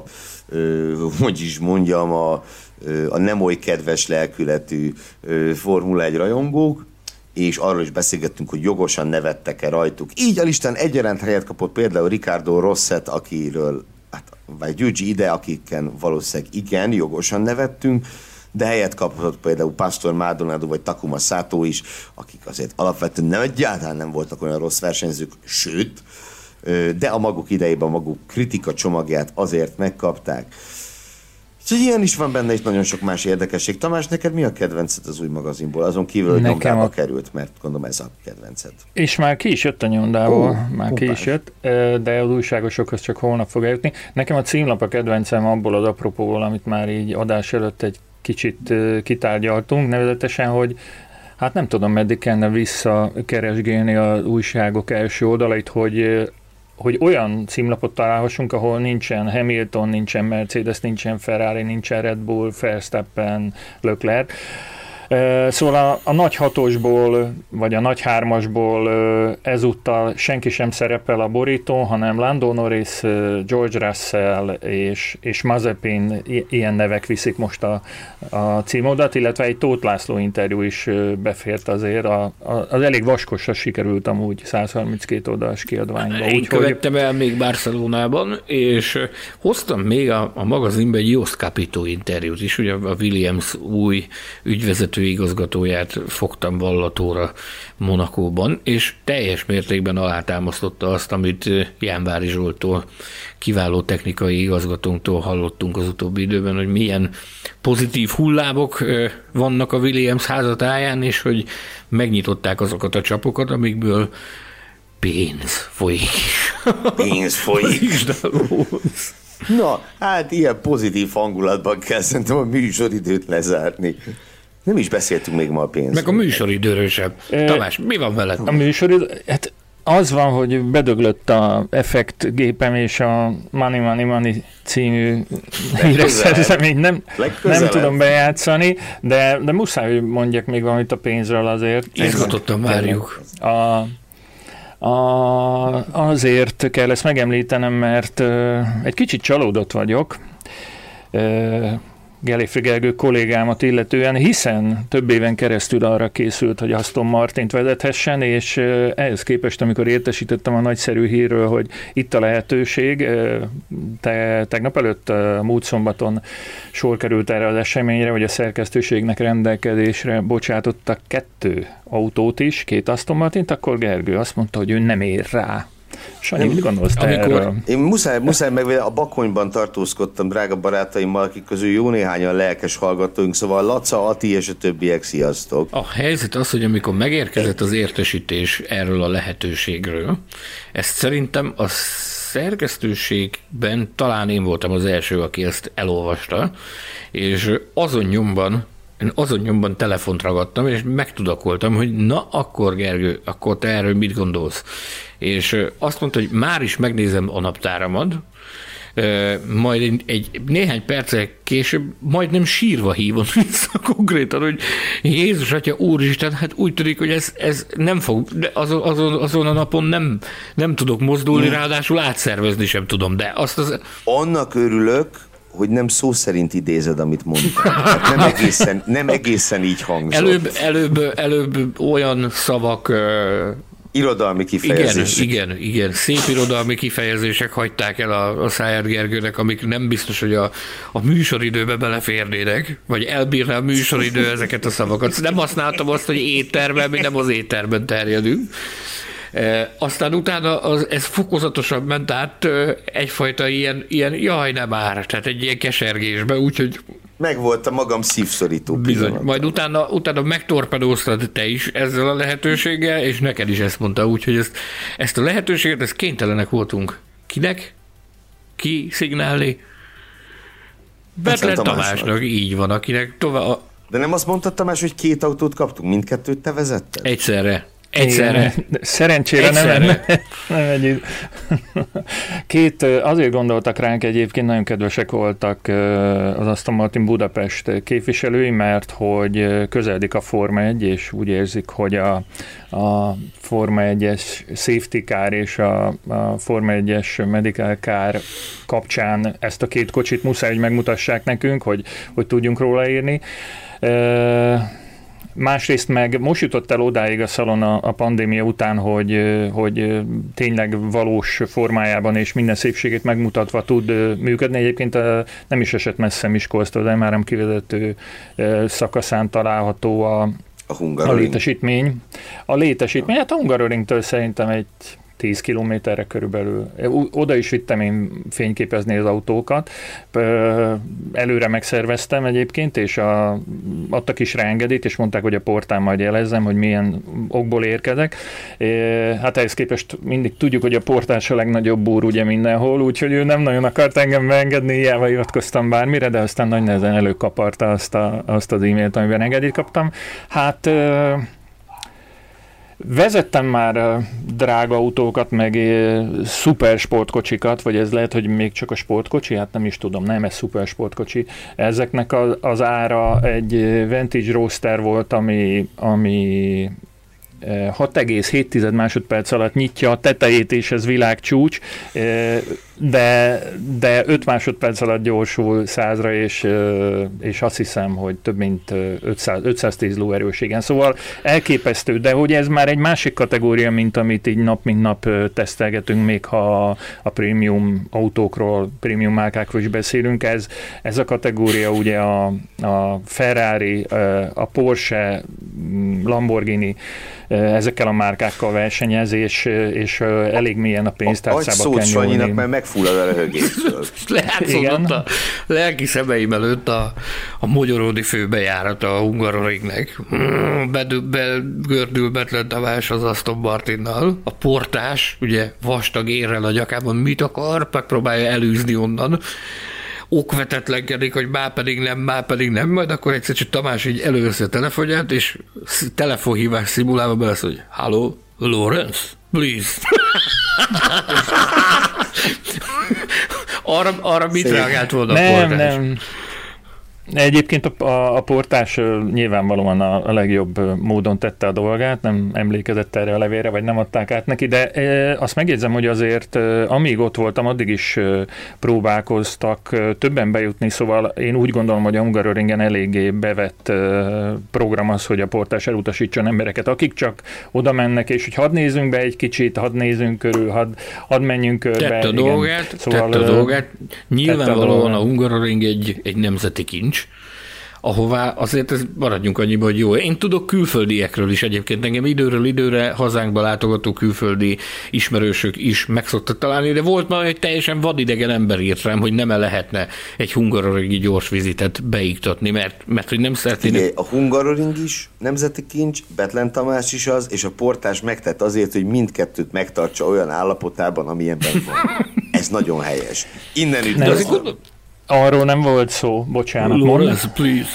hogy is mondjam, a, a nem oly kedves lelkületű Formula egy rajongók, és arról is beszélgettünk, hogy jogosan nevettek-e rajtuk. Így a listán egyaránt helyet kapott például Ricardo Rosset, akiről, hát, vagy Yuji Ide, akiken valószínűleg igen, jogosan nevettünk, de helyet kapott például Pastor Maldonado vagy Takuma Sato is, akik azért alapvetően nem egyáltalán nem voltak olyan rossz versenyzők, sőt, de a maguk idejében a maguk kritika csomagját azért megkapták. Úgyhogy ilyen is van benne, és nagyon sok más érdekesség. Tamás, neked mi a kedvenced az új magazinból? Azon kívül, hogy nyomdába a... került, mert gondolom ez a kedvenced. És már ki is jött a nyomdából, oh, már ki is jött, de az újságosokhoz csak holnap fog eljutni. Nekem a címlap a kedvencem abból az apropóból, amit már így adás előtt egy kicsit kitárgyaltunk, nevezetesen, hogy hát nem tudom, meddig kellene visszakeresgélni az újságok első oldalait, hogy hogy olyan címlapot találhassunk, ahol nincsen Hamilton, nincsen Mercedes, nincsen Ferrari, nincsen Red Bull, Verstappen, Leclerc. Szóval a, a nagy hatosból, vagy a nagy hármasból ezúttal senki sem szerepel a borítón, hanem Lando Norris, George Russell és, és Mazepin, ilyen nevek viszik most a, a címodat, illetve egy Tóth László interjú is befért azért. A, a, az elég vaskosra sikerült amúgy száz harminckét oldalas kiadványba. Én úgy, követtem hogy... el még Barcelonában, és hoztam még a, a magazinba egy Jost Capito interjút is, ugye a Williams új ügyvezető igazgatóját fogtam vallatóra Monakóban, és teljes mértékben alátámasztotta azt, amit Jánvári Zsolttól, kiváló technikai igazgatónktól hallottunk az utóbbi időben, hogy milyen pozitív hullámok vannak a Williams házatáján, és hogy megnyitották azokat a csapokat, amikből pénz folyik. Pénz folyik. Na, hát ilyen pozitív hangulatban kell szerintem a műsoridőt lezárni. Nem is beszéltünk még ma a pénzről. Meg a műsoridőről sem. E, Tamás, mi van veled? A műsoridő, hát az van, hogy bedöglött a effektgépem és a Money Money Money című híresszerzemény. Nem, nem tudom bejátszani, de, de muszáj, hogy mondjak még valamit a pénzről azért. Izgatottan várjuk. A, a, azért kell ezt megemlítenem, mert uh, egy kicsit csalódott vagyok. Uh, Gellérfi Gergő kollégámat illetően, hiszen több éven keresztül arra készült, hogy Aston Martint vezethessen, és ehhez képest, amikor értesítettem a nagyszerű hírről, hogy itt a lehetőség, te, tegnap előtt múlt szombaton sor került erre az eseményre, hogy a szerkesztőségnek rendelkezésre bocsátottak kettő autót is, két Aston Martint, akkor Gergő azt mondta, hogy ő nem ér rá. Sanyi, mit gondolsz te erről? Én muszáj, muszáj megvédeni, a Bakonyban tartózkodtam drága barátaimmal, akik közül jó néhányan lelkes hallgatóink, szóval Laca, Ati és a többiek, sziasztok. A helyzet az, hogy amikor megérkezett az értesítés erről a lehetőségről, ezt szerintem a szerkesztőségben talán én voltam az első, aki ezt elolvasta, és azon nyomban Én azon nyomban telefont ragadtam, és megtudakoltam, hogy na akkor Gergő, akkor te erről mit gondolsz? És azt mondta, hogy már is megnézem a naptáramat, majd egy, egy néhány perccel később majdnem sírva hívom vissza konkrétan, hogy Jézus Atya, Úristen, hát úgy tűnik, hogy ez, ez nem fog, de azon, azon, azon a napon nem, nem tudok mozdulni, ráadásul átszervezni sem tudom, de azt az... Annak örülök, hogy nem szó szerint idézed, amit mondtál. Hát nem, egészen, nem egészen így hangzott. Előbb, előbb, előbb olyan szavak... Irodalmi kifejezések. Igen, igen, igen. Szép irodalmi kifejezések hagyták el a, a Szájár Gergőnek, amik nem biztos, hogy a, a műsoridőbe beleférnének, vagy elbírná a műsoridő ezeket a szavakat. Nem használtam azt, hogy étterben, mi nem az étterben terjedünk. E, aztán utána az, ez fokozatosan ment át e, egyfajta ilyen, ilyen jaj, nem már, tehát egy ilyen kesergésbe, úgyhogy megvolt a magam szívszorító pillanat. Majd utána, utána megtorpedóztad te is ezzel a lehetőséggel, és neked is ezt mondta, úgyhogy ezt, ezt a lehetőséget, ezt kénytelenek voltunk. Kinek? Ki szignálni? Betlen Tamásnak, így van, akinek tovább... De nem azt mondtad, Tamás, hogy két autót kaptunk, mindkettőt te vezetted? Egyszerre. Egyszerre. Szerencsére Egyszerre. nem, nem, nem egy... Két, azért gondoltak ránk egyébként, nagyon kedvesek voltak az Aston Martin Budapest képviselői, mert hogy közeledik a Forma egy, és úgy érzik, hogy a, a Forma egyes safety car és a, a Forma egyes medical car kapcsán ezt a két kocsit muszáj, hogy megmutassák nekünk, hogy, hogy tudjunk róla írni. Másrészt meg most jutott el odáig a szalon a, a pandémia után, hogy, hogy tényleg valós formájában és minden szépségét megmutatva tud működni. Egyébként nem is esett messze Miskolctól, az em három kivezető szakaszán található a, a, a létesítmény. A létesítmény, hát a Hungaroringtől szerintem egy tíz kilométerre körülbelül. Oda is vittem én fényképezni az autókat. Előre megszerveztem egyébként, és a, adtak is rá engedélyt, és mondták, hogy a portán majd jelezzem, hogy milyen okból érkezek. Hát ehhez képest mindig tudjuk, hogy a portás a legnagyobb úr ugye mindenhol, úgyhogy ő nem nagyon akart engem beengedni, hiába hivatkoztam bármire, de aztán nagy nehezen előkaparta azt, a, azt az e-mailt, amiben engedélyt kaptam. Hát... Vezettem már drága autókat, meg szuper sportkocsikat, vagy ez lehet, hogy még csak a sportkocsi, hát nem is tudom, nem, ez szuper sportkocsi. Ezeknek az ára egy Vantage Roadster volt, ami, ami hat egész hét másodperc alatt nyitja a tetejét, és ez világcsúcs, de, de öt másodperc alatt gyorsul százra, és, és azt hiszem, hogy több mint ötszáz, ötszáztíz lóerőségen. Szóval elképesztő, de hogy ez már egy másik kategória, mint amit így nap mint nap tesztelgetünk, még ha a prémium autókról, prémium márkákról is beszélünk. Ez, ez a kategória ugye a, a Ferrari, a Porsche, Lamborghini, ezekkel a márkákkal versenyez, és, és elég mélyen a pénztárcába kell nyúlni. Mert megfullad a röhögéstől. Látszódott a lelki szemeim előtt a, a magyaródi főbejárata a Hungaroringnek. Begördül Betlen Tamás az Aston Martinnal. A portás, ugye vastag érrel a nyakában mit akar, megpróbálja elűzni onnan. Okvetetlenkedik, hogy már pedig nem, már pedig nem, majd akkor egyszer csak Tamás így előveszi a telefonját, és telefonhívás szimulálva belesz, hogy hello, Lawrence, please. arra, arra mit reagált volna a nem, portás? Nem. Egyébként a, a, a portás nyilvánvalóan a, a legjobb módon tette a dolgát, nem emlékezett erre a levélre, vagy nem adták át neki, de e, azt megjegyzem, hogy azért amíg ott voltam, addig is próbálkoztak többen bejutni, szóval én úgy gondolom, hogy a Hungaroringen eléggé bevett program az, hogy a portás elutasítson embereket, akik csak oda mennek, és hogy hadd nézzünk be egy kicsit, hadd nézzünk körül, hadd, hadd menjünk körbe. Tett a dolgát, szóval, tett a dolgát. Nyilvánvalóan a, a Hungaroring egy, egy nemzeti kincs, ahová azért ez maradjunk annyiba, hogy jó. Én tudok külföldiekről is egyébként, engem időről időre hazánkba látogató külföldi ismerősök is meg szoktak találni, de volt már egy teljesen vadidegen ember írt rám, hogy nem lehetne egy hungaroringi gyors vizitet beiktatni, mert, mert hogy nem szeretnének. Igen, a Hungaroring is nemzeti kincs, Betlen Tamás is az, és a portás megtett azért, hogy mindkettőt megtartsa olyan állapotában, amilyenben van. Ez nagyon helyes. Innen üdvözlöm. Arról nem volt szó, bocsánat. Lawrence, please.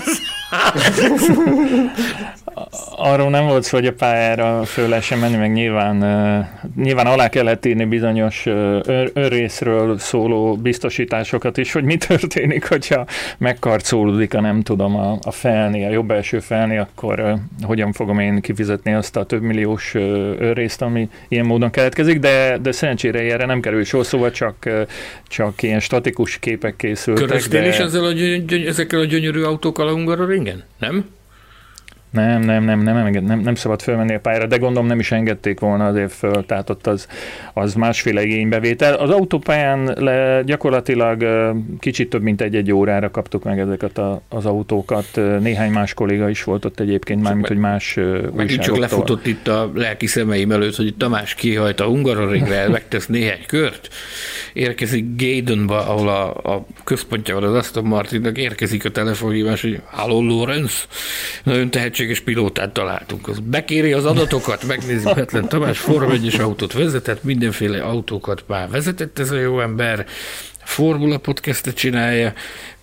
Arról nem volt szó, hogy a pályára föl lehessen menni, meg nyilván, nyilván alá kellett írni bizonyos önrészről szóló biztosításokat is, hogy mi történik, hogyha megkarcolódik a nem tudom, a, a felni, a jobb első felni, akkor hogyan fogom én kifizetni azt a több milliós önrészt, ami ilyen módon keletkezik, de, de szerencsére erre nem kerül sor, szóval csak, csak ilyen statikus képek készültek. Köröztél de... is ezzel a gyöny- ezekkel a gyönyörű autókkal a Hungaroringen? Nem? Nem, nem, nem, nem, nem, nem, nem szabad fölmenni a pályára, de gondolom nem is engedték volna azért föl, tehát ott az, az másféle igénybevétel. Az autópályán le, gyakorlatilag kicsit több mint egy-egy órára kaptuk meg ezeket a, az autókat. Néhány más kolléga is volt ott egyébként, mármint, hogy más újságoktól. Csak lefutott itt a lelki szemeim előtt, hogy Tamás kihajt a Hungaroringre, megtesz néhány kört, érkezik Gaydonba, ahol a, a központja van az Aston Martinnak, érkezik a telefonhívás, hogy hello, Lawrence, nagyon tehetséges pilótát találtunk. Az bekéri az adatokat, megnézi Betlen Tamás, Forma egyes autót vezetett, mindenféle autókat már vezetett ez a jó ember, Formula podcastet csinálja,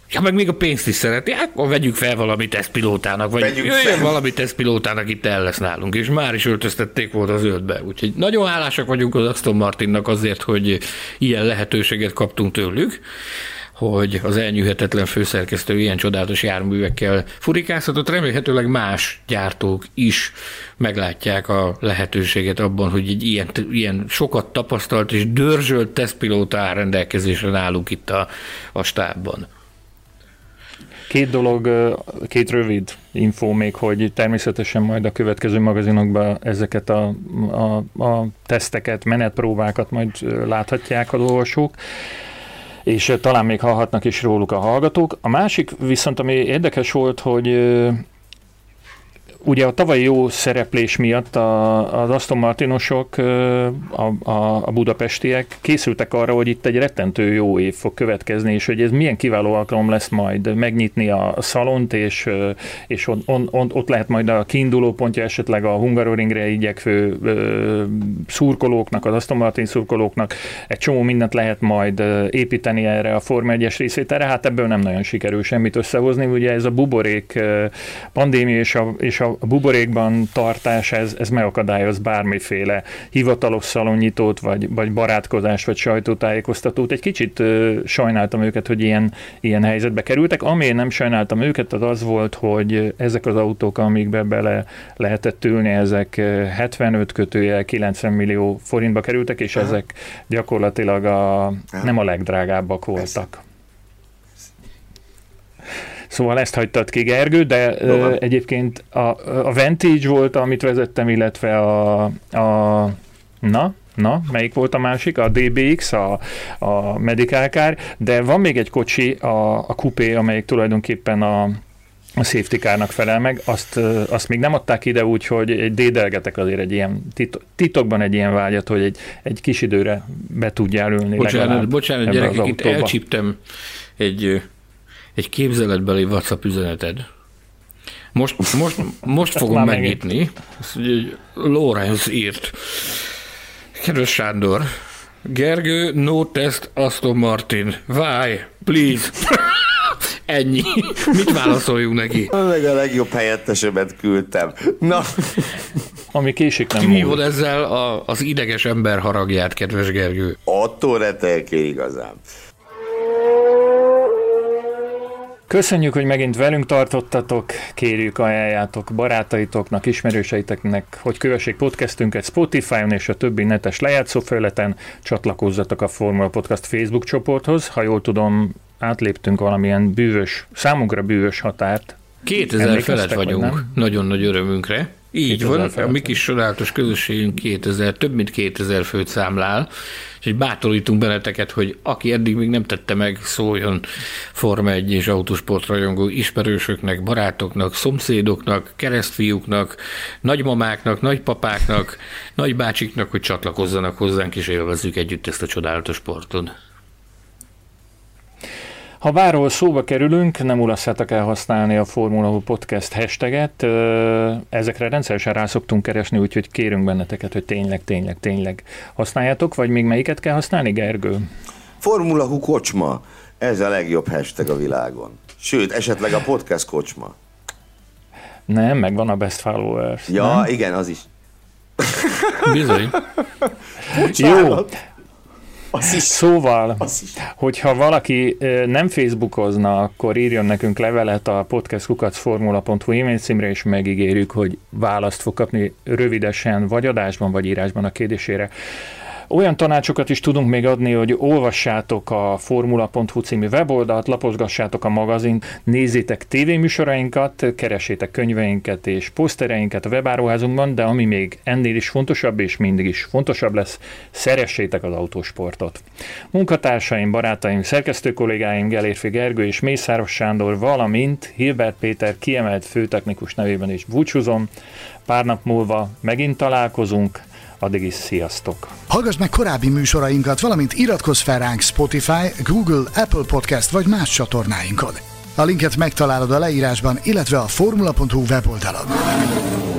Ja, meg még a pénzt is szereti, akkor vegyük fel valami tesztpilótának, vagy vegyük jöjjön fel. valami tesztpilótának, itt el lesz nálunk, és már is öltöztették volna a zöldbe. Úgyhogy nagyon hálásak vagyunk az Aston Martinnak azért, hogy ilyen lehetőséget kaptunk tőlük, hogy az elnyűhetetlen főszerkesztő ilyen csodálatos járművekkel furikázhatott. Remélhetőleg más gyártók is meglátják a lehetőséget abban, hogy egy ilyen, ilyen sokat tapasztalt és dörzsölt tesztpilóta áll rendelkezésre nálunk itt a, a stábban. Két dolog, két rövid infó még, hogy természetesen majd a következő magazinokban ezeket a, a, a teszteket, menetpróbákat majd láthatják az olvasók, és talán még hallhatnak is róluk a hallgatók. A másik viszont, ami érdekes volt, hogy ugye a tavalyi jó szereplés miatt a, az Aston Martinosok, a, a, a budapestiek készültek arra, hogy itt egy rettentő jó év fog következni, és hogy ez milyen kiváló alkalom lesz majd megnyitni a szalont, és, és on, on, on, ott lehet majd a kiinduló pontja esetleg a Hungaroringre igyekvő szurkolóknak, az Aston Martin szurkolóknak. Egy csomó mindent lehet majd építeni erre a Forma egyes részvételre, hát ebből nem nagyon sikerül semmit összehozni. Ugye ez a buborék pandémia és a, és a a buborékban tartás, ez, ez megakadályoz bármiféle hivatalos szalonnyitót, vagy, vagy barátkozást, vagy sajtótájékoztatót. Egy kicsit uh, sajnáltam őket, hogy ilyen, ilyen helyzetbe kerültek. Amiért nem sajnáltam őket, az az volt, hogy ezek az autók, amikbe bele lehetett ülni, ezek hetvenöt kötőjel kilencven millió forintba kerültek, és Aha. ezek gyakorlatilag a, nem a legdrágábbak voltak. Szóval ezt hagytad ki, Gergő, de ö, egyébként a, a Vantage volt, amit vezettem, illetve a, a na, na, melyik volt a másik? A dé bé iksz, a, a Medical Car, de van még egy kocsi, a, a Coupé, amelyik tulajdonképpen a, a safety car-nak felel meg, azt, azt még nem adták ide, úgyhogy dédelgetek azért egy ilyen titokban egy ilyen vágyat, hogy egy, egy kis időre be tudjál ülni. Bocsánat, bocsánat gyerekek, itt elcsíptem egy... egy képzeletbeli WhatsApp üzeneted. Most, most, most fogom megnyitni. Azt mondja, hogy Lorenz írt. Kedves Sándor, Gergő, no test, Aston Martin. Why? Please. Ennyi. Mit válaszoljunk neki? Meg a legjobb helyettesemet küldtem. Na. Ami késik nem Kihívod ezzel a, az ideges ember haragját, kedves Gergő. Attól retelkél igazán. Köszönjük, hogy megint velünk tartottatok, kérjük, ajánljátok barátaitoknak, ismerőseiteknek, hogy kövessék podcastünket Spotify-on és a többi netes lejátszó felületen, csatlakozzatok a Formula Podcast Facebook csoporthoz. Ha jól tudom, átléptünk valamilyen bűvös, számunkra bűvös határt. kétezer felett vagyunk, nagyon nagy örömünkre. Így van, a mi kis csodálatos közösségünk kétezer, több mint kétezer főt számlál, és így bátorítunk benneteket, hogy aki eddig még nem tette meg, szóljon Forma egy és autósport rajongó ismerősöknek, barátoknak, szomszédoknak, keresztfiúknak, nagymamáknak, nagypapáknak, nagybácsiknak, hogy csatlakozzanak hozzánk, és élvezzük együtt ezt a csodálatos sporton. Ha bárhol szóba kerülünk, nem ulasszátok el használni a Formula Podcast hashtaget. Ezekre rendszeresen rá szoktunk keresni, úgyhogy kérünk benneteket, hogy tényleg, tényleg, tényleg használjátok, vagy még melyiket kell használni, Gergő? Formula Hu kocsma. Ez a legjobb hashtag a világon. Sőt, esetleg a podcast kocsma. Nem, meg van a best followers. Ja, nem? Igen, az is. Bizony. Jó. Az is. Szóval, az is. hogyha valaki nem Facebookozna, akkor írjon nekünk levelet a podcast kukac formula pont hu e-mail címre, és megígérjük, hogy választ fog kapni rövidesen, vagy adásban, vagy írásban a kérdésére. Olyan tanácsokat is tudunk még adni, hogy olvassátok a formula pont hu című weboldalt, lapozgassátok a magazint, nézzétek tévéműsorainkat, keressétek könyveinket és posztereinket a webáruházunkban, de ami még ennél is fontosabb, és mindig is fontosabb lesz, szeressétek az autósportot. Munkatársaim, barátaim, szerkesztő kollégáim, Gellérfi Gergő és Mészáros Sándor, valamint Hilbert Péter kiemelt főtechnikus nevében is búcsúzom. Pár nap múlva megint találkozunk. Addig is sziasztok! Hallgass meg korábbi műsorainkat, valamint iratkozz fel ránk Spotify, Google, Apple Podcast vagy más csatornáinkon. A linket megtalálod a leírásban, illetve a formula pont hu weboldalon.